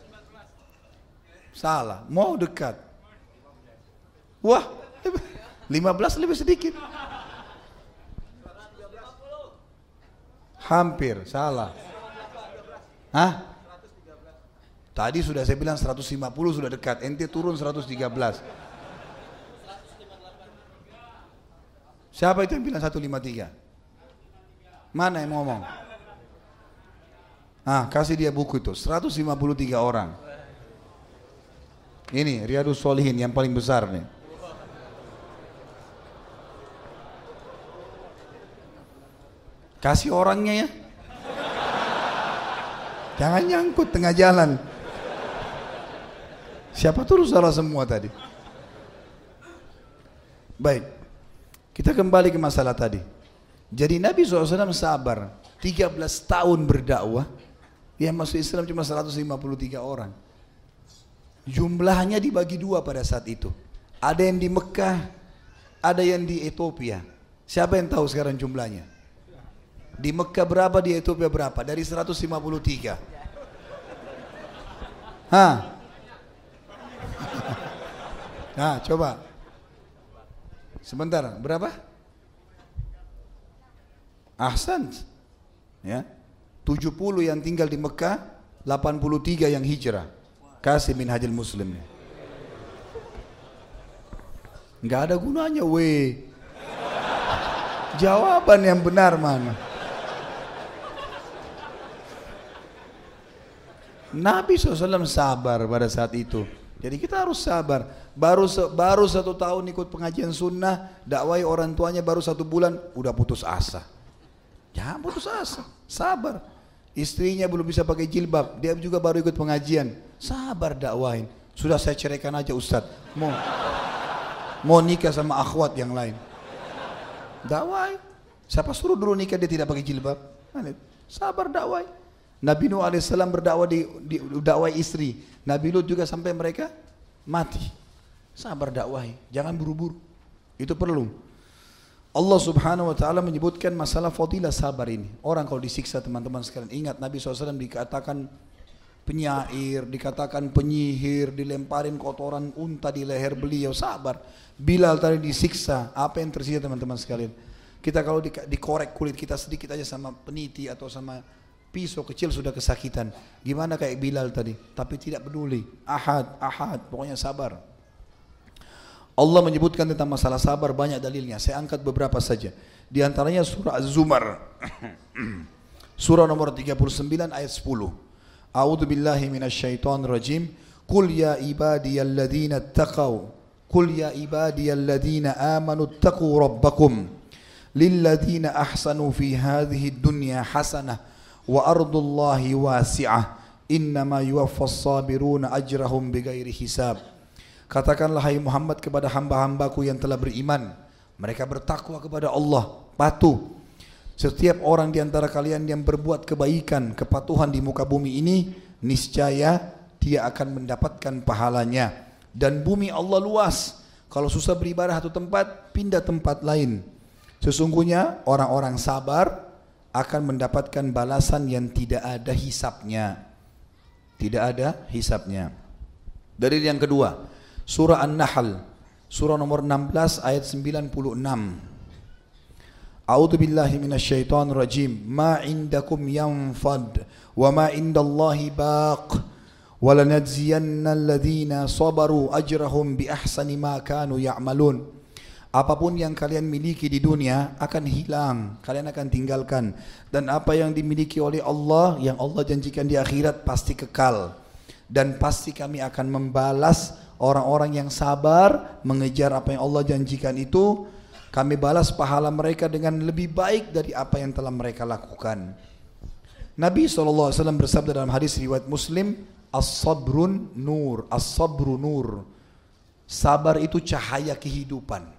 Salah. Mau dekat. Wah, lima belas lebih sedikit. Hampir, salah. Hah? Tadi sudah saya bilang seratus lima puluh sudah dekat. Ente turun seratus tiga belas. Siapa itu yang bilang seratus lima puluh tiga? Mana yang ngomong? Ah, kasih dia buku itu, seratus lima puluh tiga orang. Ini Riyadhus Shalihin yang paling besar nih. Kasih orangnya ya. Jangan nyangkut tengah jalan. Siapa tuh salah semua tadi. Baik, kita kembali ke masalah tadi. Jadi Nabi shallallahu alaihi wasallam sabar tiga belas tahun berdakwah. Yang masuk Islam cuma seratus lima puluh tiga orang. Jumlahnya dibagi dua pada saat itu. Ada yang di Mekah, ada yang di Ethiopia. Siapa yang tahu sekarang jumlahnya? Di Mekah berapa, di Ethiopia berapa? Dari seratus lima puluh tiga. Hah? Nah, coba. Sebentar, berapa? Ahsan. Ya. tujuh puluh yang tinggal di Mekah, delapan puluh tiga yang hijrah. Kasih Minhajul Muslim. Enggak ada gunanya, weh. Jawaban yang benar mana? Nabi shallallahu alaihi wasallam sabar pada saat itu. Jadi kita harus sabar. Baru baru satu tahun ikut pengajian sunnah, dakwai orang tuanya baru satu bulan, udah putus asa. Jangan putus asa, sabar. Istrinya belum bisa pakai jilbab, dia juga baru ikut pengajian. Sabar dakwain. Sudah saya ceraikan aja Ustaz. Mau mau nikah sama akhwat yang lain. Dakwain. Siapa suruh dulu nikah dia tidak pakai jilbab? Sabar dakwain. Nabi Nuh alaihissalam berdakwah di, di dakwah istri. Nabi Lut juga sampai mereka mati. Sabar dakwahi, jangan buru-buru. Itu perlu. Allah subhanahu wa ta'ala menyebutkan masalah fadilah sabar ini. Orang kalau disiksa teman-teman sekalian, ingat Nabi shallallahu alaihi wasallam dikatakan penyair, dikatakan penyihir, dilemparin kotoran unta di leher beliau, sabar. Bilal tadi disiksa, apa yang tersisa teman-teman sekalian? Kita kalau di, dikorek kulit kita sedikit aja sama peniti atau sama pisau kecil sudah kesakitan. Gimana kayak Bilal tadi? Tapi tidak peduli. Ahad, ahad, pokoknya sabar. Allah menyebutkan tentang masalah sabar banyak dalilnya. Saya angkat beberapa saja. Di antaranya surah Az-Zumar. Surah nomor tiga puluh sembilan ayat sepuluh. A'udzu billahi minasyaitonir rajim. Qul ya ibadiyalladzina taqaw. Qul ya ibadiyalladzina amanu taqu rabbakum. Lilladzina ahsanu fi hadhihi dunya hasanah wa ardullahi wasi'ah. Innama yuwaffas sabiruna ajrahum bighairi hisab. Katakanlah hai Muhammad kepada hamba-hambaku yang telah beriman, mereka bertakwa kepada Allah, patuh. Setiap orang di antara kalian yang berbuat kebaikan, kepatuhan di muka bumi ini, niscaya dia akan mendapatkan pahalanya. Dan bumi Allah luas. Kalau susah beribadah satu tempat, pindah tempat lain. Sesungguhnya orang-orang sabar akan mendapatkan balasan yang tidak ada hisapnya. Tidak ada hisapnya. Dalil yang kedua, surah An-Nahl, surah nomor enam belas ayat sembilan puluh enam. A'udzu billahi minasyaitonir rajim. Ma indakum yanfad wa ma indallahi baq. Wa lanajziyanna alladhina sabaru ajrahum bi ahsani ma kanu ya'malun. Apapun yang kalian miliki di dunia akan hilang, kalian akan tinggalkan, dan apa yang dimiliki oleh Allah, yang Allah janjikan di akhirat pasti kekal, dan pasti kami akan membalas orang-orang yang sabar mengejar apa yang Allah janjikan itu. Kami balas pahala mereka dengan lebih baik dari apa yang telah mereka lakukan. Nabi shallallahu alaihi wasallam bersabda dalam hadis riwayat Muslim, as-sabrun nur, as-sabru nur, sabar itu cahaya kehidupan.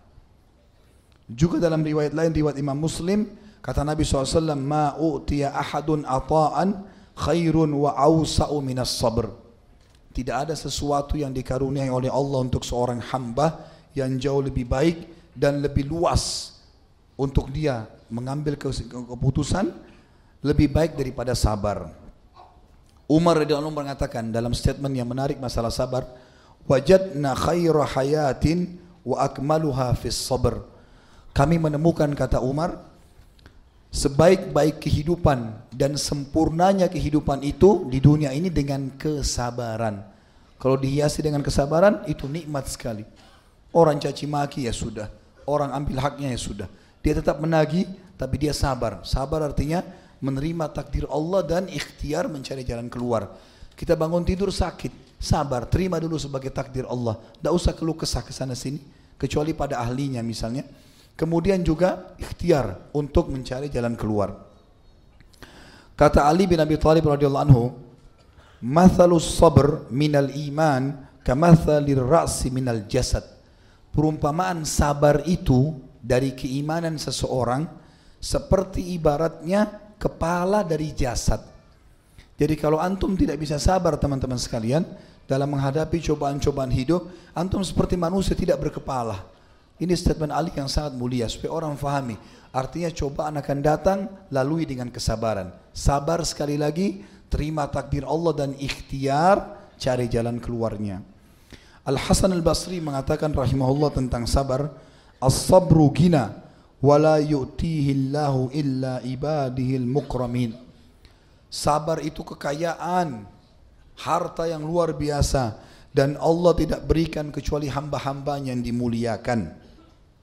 Juga dalam riwayat lain, riwayat Imam Muslim, kata Nabi shallallahu alaihi wasallam, ma u'tiya ahadun ata'an khairun wa awsa'u minas sabr. Tidak ada sesuatu yang dikaruniai oleh Allah untuk seorang hamba yang jauh lebih baik dan lebih luas untuk dia mengambil keputusan lebih baik daripada sabar. Umar radhiyallahu anhu mengatakan dalam statement yang menarik masalah sabar, wajadna khaira hayatin wa akmaluha fis sabr. Kami menemukan, kata Umar, sebaik-baik kehidupan dan sempurnanya kehidupan itu di dunia ini dengan kesabaran. Kalau dihiasi dengan kesabaran itu nikmat sekali. Orang caci maki ya sudah, orang ambil haknya ya sudah, dia tetap menagih tapi dia sabar. Sabar artinya menerima takdir Allah dan ikhtiar mencari jalan keluar. Kita bangun tidur sakit, sabar, terima dulu sebagai takdir Allah. Tidak usah keluh kesah ke sana sini, kecuali pada ahlinya misalnya. Kemudian juga ikhtiar untuk mencari jalan keluar. Kata Ali bin Abi Thalib radhiyallahu anhu, "Mathalus sabr minal iman kamathalir ra'si minal jasad." Perumpamaan sabar itu dari keimanan seseorang seperti ibaratnya kepala dari jasad. Jadi kalau antum tidak bisa sabar teman-teman sekalian dalam menghadapi cobaan-cobaan hidup, antum seperti manusia tidak berkepala. Ini statement Ali yang sangat mulia supaya orang fahami. Artinya cobaan akan datang, lalui dengan kesabaran. Sabar sekali lagi, terima takdir Allah dan ikhtiar, cari jalan keluarnya. Al-Hasan al-Basri mengatakan rahimahullah tentang sabar, as-sabru gina wala yu'tihi Allahu illa ibadihil mukramin. Sabar itu kekayaan, harta yang luar biasa, dan Allah tidak berikan kecuali hamba-hambanya yang dimuliakan.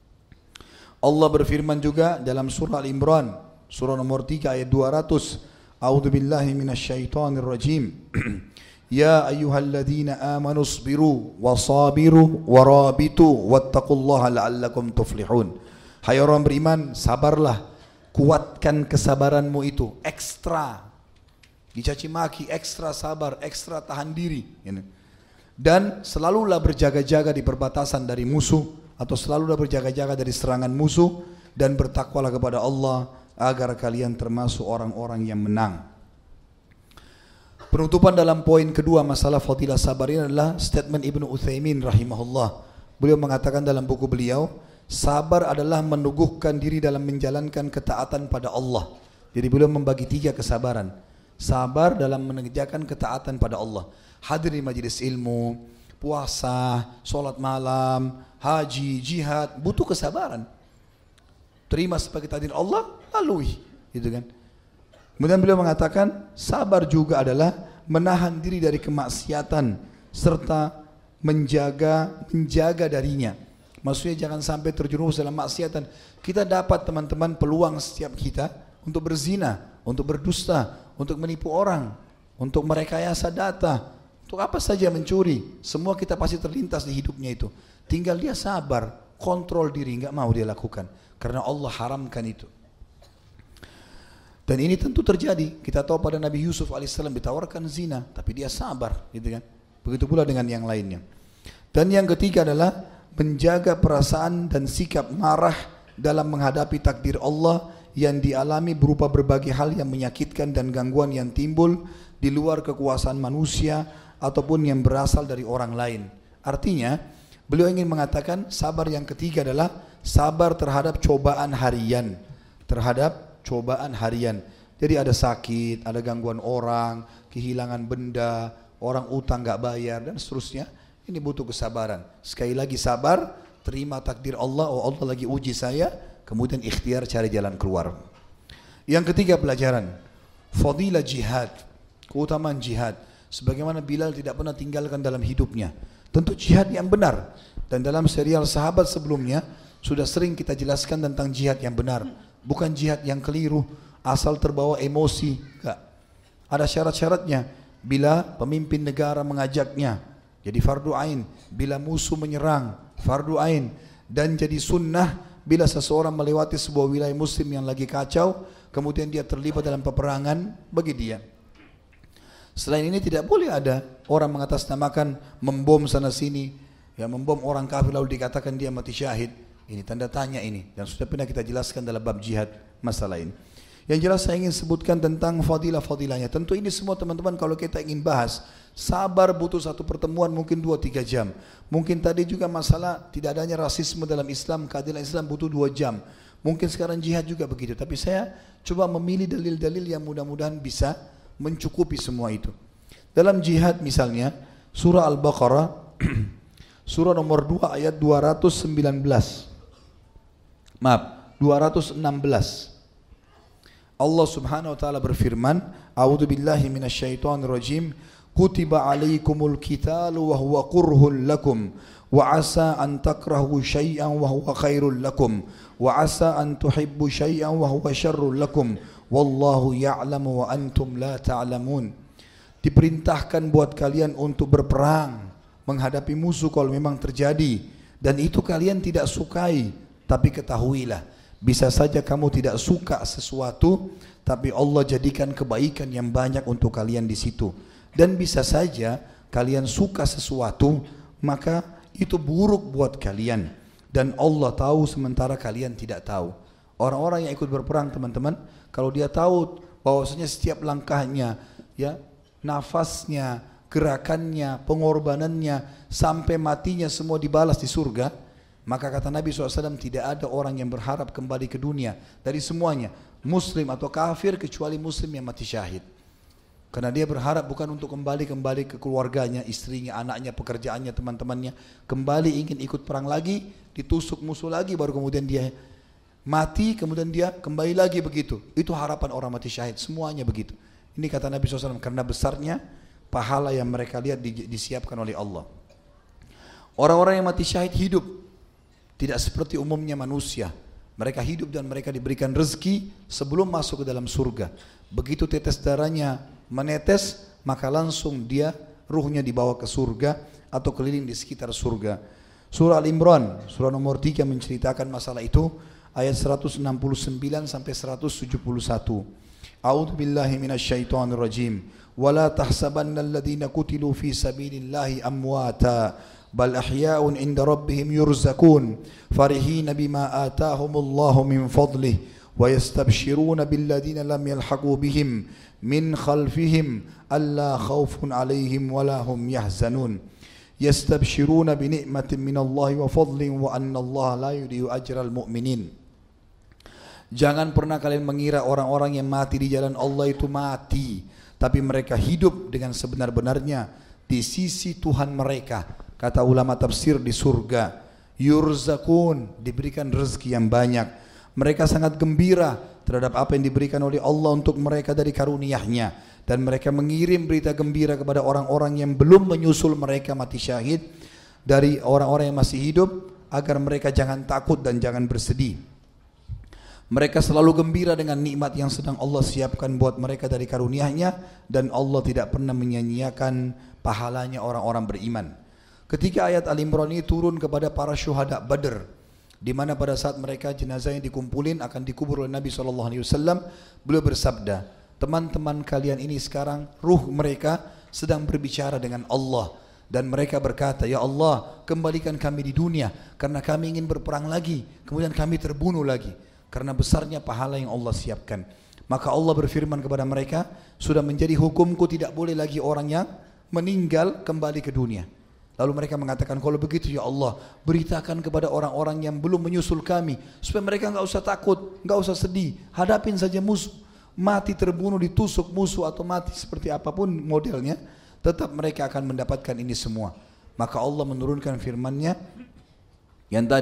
Allah berfirman juga dalam surah Al-Imran, surah nomor tiga ayat dua ratus, A'udzu billahi minasyaitonir rajim. Ya ayyuhalladzina amanu sabiru wasabiru warabitu wattaqullaha la'allakum tuflihun. Hai orang beriman, sabarlah, kuatkan kesabaranmu itu, ekstra. Dicaci maki, ekstra sabar, ekstra tahan diri. Dan selalulah berjaga-jaga di perbatasan dari musuh, atau selalulah berjaga-jaga dari serangan musuh, dan bertakwalah kepada Allah agar kalian termasuk orang-orang yang menang. Penutupan dalam poin kedua masalah fadilah sabar ini adalah statement Ibnu Utsaimin rahimahullah. Beliau mengatakan dalam buku beliau, sabar adalah meneguhkan diri dalam menjalankan ketaatan pada Allah. Jadi beliau membagi tiga kesabaran. Sabar dalam mengerjakan ketaatan pada Allah, hadir di majelis ilmu, puasa, sholat malam, haji, jihad, butuh kesabaran. Terima sebagai takdir Allah, lalui, gitu kan. Kemudian beliau mengatakan sabar juga adalah menahan diri dari kemaksiatan serta menjaga menjaga darinya. Maksudnya jangan sampai terjerumus dalam maksiatan. Kita dapat teman-teman peluang setiap kita untuk berzina, untuk berdusta, untuk menipu orang, untuk merekayasa data, untuk apa saja, mencuri. Semua kita pasti terlintas di hidupnya itu. Tinggal dia sabar, kontrol diri, enggak mau dia lakukan karena Allah haramkan itu. Dan ini tentu terjadi. Kita tahu pada Nabi Yusuf alaihissalam ditawarkan zina, tapi dia sabar, gitu kan. Begitu pula dengan yang lainnya. Dan yang ketiga adalah menjaga perasaan dan sikap marah dalam menghadapi takdir Allah yang dialami berupa berbagai hal yang menyakitkan dan gangguan yang timbul di luar kekuasaan manusia ataupun yang berasal dari orang lain. Artinya, beliau ingin mengatakan sabar yang ketiga adalah sabar terhadap cobaan harian, terhadap cobaan harian. Jadi ada sakit, ada gangguan orang, kehilangan benda, orang utang gak bayar dan seterusnya. Ini butuh kesabaran. Sekali lagi sabar, terima takdir Allah. Oh Allah lagi uji saya, kemudian ikhtiar cari jalan keluar. Yang ketiga pelajaran, fadilah jihad, keutamaan jihad. Sebagaimana Bilal tidak pernah tinggalkan dalam hidupnya. Tentu jihad yang benar. Dan dalam serial sahabat sebelumnya sudah sering kita jelaskan tentang jihad yang benar. Bukan jihad yang keliru, asal terbawa emosi. Enggak. Ada syarat-syaratnya. Bila pemimpin negara mengajaknya, jadi fardu ain. Bila musuh menyerang, fardu ain. Dan jadi sunnah bila seseorang melewati sebuah wilayah muslim yang lagi kacau, kemudian dia terlibat dalam peperangan, bagi dia. Selain ini tidak boleh ada orang mengatasnamakan membom sana sini, ya membom orang kafir lalu dikatakan dia mati syahid. Ini tanda tanya ini, dan sudah pernah kita jelaskan dalam bab jihad masalah ini. Yang jelas saya ingin sebutkan tentang fadilah-fadilahnya. Tentu ini semua teman-teman kalau kita ingin bahas, sabar butuh satu pertemuan mungkin dua tiga jam. Mungkin tadi juga masalah tidak adanya rasisme dalam Islam, keadilan Islam butuh dua jam. Mungkin sekarang jihad juga begitu. Tapi saya coba memilih dalil-dalil yang mudah-mudahan bisa mencukupi semua itu. Dalam jihad misalnya, surah Al-Baqarah, surah nomor dua ayat dua ratus sembilan belas. Maaf, dua ratus enam belas. Allah Subhanahu wa taala berfirman, A'udzu billahi minasyaitonir rajim. Kutiba 'alaikumul qitalu wa huwa kurhun lakum wa 'asa an takrahu syai'an wa huwa khairul lakum wa 'asa an tuhibbu syai'an wa huwa syarrul lakum wallahu ya'lamu wa antum la ta'lamun. Diperintahkan buat kalian untuk berperang menghadapi musuh kalau memang terjadi, dan itu kalian tidak sukai, tapi ketahuilah bisa saja kamu tidak suka sesuatu, tapi Allah jadikan kebaikan yang banyak untuk kalian di situ. Dan bisa saja kalian suka sesuatu, maka itu buruk buat kalian. Dan Allah tahu sementara kalian tidak tahu. Orang-orang yang ikut berperang teman-teman, kalau dia tahu bahwasanya setiap langkahnya, ya, nafasnya, gerakannya, pengorbanannya, sampai matinya semua dibalas di surga, maka kata Nabi shallallahu alaihi wasallam tidak ada orang yang berharap kembali ke dunia dari semuanya, muslim atau kafir, kecuali muslim yang mati syahid. Karena dia berharap bukan untuk kembali-kembali ke keluarganya, istrinya, anaknya, pekerjaannya, teman-temannya, kembali ingin ikut perang lagi, ditusuk musuh lagi, baru kemudian dia mati, kemudian dia kembali lagi begitu. Itu harapan orang mati syahid, semuanya begitu. Ini kata Nabi shallallahu alaihi wasallam, karena besarnya pahala yang mereka lihat di, disiapkan oleh Allah. Orang-orang yang mati syahid hidup tidak seperti umumnya manusia. Mereka hidup dan mereka diberikan rezeki sebelum masuk ke dalam surga. Begitu tetes darahnya menetes, maka langsung dia ruhnya dibawa ke surga atau keliling di sekitar surga. Surah Al-Imran, surah nomor tiga menceritakan masalah itu, ayat seratus enam puluh sembilan sampai seratus tujuh puluh satu. A'udzu billahi minasyaitonir rajim. Wala tahsabanna alladhina qutilu fi sabilillahi amwata bal ahya'un 'inda rabbihim yurzakun farihina bima ataahumullahu min fadlihi wa yastabshiruna billadhina lam yalhaqu bihim min khalfihim alla khawfun 'alaihim wala hum yahzanun yastabshiruna bi ni'matin minallahi wa fadlin wa anna Allah la yudhi'u ajral mu'minin. Jangan pernah kalian mengira orang-orang yang mati di jalan Allah itu mati, tapi mereka hidup dengan sebenar-benarnya di sisi Tuhan mereka. Kata ulama tafsir di surga, yurzakun, diberikan rezeki yang banyak. Mereka sangat gembira terhadap apa yang diberikan oleh Allah untuk mereka dari karunia-Nya, dan mereka mengirim berita gembira kepada orang-orang yang belum menyusul mereka mati syahid dari orang-orang yang masih hidup, agar mereka jangan takut dan jangan bersedih. Mereka selalu gembira dengan nikmat yang sedang Allah siapkan buat mereka dari karunia-Nya, dan Allah tidak pernah menyia-nyiakan pahalanya orang-orang beriman. Ketika ayat Al-Imran ini turun kepada para syuhada Badr, di mana pada saat mereka jenazahnya dikumpulin akan dikubur oleh Nabi shallallahu alaihi wasallam, beliau bersabda, teman-teman kalian ini sekarang ruh mereka sedang berbicara dengan Allah, dan mereka berkata, ya Allah, kembalikan kami di dunia karena kami ingin berperang lagi, kemudian kami terbunuh lagi. Karena besarnya pahala yang Allah siapkan. Maka Allah berfirman kepada mereka, sudah menjadi hukumku tidak boleh lagi orang yang meninggal kembali ke dunia. Lalu mereka mengatakan, kalau begitu ya Allah, beritakan kepada orang-orang yang belum menyusul kami, supaya mereka enggak usah takut, enggak usah sedih, hadapin saja musuh. Mati terbunuh, ditusuk musuh, atau mati seperti apapun modelnya, tetap mereka akan mendapatkan ini semua. Maka Allah menurunkan firman-Nya yang tadi,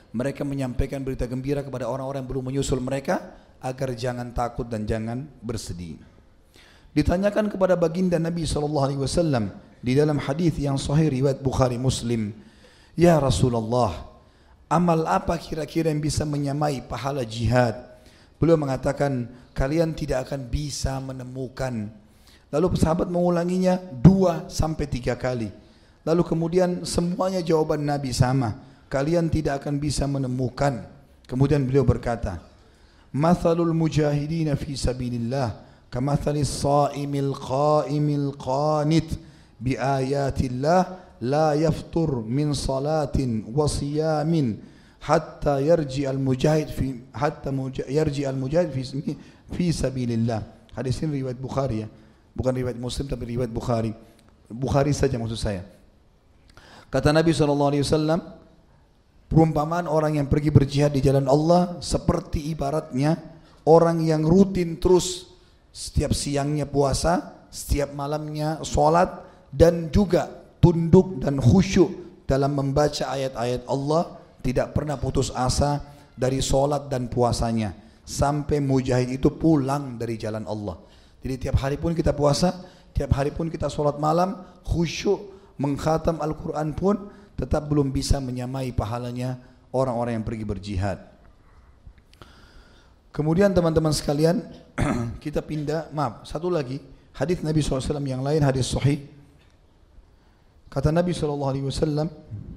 mereka menyampaikan berita gembira kepada orang-orang yang belum menyusul mereka agar jangan takut dan jangan bersedih. Ditanyakan kepada baginda Nabi shallallahu alaihi wasallam di dalam hadis yang sahih riwayat Bukhari Muslim, ya Rasulullah, amal apa kira-kira yang bisa menyamai pahala jihad? Beliau mengatakan, kalian tidak akan bisa menemukan. Lalu sahabat mengulanginya dua sampai tiga kali. Lalu kemudian semuanya jawaban Nabi sama, kalian tidak akan bisa menemukan. Kemudian beliau berkata, mathalul mujahidina fi sabilillah kamathalis saimil qaimil qanit bi ayatillah la yaftur min salatin wa siyamin hatta yarji al-mujahid fi hatta yarji al-mujahid fi fi sabilillah. Hadis ini riwayat Bukhari ya. Bukan riwayat Muslim tapi riwayat Bukhari. Bukhari saja maksud saya. Kata Nabi sallallahu alaihi wasallam, perumpamaan orang yang pergi berjihad di jalan Allah seperti ibaratnya orang yang rutin terus setiap siangnya puasa, setiap malamnya sholat, dan juga tunduk dan khusyuk dalam membaca ayat-ayat Allah, tidak pernah putus asa dari sholat dan puasanya sampai mujahid itu pulang dari jalan Allah. Jadi tiap hari pun kita puasa, tiap hari pun kita sholat malam, khusyuk, mengkhatam Al-Quran pun tetap belum bisa menyamai pahalanya orang-orang yang pergi berjihad. Kemudian teman-teman sekalian, kita pindah, maaf, satu lagi, hadis Nabi shallallahu alaihi wasallam yang lain, hadis sahih. Kata Nabi shallallahu alaihi wasallam,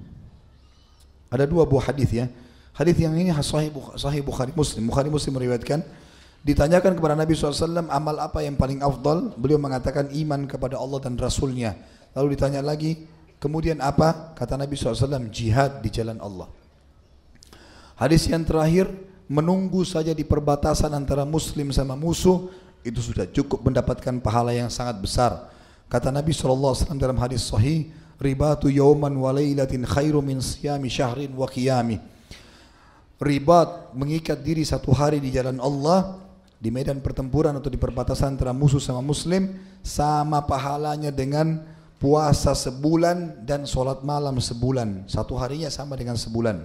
ada dua buah hadis ya. Hadis yang ini sahih, sahih Bukhari Muslim. Bukhari Muslim meriwayatkan, ditanyakan kepada Nabi shallallahu alaihi wasallam, amal apa yang paling afdal? Beliau mengatakan iman kepada Allah dan Rasulnya. Lalu ditanya lagi, kemudian apa? Kata Nabi shallallahu alaihi wasallam, jihad di jalan Allah. Hadis yang terakhir, menunggu saja di perbatasan antara muslim sama musuh, itu sudah cukup mendapatkan pahala yang sangat besar. Kata Nabi shallallahu alaihi wasallam dalam hadis sahih, ribatu yauman wa laylatin khairu min siyami syahrin wa qiyami. Ribat, mengikat diri satu hari di jalan Allah, di medan pertempuran atau di perbatasan antara musuh sama muslim, sama pahalanya dengan puasa sebulan dan sholat malam sebulan. Satu harinya sama dengan sebulan.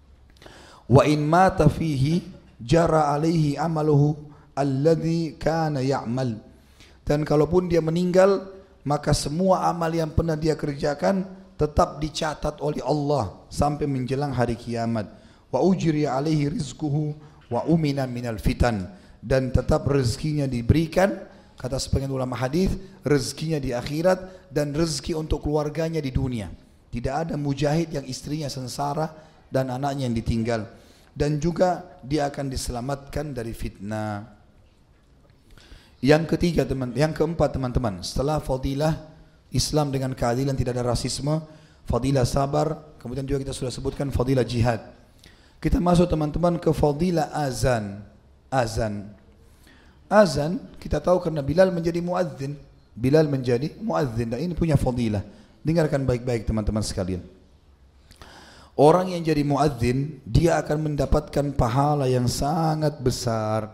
Wa in mata fihi jara alaihi amaluhu alladhi kana ya'mal. Dan kalaupun dia meninggal, maka semua amal yang pernah dia kerjakan tetap dicatat oleh Allah sampai menjelang hari kiamat. Wa ujri alaihi rizquhu wa umina minal fitan. Dan tetap rezekinya diberikan, kata sebagian ulama hadis, rezekinya di akhirat dan rezeki untuk keluarganya di dunia. Tidak ada mujahid yang istrinya sengsara dan anaknya yang ditinggal. Dan juga dia akan diselamatkan dari fitnah. Yang ketiga teman, yang keempat teman-teman, setelah fadilah Islam dengan keadilan, tidak ada rasisme, fadilah sabar, kemudian juga kita sudah sebutkan fadilah jihad. Kita masuk teman-teman ke fadilah azan. Azan. Azan kita tahu karena Bilal menjadi muadzin. Bilal menjadi muadzin dan ini punya fadilah. Dengarkan baik-baik teman-teman sekalian. Orang yang jadi muadzin, dia akan mendapatkan pahala yang sangat besar.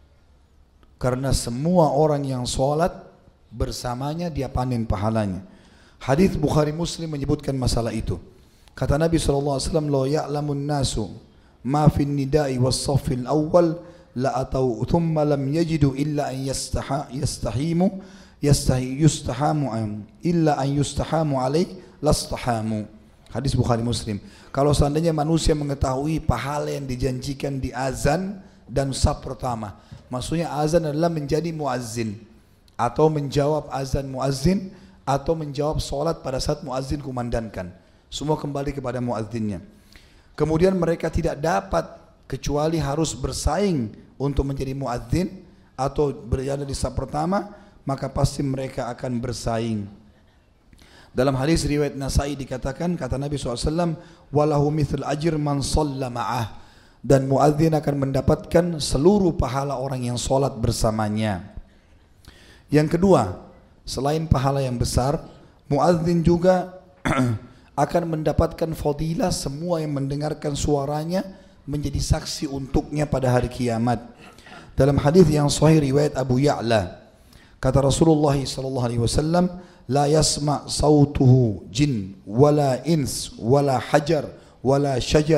Karena semua orang yang sholat bersamanya dia panen pahalanya. Hadis Bukhari Muslim menyebutkan masalah itu. Kata Nabi shallallahu alaihi wasallam, "Lo ya'lamun nasu ma fin nida'i was saffil awwal la atau thumma lam yajidu illa an yastaha yastahimu yastahi yustahamu illa an yustahamu alaih lastahamu." Hadis Bukhari Muslim. Kalau seandainya manusia mengetahui pahala yang dijanjikan di azan dan saf pertama, maksudnya azan adalah menjadi muazzin atau menjawab azan muazzin atau menjawab solat pada saat muazzin kumandangkan. Semua kembali kepada muazzinnya. Kemudian mereka tidak dapat kecuali harus bersaing untuk menjadi muazzin atau berada di saf pertama, maka pasti mereka akan bersaing. Dalam hadis riwayat Nasai dikatakan, kata Nabi shallallahu alaihi wasallam, walahu mithl ajr man shalla ma'ah. Dan muadzin akan mendapatkan seluruh pahala orang yang sholat bersamanya. Yang kedua, selain pahala yang besar, muadzin juga akan mendapatkan fadilah semua yang mendengarkan suaranya menjadi saksi untuknya pada hari kiamat. Dalam hadis yang sahih riwayat Abu Ya'la, kata Rasulullah sallallahu alaihi wasallam, la yasma' sautuhu jin wala ins wala hajar wala syajar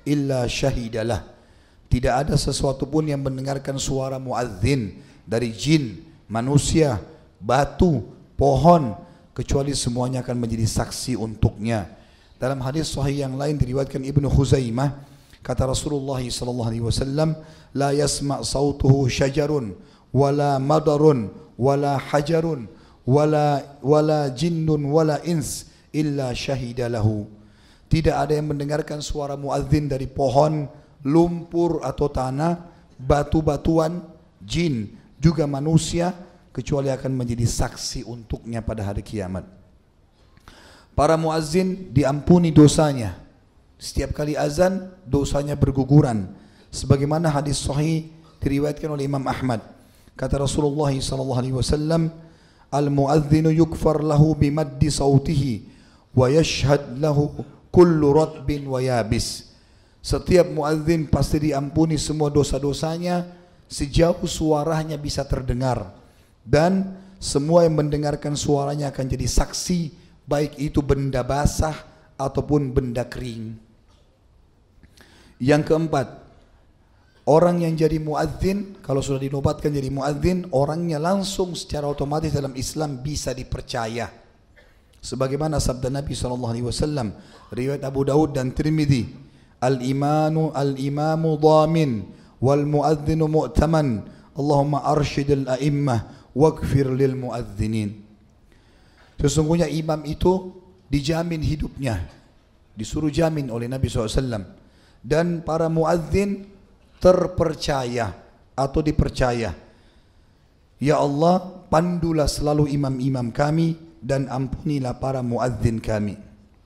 illa syahidalah. Tidak ada sesuatu pun yang mendengarkan suara muadzin dari jin, manusia, batu, pohon, kecuali semuanya akan menjadi saksi untuknya. Dalam hadis sahih yang lain diriwayatkan Ibnu Khuzaimah, kata Rasulullah sallallahu alaihi wasallam, la yasma' sautuhu syajarun wala madarun wala hajarun wala wala jinnun wala ins illa syahida lahu. Tidak ada yang mendengarkan suara muadzin dari pohon, lumpur atau tanah, batu-batuan, jin, juga manusia, kecuali akan menjadi saksi untuknya pada hari kiamat. Para muazzin diampuni dosanya. Setiap kali azan dosanya berguguran. Sebagaimana hadis sahih diriwayatkan oleh Imam Ahmad. Kata Rasulullah sallallahu alaihi wasallam, al-muadzinu yukfar lahu bimaddi sautihi wa yashhad lahu kullu ratbin wa yabis. Setiap muadzin pasti diampuni semua dosa-dosanya sejauh suaranya bisa terdengar, dan semua yang mendengarkan suaranya akan jadi saksi, baik itu benda basah ataupun benda kering. Yang keempat, orang yang jadi muadzin, kalau sudah dinobatkan jadi muadzin, orangnya langsung secara otomatis dalam Islam bisa dipercaya. Sebagaimana sabda Nabi sallallahu alaihi wasallam, riwayat Abu Daud dan Tirmidzi, al-imanu al-imamu dhamin wal muadzinu mu'taman, Allahumma arsyidil a'immah waghfir lil muadzinin. Sesungguhnya imam itu dijamin hidupnya, disuruh jamin oleh Nabi shallallahu alaihi wasallam, dan para muadzin terpercaya atau dipercaya. Ya Allah, pandulah selalu imam-imam kami dan ampunilah para muadzin kami.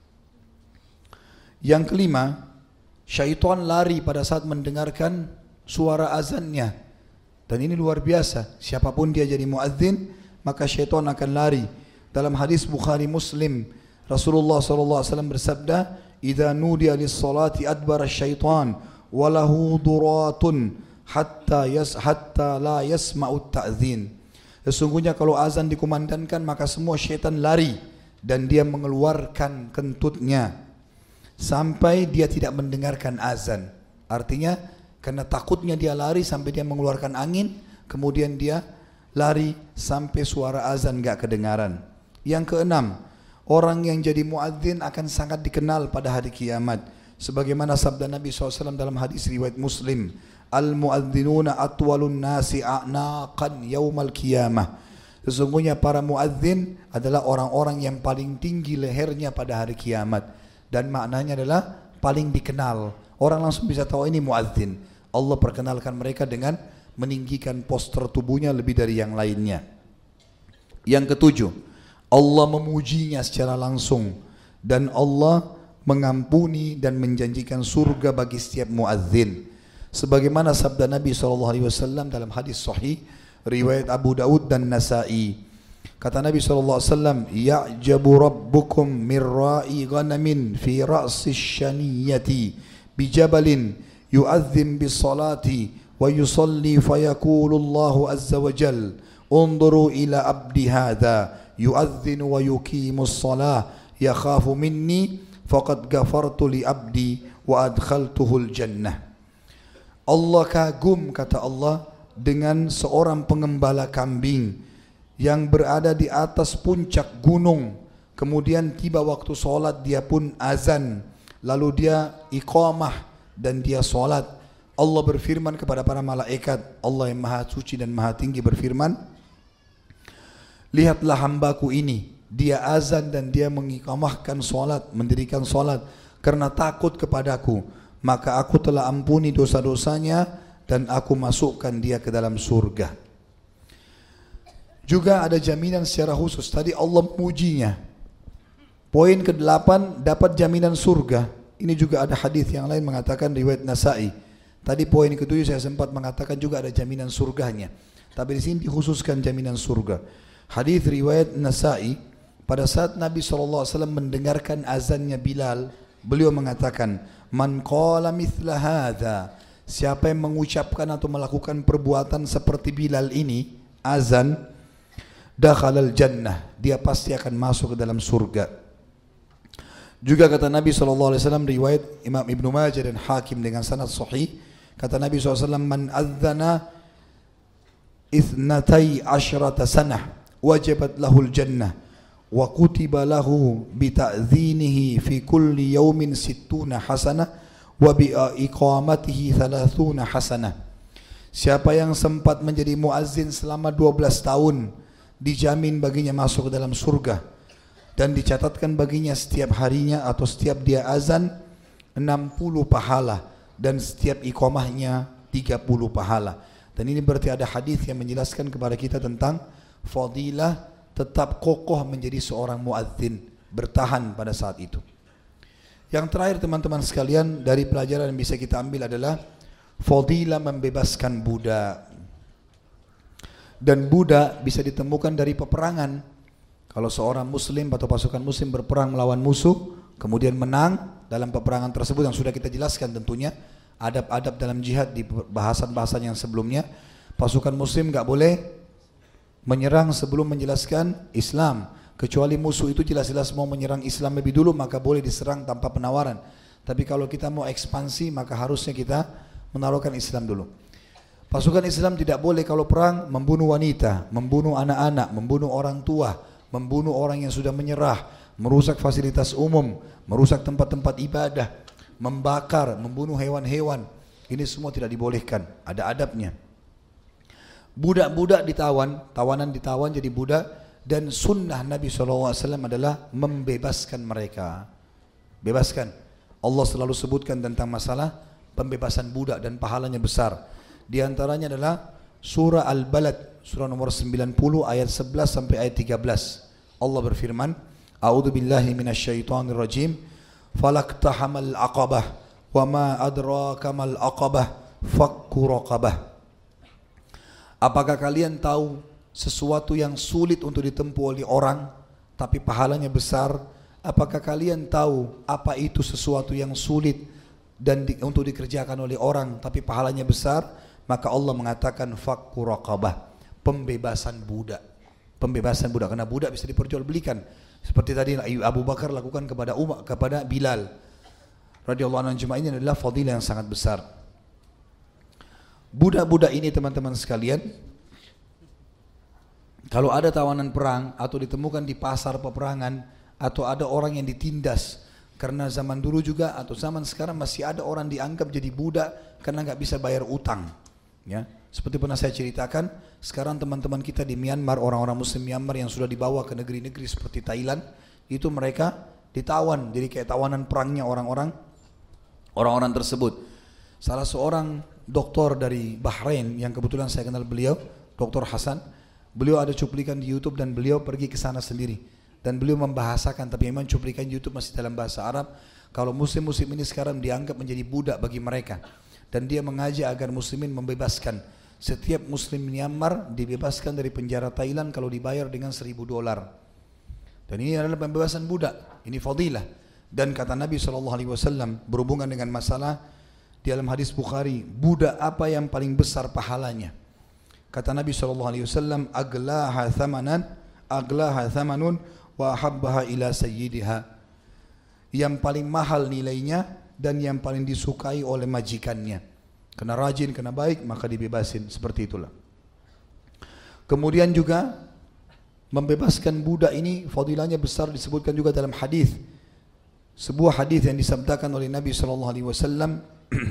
Yang kelima, syaitan lari pada saat mendengarkan suara azannya. Dan ini luar biasa, siapapun dia jadi muadzin, maka syaitan akan lari. Dalam hadis Bukhari Muslim, Rasulullah sallallahu alaihi wasallam bersabda, "Idza nudiya lis-salati adbara syaitan wa lahu duratun hatta yas hatta la yasma'u ta'dzin." Sesungguhnya kalau azan dikumandangkan maka semua syaitan lari dan dia mengeluarkan kentutnya sampai dia tidak mendengarkan azan. Artinya karena takutnya dia lari sampai dia mengeluarkan angin, kemudian dia lari sampai suara azan gak kedengaran. Yang keenam, orang yang jadi muadzin akan sangat dikenal pada hari kiamat. Sebagaimana sabda Nabi shallallahu alaihi wasallam dalam hadis riwayat Muslim, al-muadzinuna atwalun nasi a'naqan yaumal qiyamah. Sesungguhnya para muadzin adalah orang-orang yang paling tinggi lehernya pada hari kiamat, dan maknanya adalah paling dikenal. Orang langsung bisa tahu ini muadzin. Allah perkenalkan mereka dengan meninggikan postur tubuhnya lebih dari yang lainnya. Yang ketujuh, Allah memujinya secara langsung, dan Allah mengampuni dan menjanjikan surga bagi setiap muadzin. Sebagaimana sabda Nabi shallallahu alaihi wasallam dalam hadis sahih riwayat Abu Daud dan Nasa'i. Kata Nabi shallallahu alaihi wasallam, "Ya'jabu rabbukum min ra'i ghanamin fi ra'si syaniyati bijabalin yu'adzim bisalati wa yusalli fayaqulu Allahu azza wa jal unzuru ila abdi hadha yu'adzinu wa yuqimus salah yakhafu minni faqad ghafartu li abdi wa adkhaltuhul jannah." Allah kagum, kata Allah, dengan seorang pengembala kambing yang berada di atas puncak gunung. Kemudian tiba waktu solat, dia pun azan, lalu dia iqamah dan dia solat. Allah berfirman kepada para malaikat, Allah yang maha suci dan maha tinggi berfirman, "Lihatlah hambaku ini, dia azan dan dia mengiqamahkan solat, mendirikan solat karena takut kepadaku. Maka aku telah ampuni dosa-dosanya dan aku masukkan dia ke dalam surga." Juga ada jaminan secara khusus. Tadi Allah memujinya. Poin kedelapan, dapat jaminan surga. Ini juga ada hadis yang lain mengatakan, riwayat Nasa'i. Tadi poin ketujuh saya sempat mengatakan juga ada jaminan surganya. Tapi di sini dikhususkan jaminan surga. Hadis riwayat Nasa'i, pada saat Nabi shallallahu alaihi wasallam mendengarkan azannya Bilal, beliau mengatakan, "Man qala mithla hadha," siapa yang mengucapkan atau melakukan perbuatan seperti Bilal ini, azan, dakhalal jannah, dia pasti akan masuk ke dalam surga. Juga kata Nabi shallallahu alaihi wasallam, riwayat Imam Ibnu Majah dan Hakim dengan sanad sahih, kata Nabi shallallahu alaihi wasallam, man adzana ithnatai asyrata sanah wajabat lahul jannah wa kutiba lahu bita'dzinihi fi kulli yawmin sittuna hasanah wa bi iqamatihi thalathuna hasanah. Siapa yang sempat menjadi muazzin selama dua belas tahun, dijamin baginya masuk ke dalam surga, dan dicatatkan baginya setiap harinya atau setiap dia azan enam puluh pahala, dan setiap iqamahnya tiga puluh pahala. Dan ini berarti ada hadis yang menjelaskan kepada kita tentang fadilah tetap kokoh menjadi seorang muadzin, bertahan pada saat itu. Yang terakhir teman-teman sekalian, dari pelajaran yang bisa kita ambil adalah fadilah membebaskan budak. Dan budak bisa ditemukan dari peperangan. Kalau seorang muslim atau pasukan muslim berperang melawan musuh, kemudian menang dalam peperangan tersebut yang sudah kita jelaskan tentunya, adab-adab dalam jihad di bahasan-bahasan yang sebelumnya, pasukan muslim gak boleh menyerang sebelum menjelaskan Islam, kecuali musuh itu jelas-jelas mau menyerang Islam lebih dulu, maka boleh diserang tanpa penawaran. Tapi kalau kita mau ekspansi, maka harusnya kita menaruhkan Islam dulu. Pasukan Islam tidak boleh kalau perang membunuh wanita, membunuh anak-anak, membunuh orang tua, membunuh orang yang sudah menyerah, merusak fasilitas umum, merusak tempat-tempat ibadah, membakar, membunuh hewan-hewan. Ini semua tidak dibolehkan, ada adabnya. Budak-budak ditawan, tawanan ditawan jadi budak, dan sunnah Nabi shallallahu alaihi wasallam adalah membebaskan mereka. Bebaskan. Allah selalu sebutkan tentang masalah pembebasan budak dan pahalanya besar. Di antaranya adalah surah Al-Balad, surah nomor sembilan puluh ayat sebelas sampai ayat tiga belas. Allah berfirman, A'udzu billahi minasyaitonir rajim. Falaqtahamal aqabah wa ma adraka mal aqabah fakku raqabah. Apakah kalian tahu sesuatu yang sulit untuk ditempuh oleh orang tapi pahalanya besar? Apakah kalian tahu apa itu sesuatu yang sulit dan di, untuk dikerjakan oleh orang tapi pahalanya besar? Maka Allah mengatakan fakku raqabah, pembebasan budak. Pembebasan budak, karena budak bisa diperjualbelikan. Seperti tadi Abu Bakar lakukan kepada Umar, kepada Bilal radhiyallahu anhu. Jemaah, ini adalah fadilah yang sangat besar. Budak-budak ini teman-teman sekalian, kalau ada tawanan perang atau ditemukan di pasar peperangan, atau ada orang yang ditindas, karena zaman dulu juga atau zaman sekarang masih ada orang dianggap jadi budak karena nggak bisa bayar utang. Ya, seperti pernah saya ceritakan, sekarang teman-teman kita di Myanmar, orang-orang muslim Myanmar yang sudah dibawa ke negeri-negeri seperti Thailand, itu mereka ditawan, jadi kayak tawanan perangnya orang-orang orang-orang tersebut. Salah seorang doktor dari Bahrain yang kebetulan saya kenal beliau, Doktor Hasan, beliau ada cuplikan di YouTube dan beliau pergi ke sana sendiri dan beliau membahasakan, tapi memang cuplikan YouTube masih dalam bahasa Arab, kalau muslim-muslim ini sekarang dianggap menjadi budak bagi mereka. Dan dia mengajak agar muslimin membebaskan setiap muslim Myanmar, dibebaskan dari penjara Thailand kalau dibayar dengan seribu dolar. Dan ini adalah pembebasan budak, ini fadilah. Dan kata Nabi shallallahu alaihi wasallam berhubungan dengan masalah di dalam hadis Bukhari, budak apa yang paling besar pahalanya? Kata Nabi shallallahu alaihi wasallam, aglaha thamanan, aglaha thamanun wa habbaha ila sayyidiha. Yang paling mahal nilainya dan yang paling disukai oleh majikannya. Kena rajin, kena baik, maka dibebasin. Seperti itulah. Kemudian juga membebaskan budak ini fadilahnya besar, disebutkan juga dalam hadis. Sebuah hadis yang disabdakan oleh Nabi sallallahu alaihi wasallam,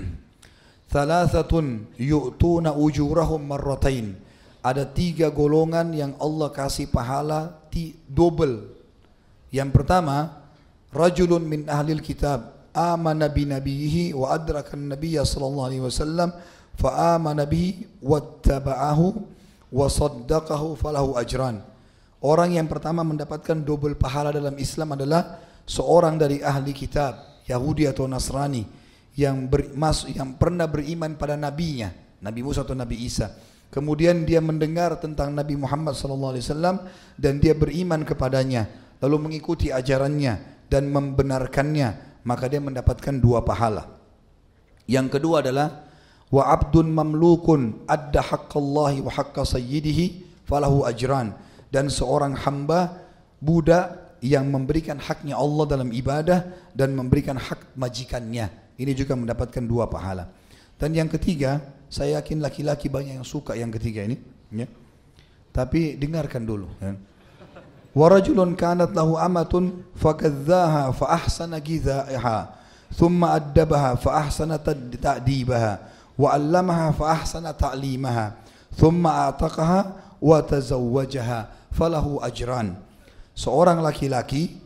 "Thalathatun yu'tuna ujurahum marratain." Ada tiga golongan yang Allah kasih pahala double. Yang pertama, rajulun min ahlil kitab amana bi nabiyhi wa adraka an-nabiy sallallahu alaihi wasallam fa amana bihi wattaba'ahu wa saddaqahu falahu ajran. Orang yang pertama mendapatkan double pahala dalam Islam adalah seorang dari ahli kitab, Yahudi atau Nasrani, yang bermas yang pernah beriman pada nabinya, Nabi Musa atau Nabi Isa. Kemudian dia mendengar tentang Nabi Muhammad sallallahu alaihi wasallam dan dia beriman kepadanya, lalu mengikuti ajarannya dan membenarkannya, maka dia mendapatkan dua pahala. Yang kedua adalah wa abdun mamlukun adda haqqallahi wa haqqa sayyidihi falahu ajran. Dan seorang hamba budak yang memberikan haknya Allah dalam ibadah dan memberikan hak majikannya. Ini juga mendapatkan dua pahala. Dan yang ketiga, saya yakin laki-laki banyak yang suka yang ketiga ini, ya. Tapi dengarkan dulu, ya. Warajulun kanat lahu amatun fakadzaha fa ahsana gidhaha thumma addabaha fa ahsana ta'dibaha wa 'allamaha fa ahsana ta'limaha thumma a'taqaha wa tazawwajaha falahu ajran. Seorang laki-laki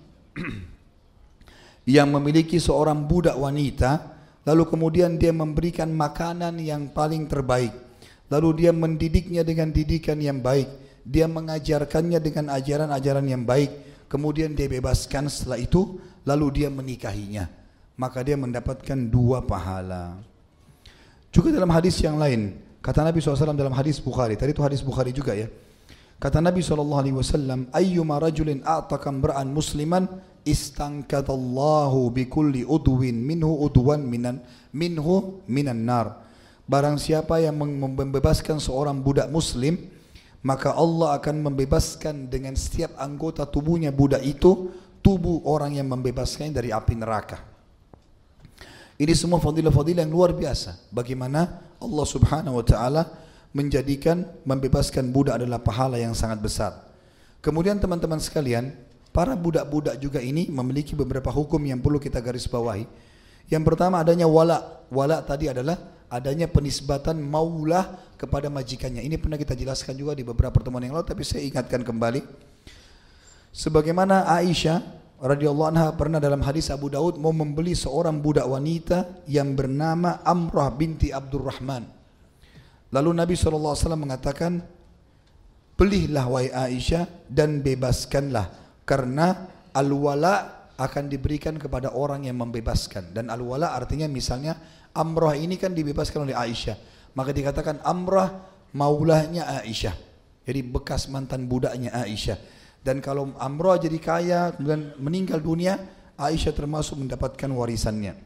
yang memiliki seorang budak wanita, lalu kemudian dia memberikan makanan yang paling terbaik, lalu dia mendidiknya dengan didikan yang baik, dia mengajarkannya dengan ajaran-ajaran yang baik, kemudian dia bebaskan setelah itu, lalu dia menikahinya, maka dia mendapatkan dua pahala. Juga dalam hadis yang lain, kata Nabi shallallahu alaihi wasallam dalam hadis Bukhari, tadi itu hadis Bukhari juga ya. Kata Nabi shallallahu alaihi wasallam, ayyuma rajulin a'taqa imra'an musliman istankadallahu bikulli udwin minhu udwan minan minhu minan nar. Barang siapa yang membebaskan seorang budak muslim, maka Allah akan membebaskan dengan setiap anggota tubuhnya budak itu, tubuh orang yang membebaskannya dari api neraka. Ini semua fadilah-fadilah yang luar biasa. Bagaimana Allah subhanahu wa ta'ala menjadikan membebaskan budak adalah pahala yang sangat besar. Kemudian teman-teman sekalian, para budak-budak juga ini memiliki beberapa hukum yang perlu kita garis bawahi. Yang pertama adanya wala. Wala tadi adalah adanya penisbatan maulah kepada majikannya. Ini pernah kita jelaskan juga di beberapa pertemuan yang lalu, tapi saya ingatkan kembali. Sebagaimana Aisyah radhiyallahu anha pernah dalam hadis Abu Daud mau membeli seorang budak wanita yang bernama Amrah binti Abdurrahman. Lalu Nabi shallallahu alaihi wasallam mengatakan, belilah wahai Aisyah dan bebaskanlah, karena al-wala akan diberikan kepada orang yang membebaskan. Dan al-wala artinya misalnya Amrah ini kan dibebaskan oleh Aisyah, maka dikatakan Amrah maulahnya Aisyah, jadi bekas mantan budaknya Aisyah. Dan kalau Amrah jadi kaya kemudian meninggal dunia, Aisyah termasuk mendapatkan warisannya.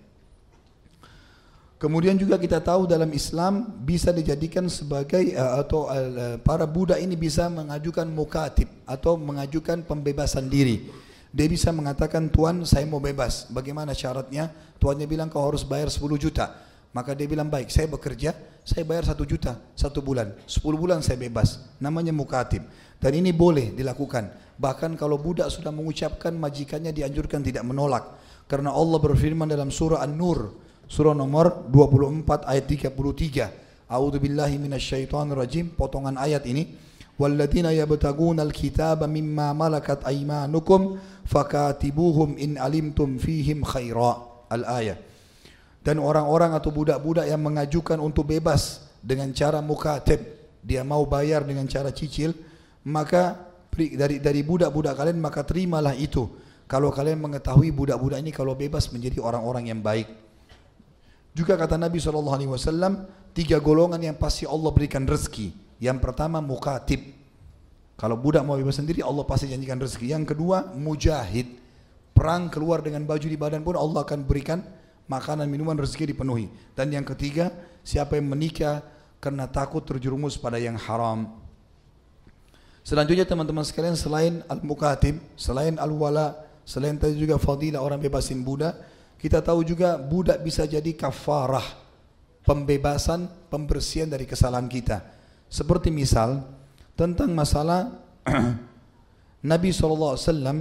Kemudian juga kita tahu dalam Islam bisa dijadikan sebagai uh, atau uh, para budak ini bisa mengajukan mukatib atau mengajukan pembebasan diri. Dia bisa mengatakan, Tuan saya mau bebas, bagaimana syaratnya? Tuannya bilang kau harus bayar sepuluh juta. Maka dia bilang baik, saya bekerja, saya bayar satu juta satu bulan, sepuluh bulan saya bebas. Namanya mukatib. Dan ini boleh dilakukan. Bahkan kalau budak sudah mengucapkan, majikannya dianjurkan tidak menolak. Karena Allah berfirman dalam surah An-Nur, surah nomor dua puluh empat ayat tiga puluh tiga. A'udzubillahi minasyaitonir rajim, potongan ayat ini. Walladzina yabtagunal kitaba mimma malakat aymanukum fakatibuhum in alimtum fihim khaira. Al-ayah. Dan orang-orang atau budak-budak yang mengajukan untuk bebas dengan cara mukatib, dia mau bayar dengan cara cicil, maka dari dari budak-budak kalian maka terimalah itu. Kalau kalian mengetahui budak-budak ini kalau bebas menjadi orang-orang yang baik. Juga kata Nabi shallallahu alaihi wasallam, tiga golongan yang pasti Allah berikan rezeki. Yang pertama mukatib. Kalau budak mau bebas sendiri, Allah pasti janjikan rezeki. Yang kedua mujahid. Perang keluar dengan baju di badan pun Allah akan berikan makanan, minuman, rezeki dipenuhi. Dan yang ketiga, siapa yang menikah karena takut terjerumus pada yang haram. Selanjutnya teman-teman sekalian, selain al-mukatib, selain al-wala, selain tadi juga fadilah orang bebasin budak, kita tahu juga budak bisa jadi kafarah, pembebasan, pembersihan dari kesalahan kita. Seperti misal tentang masalah Nabi shallallahu alaihi wasallam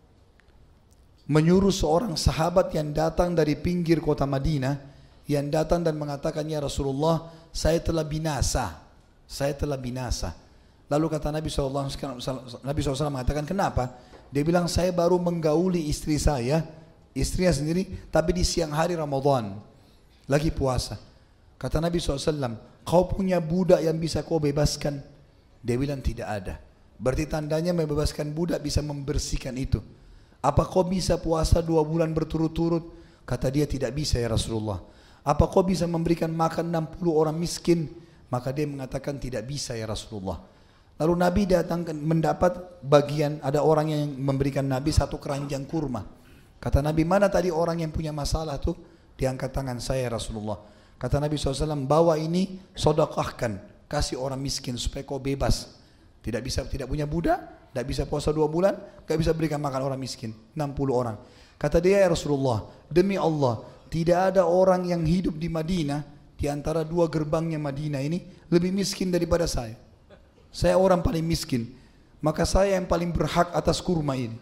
menyuruh seorang sahabat yang datang dari pinggir kota Madinah, yang datang dan mengatakan, ya Rasulullah, saya telah binasa, saya telah binasa. Lalu kata Nabi shallallahu alaihi wasallam mengatakan, kenapa? Dia bilang, saya baru menggauli istri saya, istrinya sendiri, tapi di siang hari Ramadan, lagi puasa. Kata Nabi shallallahu alaihi wasallam, kau punya budak yang bisa kau bebaskan? Dia bilang tidak ada. Berarti tandanya membebaskan budak bisa membersihkan itu. Apa kau bisa puasa dua bulan berturut-turut? Kata dia tidak bisa ya Rasulullah. Apa kau bisa memberikan makan enam puluh orang miskin? Maka dia mengatakan tidak bisa ya Rasulullah. Lalu Nabi datang mendapat bagian, ada orang yang memberikan Nabi satu keranjang kurma. Kata Nabi, mana tadi orang yang punya masalah tuh? Diangkat tangan saya Rasulullah. Kata Nabi shallallahu alaihi wasallam, bawa ini, sodakahkan, kasih orang miskin supaya kau bebas. Tidak bisa, tidak punya budak, Tidak bisa puasa dua bulan, tidak bisa berikan makan orang miskin. enam puluh orang. Kata dia, ya Rasulullah, demi Allah, tidak ada orang yang hidup di Madinah, di antara dua gerbangnya Madinah ini, lebih miskin daripada saya. Saya orang paling miskin. Maka saya yang paling berhak atas kurma ini.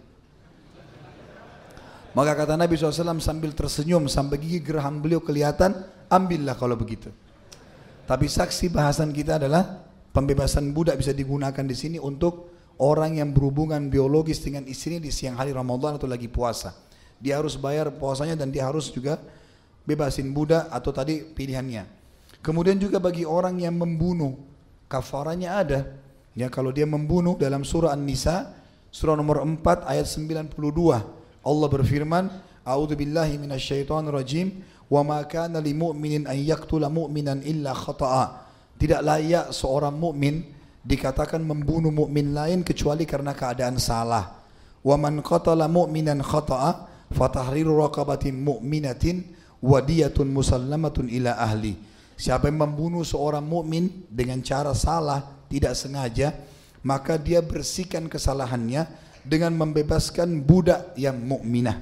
Maka kata Nabi shallallahu alaihi wasallam sambil tersenyum, sampai gigi geraham beliau kelihatan, ambillah kalau begitu. Tapi saksi bahasan kita adalah pembebasan budak bisa digunakan di sini untuk orang yang berhubungan biologis dengan istrinya di siang hari Ramadan atau lagi puasa. Dia harus bayar puasanya dan dia harus juga bebasin budak atau tadi pilihannya. Kemudian juga bagi orang yang membunuh, kafaranya ada. Ya, kalau dia membunuh dalam surah An-Nisa, surah nomor empat ayat sembilan puluh dua, Allah berfirman, A'udzubillahi minasyaitonirrajim, wa ma kana lil mu'minin an yaqtula mu'minan illa khata'a. Tidak layak seorang mukmin dikatakan membunuh mukmin lain kecuali karena keadaan salah. Wa man qatala mu'minan khata'a fatahriru raqabatin mu'minatin wa diyatun musallamatun ila ahli. Siapa yang membunuh seorang mukmin dengan cara salah, tidak sengaja, maka dia bersihkan kesalahannya dengan membebaskan budak yang mukminah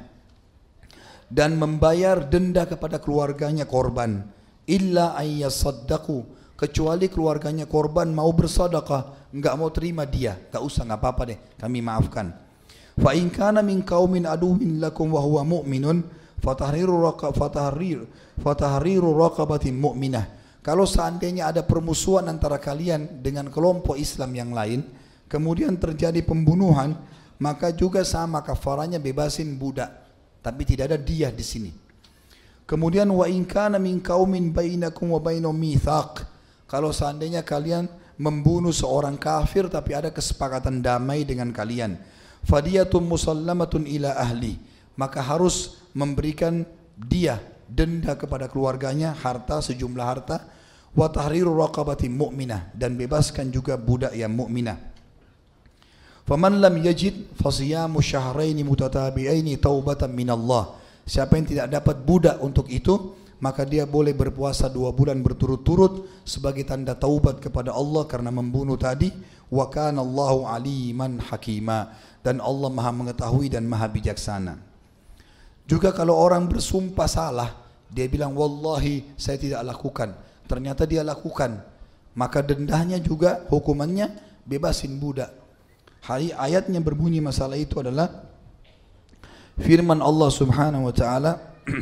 dan membayar denda kepada keluarganya korban. Illa ayyasaddaqu, kecuali keluarganya korban mau bersedekah, enggak mau terima dia, enggak usah, enggak apa-apa deh, kami maafkan. Fa in kana min qaumin aduwwin lakum wa huwa mu'minun fatahriru raqab fatahrir fatahriru raqabatin mu'minah. Kalau seandainya ada permusuhan antara kalian dengan kelompok Islam yang lain, kemudian terjadi pembunuhan, maka juga sama kafaranya bebasin budak, tapi tidak ada diyah di sini. Kemudian wa in kana min qaumin bainakum wa bainahum mitsaq, kalau seandainya kalian membunuh seorang kafir tapi ada kesepakatan damai dengan kalian, fadiyatun musallamatun ila ahli, maka harus memberikan diyah, denda kepada keluarganya, harta sejumlah harta, wa tahriru raqabatin mu'minah, dan bebaskan juga budak yang mukminah. Faman lam yajid fasiyamu syahraini mutatabi'aini taubatan minallah. Siapa yang tidak dapat budak untuk itu, maka dia boleh berpuasa dua bulan berturut-turut sebagai tanda taubat kepada Allah karena membunuh tadi. Wa kana Allahu aliman hakima, dan Allah Maha mengetahui dan Maha bijaksana. Juga kalau orang bersumpah salah, dia bilang wallahi saya tidak lakukan, ternyata dia lakukan, maka dendanya juga hukumannya bebasin budak. Hari ayatnya berbunyi masalah itu adalah firman Allah Subhanahu wa taala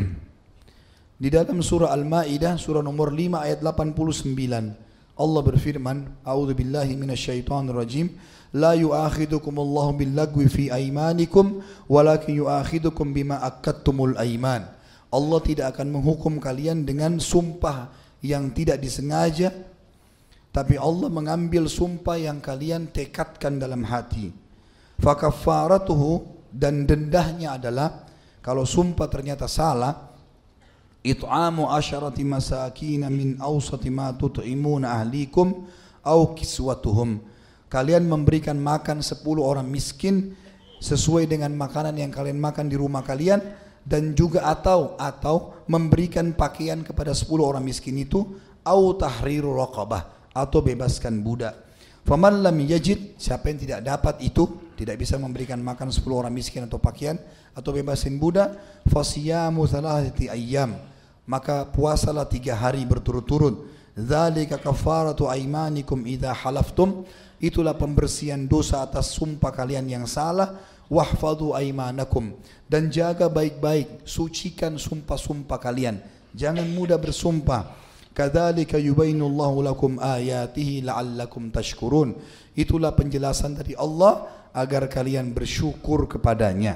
di dalam surah Al-Maidah surah nomor lima ayat delapan puluh sembilan. Allah berfirman, A'udzubillahi minasyaitonirrajim, la yu'akhidukumullahu billagwi fi aimanikum walakin yu'akhidukum bima aqadtumul aiman. Allah tidak akan menghukum kalian dengan sumpah yang tidak disengaja, tapi Allah mengambil sumpah yang kalian tekadkan dalam hati. Fakaffaratuhu, dan dendahnya adalah kalau sumpah ternyata salah, it'amu asyarati masakin min awsati ma tut'imuna ahlikum au kiswatuhum. Kalian memberikan makan sepuluh orang miskin sesuai dengan makanan yang kalian makan di rumah kalian, dan juga atau atau memberikan pakaian kepada sepuluh orang miskin itu, au tahriru raqabah, atau bebaskan budak. Faman lam yajid, siapa yang tidak dapat itu, tidak bisa memberikan makan sepuluh orang miskin atau pakaian atau bebasin budak, fasiyamu thalathati ayyam, maka puasalah tiga hari berturut-turut. Dzalika kafaratu aimanikum idza halaftum, itulah pembersihan dosa atas sumpah kalian yang salah. Wahfadhu aimanakum, dan jaga baik-baik, sucikan sumpah-sumpah kalian, jangan mudah bersumpah. Kadzalika yubainullahu lakum ayatihi la'allakum tashkurun, itulah penjelasan dari Allah agar kalian bersyukur kepadanya.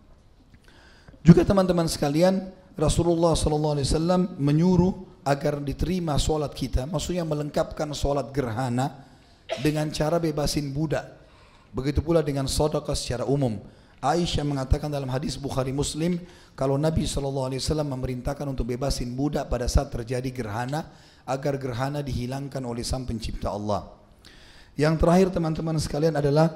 Juga teman-teman sekalian, Rasulullah sallallahu alaihi wasallam menyuruh agar diterima solat kita, maksudnya melengkapkan solat gerhana dengan cara bebasin budak. Begitu pula dengan sedekah secara umum. Aisyah mengatakan dalam hadis Bukhari Muslim, kalau Nabi shallallahu alaihi wasallam memerintahkan untuk bebasin budak pada saat terjadi gerhana, agar gerhana dihilangkan oleh Sang Pencipta Allah. Yang terakhir teman-teman sekalian adalah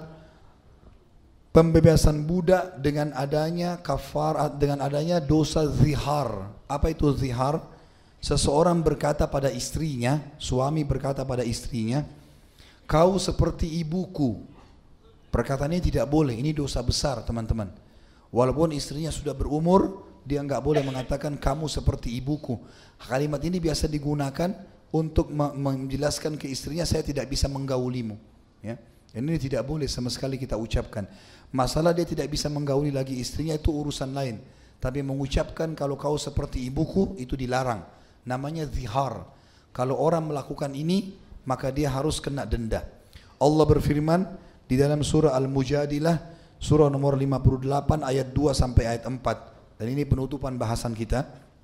pembebasan budak dengan adanya kafarat, dengan adanya dosa zihar. Apa itu zihar? Seseorang berkata pada istrinya, suami berkata pada istrinya, kau seperti ibuku, Perkataan ini tidak boleh, ini dosa besar teman-teman. Walaupun istrinya sudah berumur, dia nggak boleh mengatakan kamu seperti ibuku. Kalimat ini biasa digunakan untuk menjelaskan ke istrinya, saya tidak bisa menggaulimu. Ya, ini tidak boleh sama sekali kita ucapkan. Masalah dia tidak bisa menggauli lagi istrinya itu urusan lain. Tapi mengucapkan kalau kau seperti ibuku itu dilarang. Namanya zihar. Kalau orang melakukan ini maka dia harus kena denda. Allah berfirman di dalam surah Al-Mujadilah surah nomor lima puluh delapan ayat dua sampai ayat empat. Dan ini penutupan bahasan kita.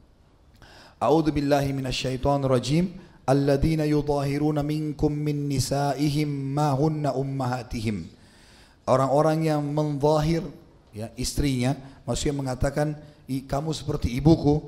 A'udzu billahi minasyaitonir rajim. Alladzina yudhahiruna minkum min nisaihim ma hunna ummahatihim. Orang-orang yang menzahir ya istrinya, maksudnya mengatakan kamu seperti ibuku.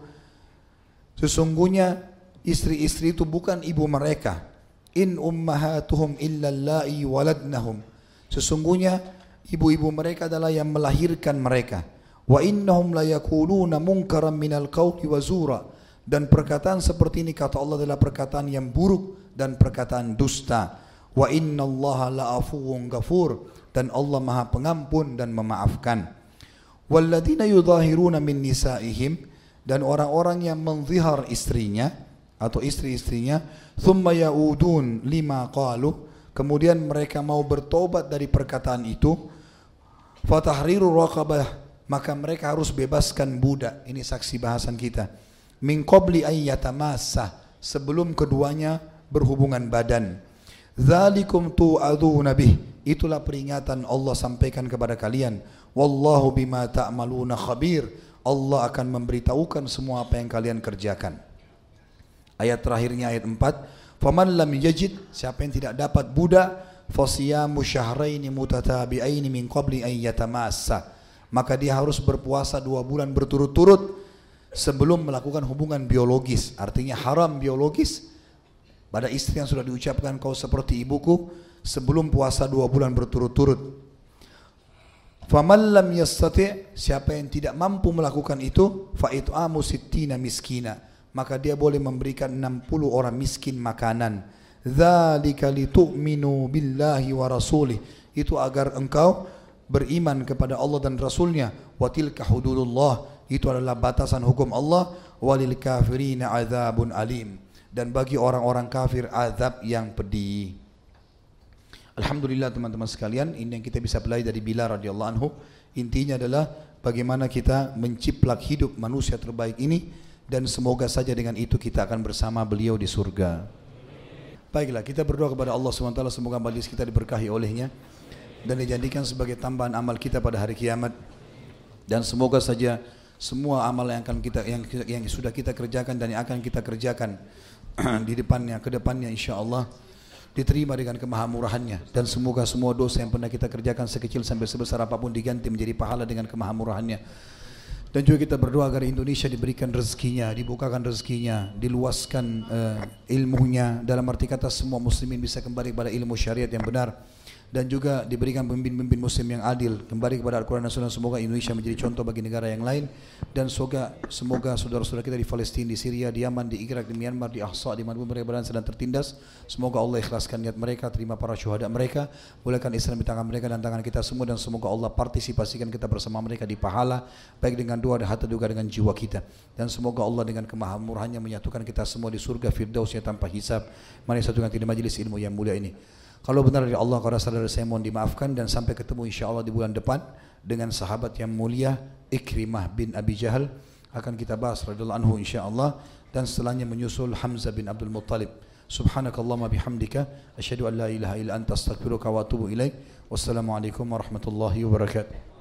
Sesungguhnya istri-istri itu bukan ibu mereka. In ummahatuhum illa allai waladnahum. Sesungguhnya ibu-ibu mereka adalah yang melahirkan mereka. Wa innahum la yaquluna munkaran minal qawli wa zura. Dan perkataan seperti ini kata Allah adalah perkataan yang buruk dan perkataan dusta. Wa innallaha la'afuwun ghafur. Dan Allah Maha Pengampun dan memaafkan. Walladzina yudhahiruna min nisaihim, dan orang-orang yang menzihar istrinya atau istri-istrinya, thumma yaudun lima qalu, kemudian mereka mau bertobat dari perkataan itu, fatahriru raqabah, maka mereka harus bebaskan budak. Ini saksi bahasan kita. Min qabli ayyatamassa, sebelum keduanya berhubungan badan. Dzalikum tu'adzuna bih, itulah peringatan Allah sampaikan kepada kalian. Wallahu bima ta'maluna khabir, Allah akan memberitahukan semua apa yang kalian kerjakan. Ayat terakhirnya ayat empat, faman lam yajid, siapa yang tidak dapat budak, fasiyamu syahraini mutatabi'aini min qabli an yatamassa, maka dia harus berpuasa dua bulan berturut-turut sebelum melakukan hubungan biologis. Artinya haram biologis pada istri yang sudah diucapkan kau seperti ibuku sebelum puasa dua bulan berturut-turut. Faman lam yastati', siapa yang tidak mampu melakukan itu, fa it'amu sittina miskina, maka dia boleh memberikan enam puluh orang miskin makanan. Dzalika litu'minu billahi wa rasulih, itu agar engkau beriman kepada Allah dan Rasulnya. Wa tilka hududullah, itu adalah batasan hukum Allah. Walil kafirina adzabun alim, dan bagi orang-orang kafir azab yang pedih. Alhamdulillah teman-teman sekalian, ini yang kita bisa pelajari dari Bilal radhiyallahu anhu. Intinya adalah bagaimana kita menciplak hidup manusia terbaik ini, dan semoga saja dengan itu kita akan bersama beliau di surga. Baiklah, kita berdoa kepada Allah subhanahu wa taala, semoga majelis kita diberkahi olehnya dan dijadikan sebagai tambahan amal kita pada hari kiamat. Dan semoga saja semua amal yang akan kita yang, yang sudah kita kerjakan dan yang akan kita kerjakan di depannya, ke depannya insyaallah diterima dengan kemahamurahannya, dan semoga semua dosa yang pernah kita kerjakan sekecil sampai sebesar apapun diganti menjadi pahala dengan kemahamurahannya. Dan juga kita berdoa agar Indonesia diberikan rezekinya, dibukakan rezekinya, diluaskan uh, ilmunya, dalam arti kata semua muslimin bisa kembali kepada ilmu syariat yang benar, dan juga diberikan pemimpin-pemimpin muslim yang adil, kembali kepada Al-Quran dan Sunnah. Semoga Indonesia menjadi contoh bagi negara yang lain, dan semoga semoga saudara-saudara kita di Palestina, di Syria, di Yaman, di Irak, di Myanmar, di Ahsa, di mana mereka berada sedang tertindas, semoga Allah ikhlaskan niat mereka, terima para syuhada mereka, bolehkan Islam di tangan mereka dan tangan kita semua, dan semoga Allah partisipasikan kita bersama mereka di pahala, baik dengan doa dan harta juga dengan jiwa kita. Dan semoga Allah dengan kemahamurahannya menyatukan kita semua di surga firdausnya tanpa hisab. Mari satukan di majelis ilmu yang mulia ini. Kalau benar dari Allah, kalau saudara saya mohon dimaafkan, dan sampai ketemu insyaallah di bulan depan dengan sahabat yang mulia Ikrimah bin Abi Jahal akan kita bahas radhiyallahu anhu insyaallah, dan setelahnya menyusul Hamzah bin Abdul Muttalib. Subhanakallahumma bihamdika asyhadu an la ilaha illa anta astaghfiruka wa atubu ilaik. Wassalamualaikum warahmatullahi wabarakatuh.